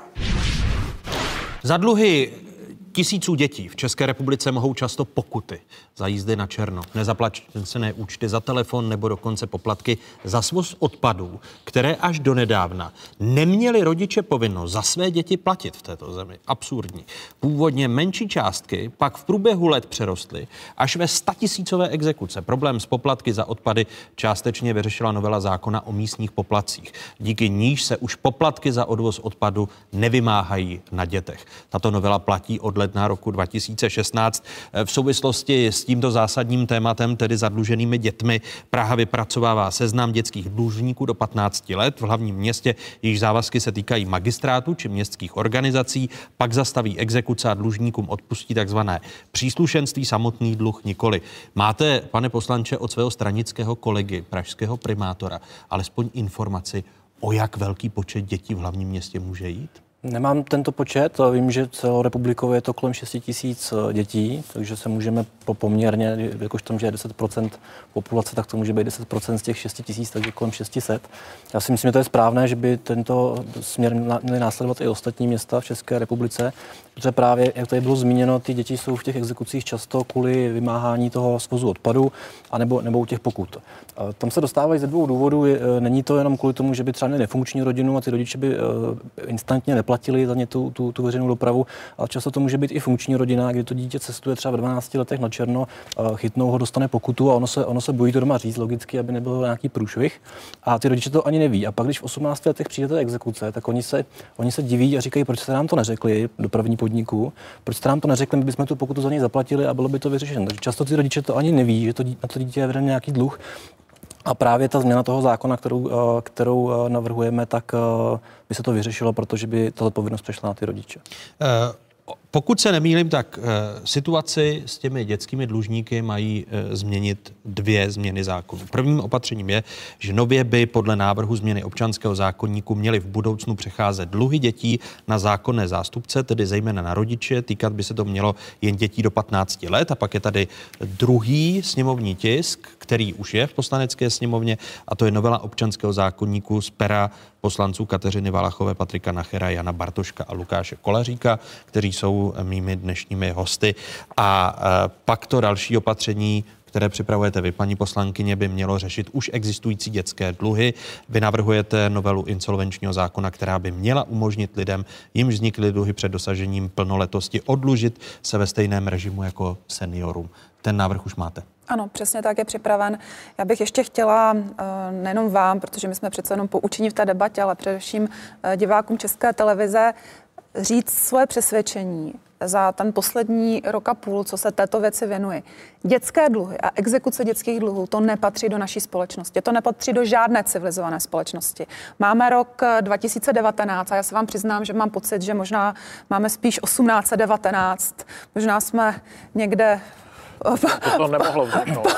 Za dluhy tisíců dětí v České republice mohou často pokuty za jízdy na černo, nezaplacené účty za telefon nebo dokonce poplatky za svoz odpadů, které až donedávna neměli rodiče povinnost za své děti platit v této zemi. Absurdní. Původně menší částky pak v průběhu let přerostly až ve 100 000 exekuce. Problém s poplatky za odpady částečně vyřešila novela zákona o místních poplatcích. Díky níž se už poplatky za odvoz odpadu nevymáhají na dětech. Tato novela platí od ledna roku 2016. V souvislosti s tímto zásadním tématem, tedy zadluženými dětmi, Praha vypracovává seznam dětských dlužníků do 15 let v hlavním městě, jejichž závazky se týkají magistrátu či městských organizací, pak zastaví exekuce a dlužníkům odpustí takzvané příslušenství, samotný dluh nikoli. Máte, pane poslanče, od svého stranického kolegy, pražského primátora, alespoň informaci, o jak velký počet dětí v hlavním městě může jít? Nemám tento počet, vím, že celorepublikově je to kolem 6 000 dětí, takže se můžeme poměrně, jakož tam, že je 10% populace, tak to může být 10% z těch 6 000, takže kolem 600. Já si myslím, že to je správné, že by tento směr měly následovat i ostatní města v České republice, protože právě, jak tady bylo zmíněno, ty děti jsou v těch exekucích často kvůli vymáhání toho svozu odpadu, nebo u těch pokut. Tam se dostávají ze 2 důvodů. Není to jenom kvůli tomu, že by třeba měli nefunkční rodinu a ty rodiče by instantně neplatili za ně tu veřejnou dopravu, ale často to může být i funkční rodina, kdy to dítě cestuje třeba v 12 letech na černo, chytnou ho, dostane pokutu a ono se bojí to doma říct logicky, aby nebyl nějaký průšvih. A ty rodiče to ani neví. A pak, když v 18 letech přijde ta exekuce, tak oni se diví a říkají, proč jste nám to neřekli, dopravní podniku, proč jste nám to neřekli, my bychom tu pokutu za něj zaplatili a bylo by to vyřešeno. Takže často ty rodiče to ani neví, že na to dítě je veden nějaký dluh. A právě ta změna toho zákona, kterou navrhujeme, tak by se to vyřešilo, protože by ta odpovědnost přešla na ty rodiče. Pokud se nemýlím, tak situaci s těmi dětskými dlužníky mají změnit 2 změny zákonů. Prvním opatřením je, že nově by podle návrhu změny občanského zákoníku měly v budoucnu přecházet dluhy dětí na zákonné zástupce, tedy zejména na rodiče. Týkat by se to mělo jen dětí do 15 let. A pak je tady druhý sněmovní tisk, který už je v Poslanecké sněmovně, a to je novela občanského zákoníku z pera poslanců Kateřiny Valachové, Patrika Nachera, Jana Bartoška a Lukáše Kolaříka, kteří jsou mými dnešními hosty. A pak to další opatření, které připravujete vy, paní poslankyně, by mělo řešit už existující dětské dluhy. Vy navrhujete novelu insolvenčního zákona, která by měla umožnit lidem, jimž vznikly dluhy před dosažením plnoletosti, oddlužit se ve stejném režimu jako seniorům. Ten návrh už máte. Ano, přesně tak je připraven. Já bych ještě chtěla nejenom vám, protože my jsme přece jenom poučení v té debatě, ale především divákům České televize říct svoje přesvědčení za ten poslední rok a půl, co se této věci věnuje. Dětské dluhy a exekuce dětských dluhů, to nepatří do naší společnosti. To nepatří do žádné civilizované společnosti. Máme rok 2019 a já se vám přiznám, že mám pocit, že možná máme spíš 1819. Možná jsme někde to nemohlo vzniknout.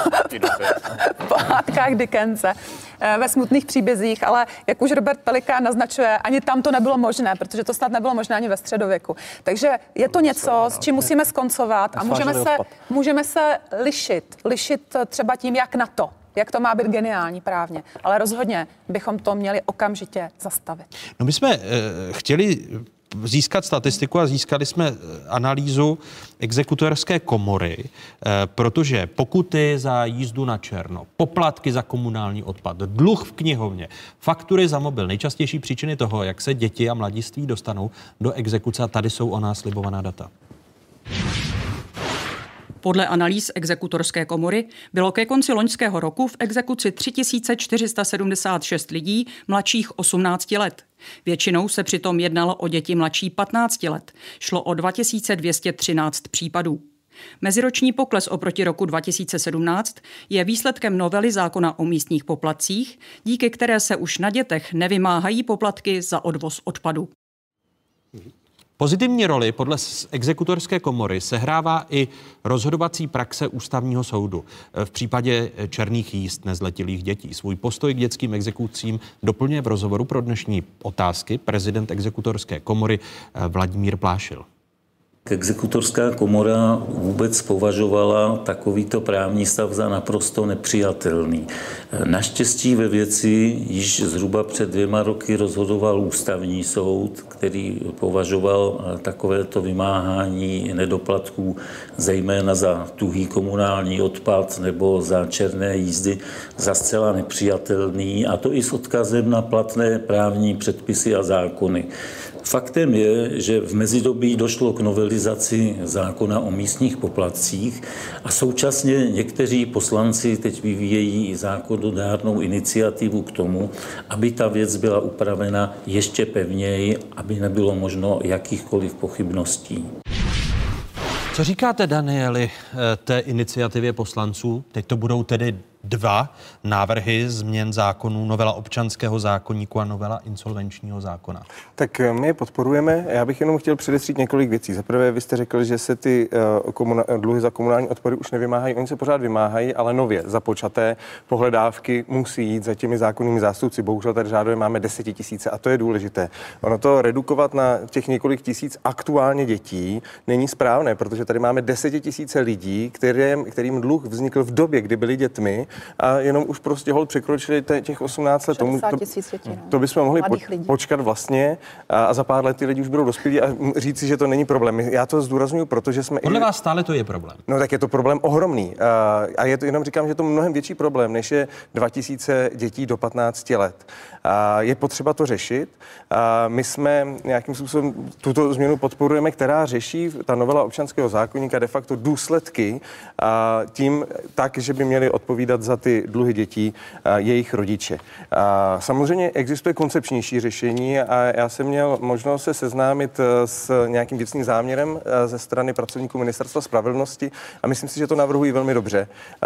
V pohádkách Dickense, ve smutných příbězích, ale jak už Robert Pelikán naznačuje, ani tam to nebylo možné, protože to snad nebylo možné ani ve středověku. Takže je to něco, s čím musíme skoncovat a můžeme se lišit třeba tím, jak to má být geniální právně, ale rozhodně bychom to měli okamžitě zastavit. No my jsme chtěli získat statistiku a získali jsme analýzu exekutorské komory, protože pokuty za jízdu na černo, poplatky za komunální odpad, dluh v knihovně, faktury za mobil, nejčastější příčiny toho, jak se děti a mladiství dostanou do exekuce, a tady jsou ona slibovaná data. Podle analýz exekutorské komory bylo ke konci loňského roku v exekuci 3476 lidí mladších 18 let. Většinou se přitom jednalo o děti mladší 15 let. Šlo o 2213 případů. Meziroční pokles oproti roku 2017 je výsledkem novely zákona o místních poplatcích, díky které se už na dětech nevymáhají poplatky za odvoz odpadu. Pozitivní roli podle exekutorské komory sehrává i rozhodovací praxe Ústavního soudu v případě černých jízd nezletilých dětí. Svůj postoj k dětským exekucím doplňuje v rozhovoru pro dnešní otázky prezident exekutorské komory Vladimír Plášil. Exekutorská komora vůbec považovala takovýto právní stav za naprosto nepřijatelný. Naštěstí ve věci již zhruba před 2 roky rozhodoval Ústavní soud, který považoval takovéto vymáhání nedoplatků zejména za tuhý komunální odpad nebo za černé jízdy za zcela nepřijatelný, a to i s odkazem na platné právní předpisy a zákony. Faktem je, že v mezidobí došlo k novelizaci zákona o místních poplatcích a současně někteří poslanci teď vyvíjejí zákonodárnou iniciativu k tomu, aby ta věc byla upravena ještě pevněji, aby nebylo možno jakýchkoliv pochybností. Co říkáte, Danieli, té iniciativě poslanců? Teď to budou tedy 2 návrhy změn zákonů, novela občanského zákoníku a novela insolvenčního zákona. Tak my je podporujeme. Já bych jenom chtěl předestřít několik věcí. Za prvé, vy jste řekl, že se ty dluhy za komunální odpady už nevymáhají. Oni se pořád vymáhají, ale nově započaté pohledávky musí jít za těmi zákonnými zástupci. Bohužel tady řádově máme 10 000 a to je důležité. Ono to redukovat na těch několik tisíc aktuálně dětí není správné, protože tady máme 10 000 lidí, kterým dluh vznikl v době, kdy byli dětmi, a jenom už prostě hol překročili těch 18 let. 60 000 dětí, no. To bychom mohli počkat vlastně a za pár let ty lidi už budou dospělí a říct si, že to není problém. Já to zdůrazňuji, protože jsme... Podle vás stále to je problém. No tak je to problém ohromný. A jenom říkám, že je to mnohem větší problém, než je 2000 dětí do 15 let. Je potřeba to řešit. My jsme nějakým způsobem tuto změnu podporujeme, která řeší ta novela občanského zákoníka de facto důsledky tím tak, že by měli odpovídat za ty dluhy dětí jejich rodiče. Samozřejmě existuje koncepčnější řešení a já jsem měl možnost se seznámit s nějakým věcným záměrem ze strany pracovníků Ministerstva spravedlnosti a myslím si, že to navrhují velmi dobře.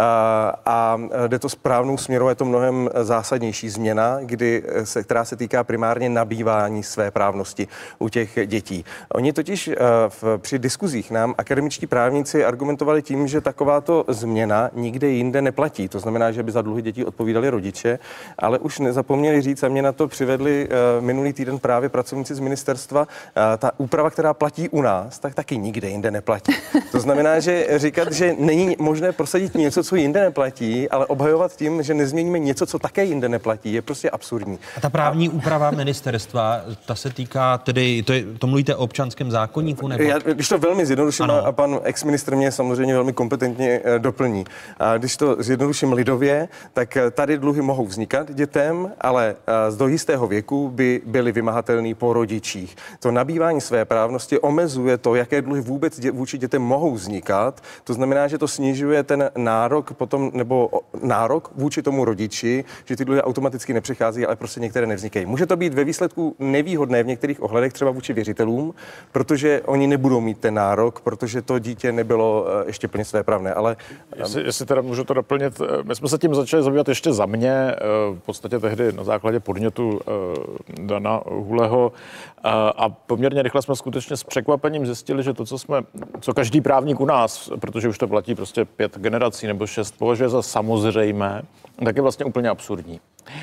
A jde to správnou směrou, je to mnohem zásadnější změna, která se týká primárně nabývání své právnosti u těch dětí. Oni totiž při diskuzích nám akademičtí právníci argumentovali tím, že takováto změna nikde jinde neplatí. To znamená, že by za dluhy dětí odpovídali rodiče, ale už nezapomněli říct, a mě na to přivedli minulý týden právě pracovníci z ministerstva, ta úprava, která platí u nás, tak taky nikde jinde neplatí. To znamená, že říkat, že není možné prosadit něco, co jinde neplatí, ale obhajovat tím, že nezměníme něco, co také jinde neplatí, je prostě absurdní. A ta právní úprava ministerstva, ta se týká tedy, to mluvíte o občanském zákoníku? Nebo... Když to velmi zjednoduším, a pan exministr mě samozřejmě velmi kompetentně doplní. A když to zjednoduším lidově, tak tady dluhy mohou vznikat dětem, ale do jistého věku by byly vymahatelný po rodičích. To nabývání své právnosti omezuje to, jaké dluhy vůbec vůči dětem mohou vznikat. To znamená, že to snižuje ten nárok potom, nebo nárok vůči tomu rodiči, že ty dluhy automaticky nepřichází, ale prostě některé nevznikají. Může to být ve výsledku nevýhodné v některých ohledech, třeba vůči věřitelům, protože oni nebudou mít ten nárok, protože to dítě nebylo ještě plně svéprávné, ale... Jestli teda můžu to doplnit, my jsme se tím začali zabývat ještě za mě, v podstatě tehdy na základě podnětu Dana Hůleho a poměrně rychle jsme skutečně s překvapením zjistili, že to, co každý právník u nás, protože už to platí prostě 5 generací nebo 6, považuje za samozřejmé, tak je vlastně úplně absurdní.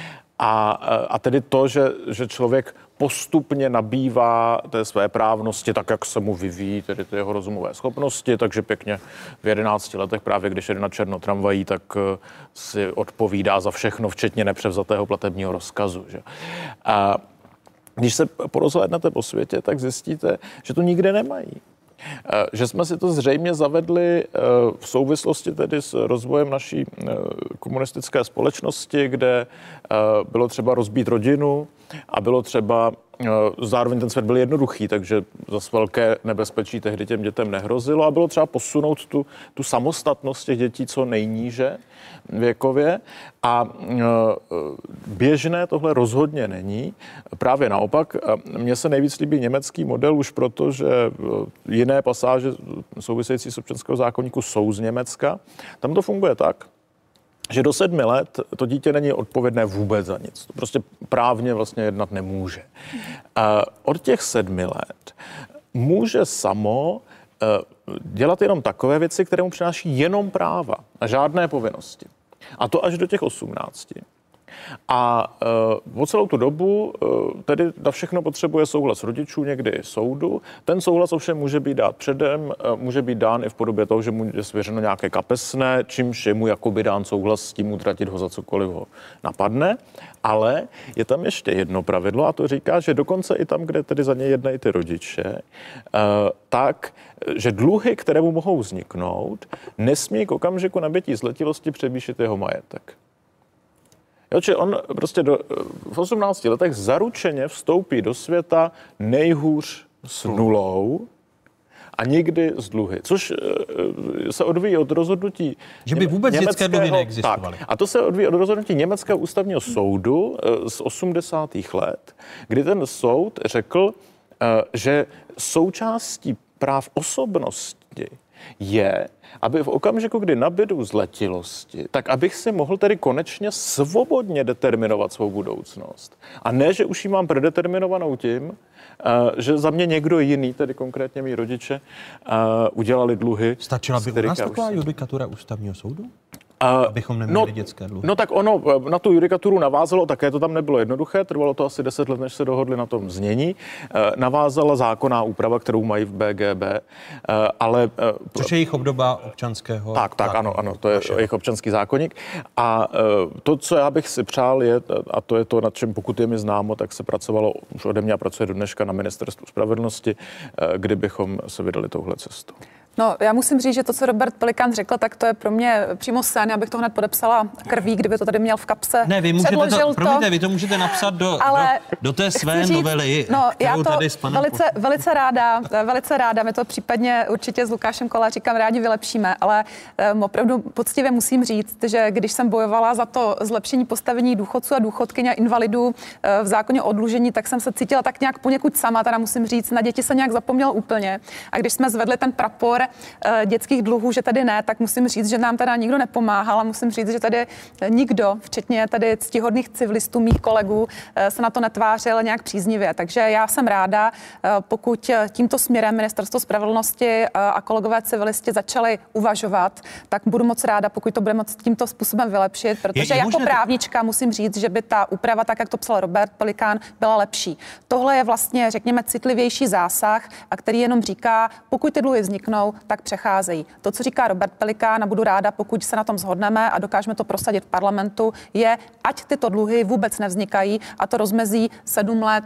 A tedy to, že člověk postupně nabývá té své právnosti tak, jak se mu vyvíjí, tedy ty jeho rozumové schopnosti, takže pěkně v 11 letech, právě když jede na černo tramvají, tak si odpovídá za všechno, včetně nepřevzatého platebního rozkazu. Že? A když se porozhlédnete po světě, tak zjistíte, že to nikde nemají. Že jsme si to zřejmě zavedli v souvislosti tedy s rozvojem naší komunistické společnosti, kde bylo třeba rozbít rodinu a bylo třeba, zároveň ten svět byl jednoduchý, takže zas velké nebezpečí tehdy těm dětem nehrozilo a bylo třeba posunout tu samostatnost těch dětí co nejníže věkově a běžné tohle rozhodně není. Právě naopak, mně se nejvíc líbí německý model už proto, že jiné pasáže související s občanského zákoníku jsou z Německa. Tam to funguje tak, že do 7 let to dítě není odpovědné vůbec za nic. To prostě právně vlastně jednat nemůže. Od těch 7 let může samo dělat jenom takové věci, které mu přináší jenom práva a žádné povinnosti. A to až do těch 18. A po celou tu dobu tedy na všechno potřebuje souhlas rodičů, někdy i soudu. Ten souhlas ovšem může být dát předem, může být dán i v podobě toho, že mu je svěřeno nějaké kapesné, čímž je mu jakoby dán souhlas s tím utratit ho za cokoliv ho napadne. Ale je tam ještě jedno pravidlo a to říká, že dokonce i tam, kde tedy za něj jednají ty rodiče, tak, že dluhy, které mu mohou vzniknout, nesmí k okamžiku nabytí zletilosti převýšit jeho majetek. Čiže on prostě v 18 letech zaručeně vstoupí do světa nejhůř s nulou a nikdy z dluhy, což se odvíjí od rozhodnutí... Že by vůbec dětské dluhy neexistovaly. A to se odvíjí od rozhodnutí Německého ústavního soudu z 80. let, kdy ten soud řekl, že součástí práv osobnosti je, aby v okamžiku, kdy nabydu zletilosti, tak abych si mohl tedy konečně svobodně determinovat svou budoucnost. A ne, že už ji mám predeterminovanou tím, že za mě někdo jiný, tedy konkrétně mý rodiče, udělali dluhy. Stačila by u nás taková judikatura ústavního soudu? Abychom neměli dětské dluhy. No tak ono na tu judikaturu navázalo, také to tam nebylo jednoduché, trvalo to asi 10 let, než se dohodli na tom znění. Navázala zákonná úprava, kterou mají v BGB, ale... Což je jejich obdoba občanského... Tak, ano, to je jejich občanský zákoník. A to, co já bych si přál, je, a to je to, nad čem pokud je mi známo, tak se pracovalo už ode mě a pracuje do dneška na Ministerstvu spravedlnosti, kdybychom se vydali touhle cestou. No, já musím říct, že to, co Robert Pelikán řekl, tak to je pro mě přímo sen. Já bych to hned podepsala krví, kdyby to tady měl v kapse. Ne, vy můžete vy to můžete napsat do té své novely, kterou tady s panem... Velice ráda, my to případně určitě s Lukášem Koláříkem rádi vylepšíme, ale opravdu poctivě musím říct, že když jsem bojovala za to zlepšení postavení důchodců a důchodkyň a invalidů v zákoně o oddlužení, tak jsem se cítila tak nějak poněkud sama, teda musím říct, na děti se nějak zapomněl úplně. A když jsme zvedli ten prapor dětských dluhů, že tady ne, tak musím říct, že nám teda nikdo nepomáhal a musím říct, že tady nikdo, včetně tady ctihodných civilistů, mých kolegů, se na to netvářil nějak příznivě. Takže já jsem ráda, pokud tímto směrem Ministerstvo spravedlnosti a kolegové civilisti začali uvažovat, tak budu moc ráda, pokud to bude moc tímto způsobem vylepšit, protože jako právnička musím říct, že by ta úprava, tak jak to psal Robert Pelikán, byla lepší. Tohle je vlastně, řekněme, citlivější zásah, a který jenom říká, pokud ty dluhy vzniknou, tak přecházejí. To, co říká Robert Pelikán, a budu ráda, pokud se na tom shodneme a dokážeme to prosadit v parlamentu, je, ať tyto dluhy vůbec nevznikají, a to rozmezí 7 let,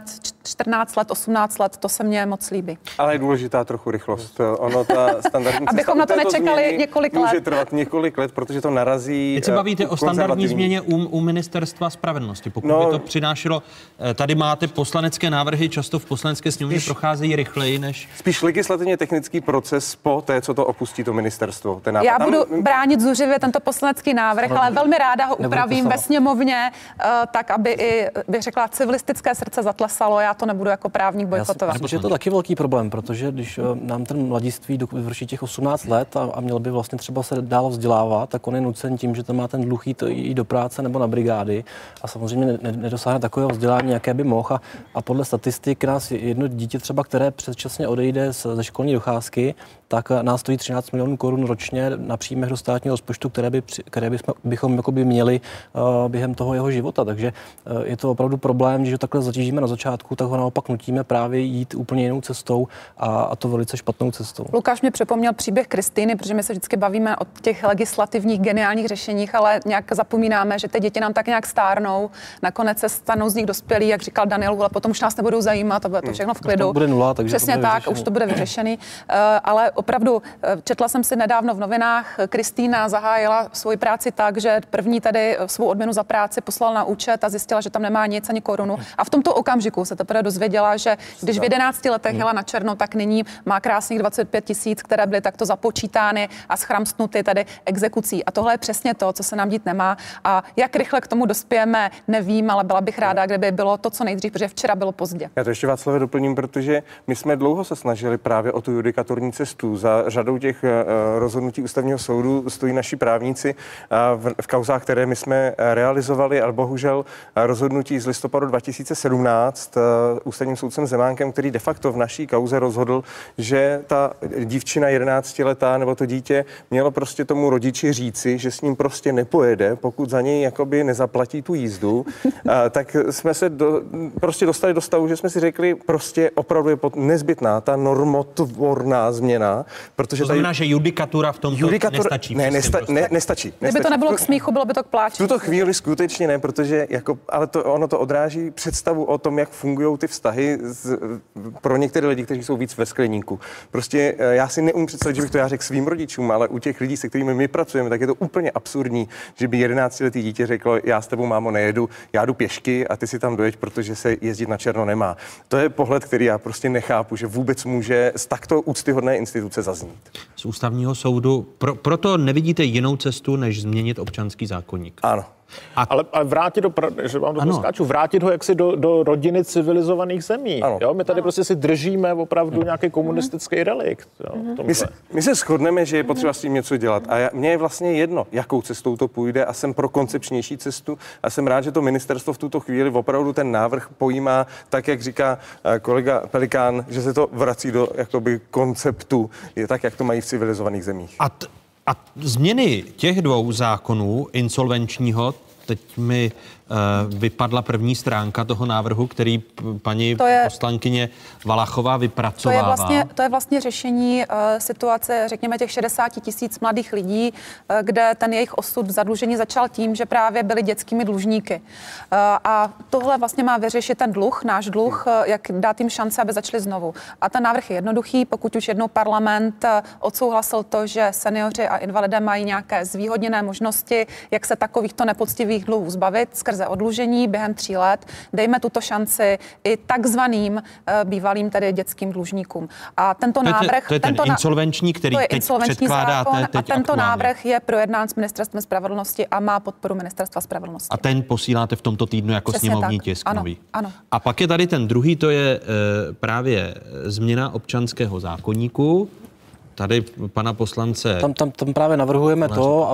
14 let, 18 let, to se mně moc líbí. Ale je důležitá trochu rychlost. Ono ta standardní abychom na to nečekali několik let. Může trvat několik let, protože to narazí. Teď se bavíte o standardní změně u Ministerstva spravedlnosti. Pokud by to přinášelo, tady máte poslanecké návrhy, často v poslanecké sněmovně procházejí rychleji než... Spíš legislativně technický proces po té, co to opustí to ministerstvo. Já budu bránit zuřivě tento poslanecký návrh, ale velmi ráda ho upravím ve sněmovně, tak, aby i, bych řekla, civilistické srdce zatlesalo. Já to nebudu jako právník bojkotovat. Je to taky velký problém, protože když nám ten mladiství vyvrší těch 18 let a měl by vlastně třeba se dál vzdělávat, tak on je nucen tím, že tam má ten dluh jít do práce nebo na brigády a samozřejmě nedosáhne takového vzdělání, jaké by mohl. A podle statistik nás jedno dítě třeba, které předčasně odejde ze školní docházky, tak nás stojí 13 milionů korun ročně na příjmech do státního rozpočtu, které bychom měli během toho jeho života. Takže je to opravdu problém, když ho takhle zatížíme na začátku, tak ho naopak nutíme právě jít úplně jinou cestou a to velice špatnou cestou. Lukáš mě připomněl příběh Kristýny, protože my se vždycky bavíme o těch legislativních geniálních řešeních, ale nějak zapomínáme, že ty děti nám tak nějak stárnou, nakonec se stanou z nich dospělí, jak říkal Daniel Hula, potom už nás nebudou zajímat a bude to všechno v klidu. To bude nula, takže přesně tak, už to bude vyřešený. Ale opravdu četla jsem si nedávno v novinách, Kristýna zahájila svoji práci tak, že první tady svou odměnu za práci poslala na účet a zjistila, že tam nemá nic ani korunu. A v tomto okamžiku se teprve dozvěděla, že když v 11 letech jela na černo, tak nyní má krásných 25 000, které byly takto započítány a schramstnuty tady exekucí. A tohle je přesně to, co se nám dít nemá. A jak rychle k tomu dospějeme, nevím, ale byla bych ráda, kdyby bylo to co nejdřív, protože včera bylo pozdě. Já to ještě Václave doplním, protože my jsme dlouho se snažili právě o tu judikaturní cestu. Za řadou těch rozhodnutí ústavního soudu stojí naši právníci v kauzách, které my jsme realizovali, ale bohužel rozhodnutí z listopadu 2017 ústavním soudcem Zemánkem, který de facto v naší kauze rozhodl, že ta dívčina 11letá nebo to dítě mělo prostě tomu rodiči říci, že s ním prostě nepojede, pokud za něj jakoby nezaplatí tu jízdu, tak jsme se prostě dostali do stavu, že jsme si řekli, prostě opravdu je nezbytná ta normotvorná změna, protože to znamená, že judikatura v tomto nestačí. Nestačí. Kdyby to nebylo k smíchu, bylo by to k pláči. V tuto chvíli skutečně ne, protože ale ono to odráží představu o tom, jak fungují ty vztahy pro některé lidi, kteří jsou víc ve skleníku. Prostě já si neumím představit, že bych to já řekl svým rodičům, ale u těch lidí, se kterými my pracujeme, tak je to úplně absurdní, že by 11letý dítě řeklo, já s tebou, mámo, nejedu, já jdu pěšky a ty si tam dojeď, protože se jezdit na černo nemá. To je pohled, který já prostě nechápu, že vůbec může z takto úctyhodné instituce zaznít. Z ústavního soudu proto nevidíte jinou cestu, než změnit občanský zákoník. Ano. Ale vrátit že vám to skáču, vrátit ho jaksi do rodiny civilizovaných zemí. Jo? My tady prostě si držíme opravdu nějaký komunistický relikt. My se shodneme, že je potřeba s tím něco dělat. A mně je vlastně jedno, jakou cestou to půjde, a jsem pro koncepčnější cestu a jsem rád, že to ministerstvo v tuto chvíli opravdu ten návrh pojímá tak, jak říká kolega Pelikán, že se to vrací do jakoby konceptu, je tak, jak to mají v civilizovaných zemích. A změny těch dvou zákonů, insolvenčního, teď mi vypadla první stránka toho návrhu, který paní poslankyně Valachová vypracovává. To je vlastně řešení situace, řekněme, těch 60 000 mladých lidí, kde ten jejich osud zadlužení začal tím, že právě byli dětskými dlužníky. A tohle vlastně má vyřešit ten dluh, náš dluh, jak dát jim šance, aby začali znovu. A ten návrh je jednoduchý, pokud už jednou parlament odsouhlasil to, že seniori a invalidé mají nějaké zvýhodněné možnosti, jak se takovýchto nepoctivých dluhů zbavit skrze oddlužení během 3 let, dejme tuto šanci i takzvaným bývalým tedy dětským dlužníkům. A tento návrh... To je ten insolvenční, který teď předkládáte. A tento návrh je projednán s Ministerstvem spravedlnosti a má podporu Ministerstva spravedlnosti. A ten posíláte v tomto týdnu jako přesně sněmovní tak. tisk nový. Ano. A pak je tady ten druhý, to je právě změna občanského zákoníku. Tady pana poslance... Tam právě navrhujeme to,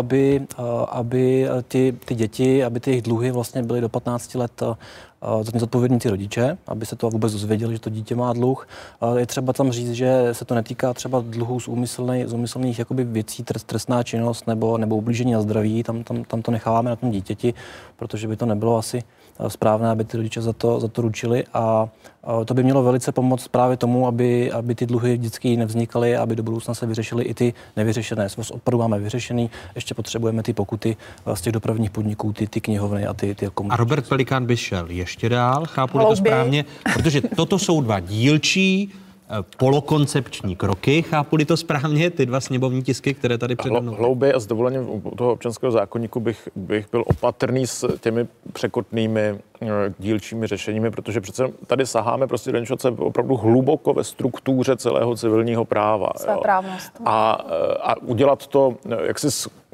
aby ty děti, aby ty jejich dluhy vlastně byly do 15 let za ně zodpovědní ty rodiče, aby se to vůbec dozvěděli, že to dítě má dluh. Je třeba tam říct, že se to netýká třeba dluhů z úmyslných jakoby věcí, trestná činnost nebo ublížení na zdraví. Tam to necháváme na tom dítěti, protože by to nebylo asi správné, aby ty rodiče za to ručili, a to by mělo velice pomoct právě tomu, aby ty dluhy vždycky nevznikaly, aby do budoucna se vyřešily i ty nevyřešené. Svoz odpadu máme vyřešený, ještě potřebujeme ty pokuty z těch dopravních podniků, ty knihovny a ty komunikace. A Robert Pelikán by šel ještě dál, chápu-li to správně, protože toto jsou dva dílčí polokoncepční kroky, chápu-li to správně, ty dva sněmovní tisky, které tady přede mnou. Hlouběji a s dovolením u toho občanského zákoníku bych byl opatrný s těmi překotnými dílčími řešeními, protože přece tady saháme prostě do něčeho, co je opravdu hluboko ve struktuře celého civilního práva. Svéprávnost. A udělat to jaksi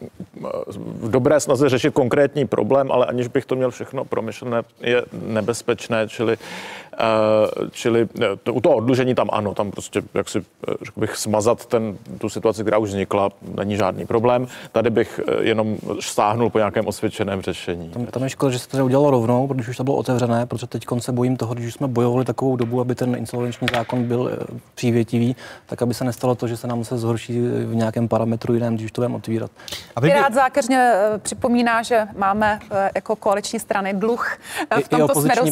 v dobré snaze řešit konkrétní problém, ale aniž bych to měl všechno promyšlené, je nebezpečné, čili u toho oddlužení tam ano, tam prostě, jak si řekl bych, smazat tu situaci, která už vznikla, není žádný problém. Tady bych jenom sáhnul po nějakém osvědčeném řešení. Tam je škoda, že se to neudělalo rovnou, protože už to bylo otevřené, protože teď se bojím toho, když jsme bojovali takovou dobu, aby ten insolvenční zákon byl přívětivý, tak aby se nestalo to, že se nám se zhorší v nějakém parametru jiném, když to budeme otvírat. Pirát zákeřně připomíná, že máme jako koaliční strany dluh v tomto směru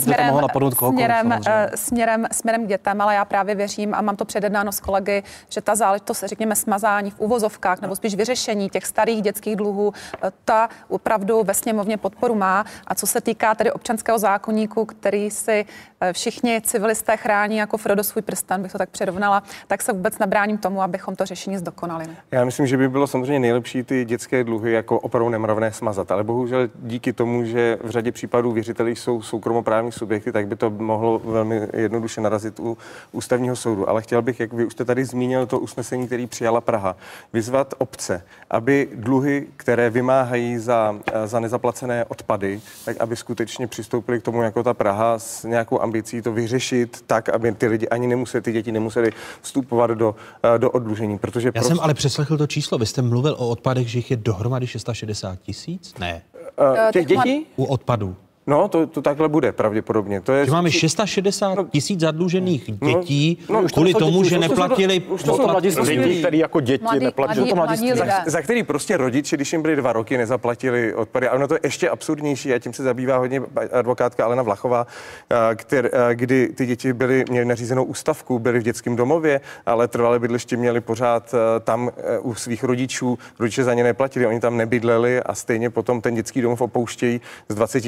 směrem k dětem, ale já právě věřím a mám to předjednáno s kolegy, že ta záležitost, řekněme, smazání v uvozovkách nebo spíš vyřešení těch starých dětských dluhů, ta opravdu ve sněmovně podporu má. A co se týká tedy občanského zákoníku, který si všichni civilisté chrání jako Frodo svůj prsten, bych to tak přirovnala, tak se vůbec nebráním tomu, abychom to řešení zdokonalili. Já myslím, že by bylo samozřejmě nejlepší ty dětské dluhy jako opravdu nemravné smazat, ale bohužel díky tomu, že v řadě případů věřitelé jsou soukromoprávní subjekty, tak by to mohlo velmi jednoduše narazit u ústavního soudu. Ale chtěl bych, jak vy už jste tady zmínil to usnesení, který přijala Praha, vyzvat obce, aby dluhy, které vymáhají za nezaplacené odpady, tak aby skutečně přistoupili k tomu jako ta Praha s nějakou ambicí to vyřešit tak, aby ty děti nemusely vstupovat do oddlužení, protože Já jsem ale přeslechl to číslo. Vy jste mluvil o odpadech, že jich je dohromady 660 000? Ne. Těch dětí? U odpadů. No, to takhle bude pravděpodobně. To je, že máme 660 000 zadlužených dětí kvůli tomu, že neplatili... Děti, které jako děti neplatili. Za který prostě rodiče, když jim byli 2 roky, nezaplatili odpady. A ono to je ještě absurdnější, a tím se zabývá hodně advokátka Alena Vlachová, kdy ty děti měly nařízenou ústavku, byly v dětském domově, ale trvalé bydliště měli pořád tam u svých rodičů. Rodiče za ně neplatili, oni tam nebydleli a stejně potom ten dětský domov opouštějí s 20 000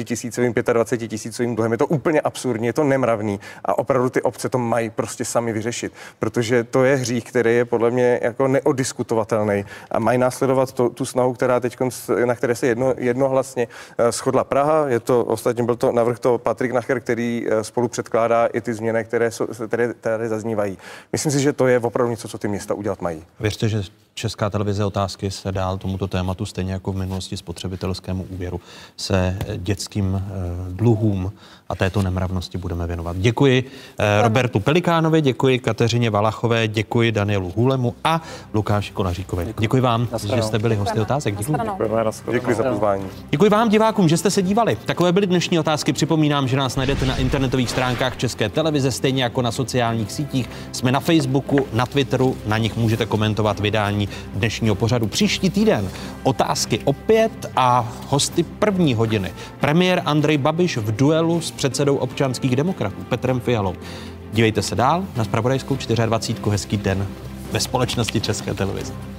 svým 25 tisícovým dluhem. Je to úplně absurdní, je to nemravný a opravdu ty obce to mají prostě sami vyřešit, protože to je hřích, který je podle mě jako neodiskutovatelný a mají následovat tu snahu, která teď, na které se jednohlasně shodla Praha. Je to, ostatně byl to navrh to Patrik Nacher, který spolu předkládá i ty změny, které tady zaznívají. Myslím si, že to je opravdu něco, co ty města udělat mají. Věřte, že Česká televize Otázky se dál tomuto tématu, stejně jako v minulosti spotřebitelskému úvěru, se dětským dluhům a této nemravnosti budeme věnovat. Děkuji Robertu Pelikánovi, děkuji Kateřině Valachové, děkuji Danielu Hůlemu a Lukáši Konaříkovi. Děkuji vám, že jste byli hosty Otázek. Děkuji za pozvání. Děkuji vám, divákům, že jste se dívali. Takové byly dnešní otázky. Připomínám, že nás najdete na internetových stránkách České televize, stejně jako na sociálních sítích. Jsme na Facebooku, na Twitteru, na nich můžete komentovat vydání dnešního pořadu. Příští týden otázky opět a hosty první hodiny. Premiér Andrej Babiš v duelu s předsedou občanských demokratů Petrem Fialou. Dívejte se dál na Zpravodajskou 24. Hezký den ve společnosti České televize.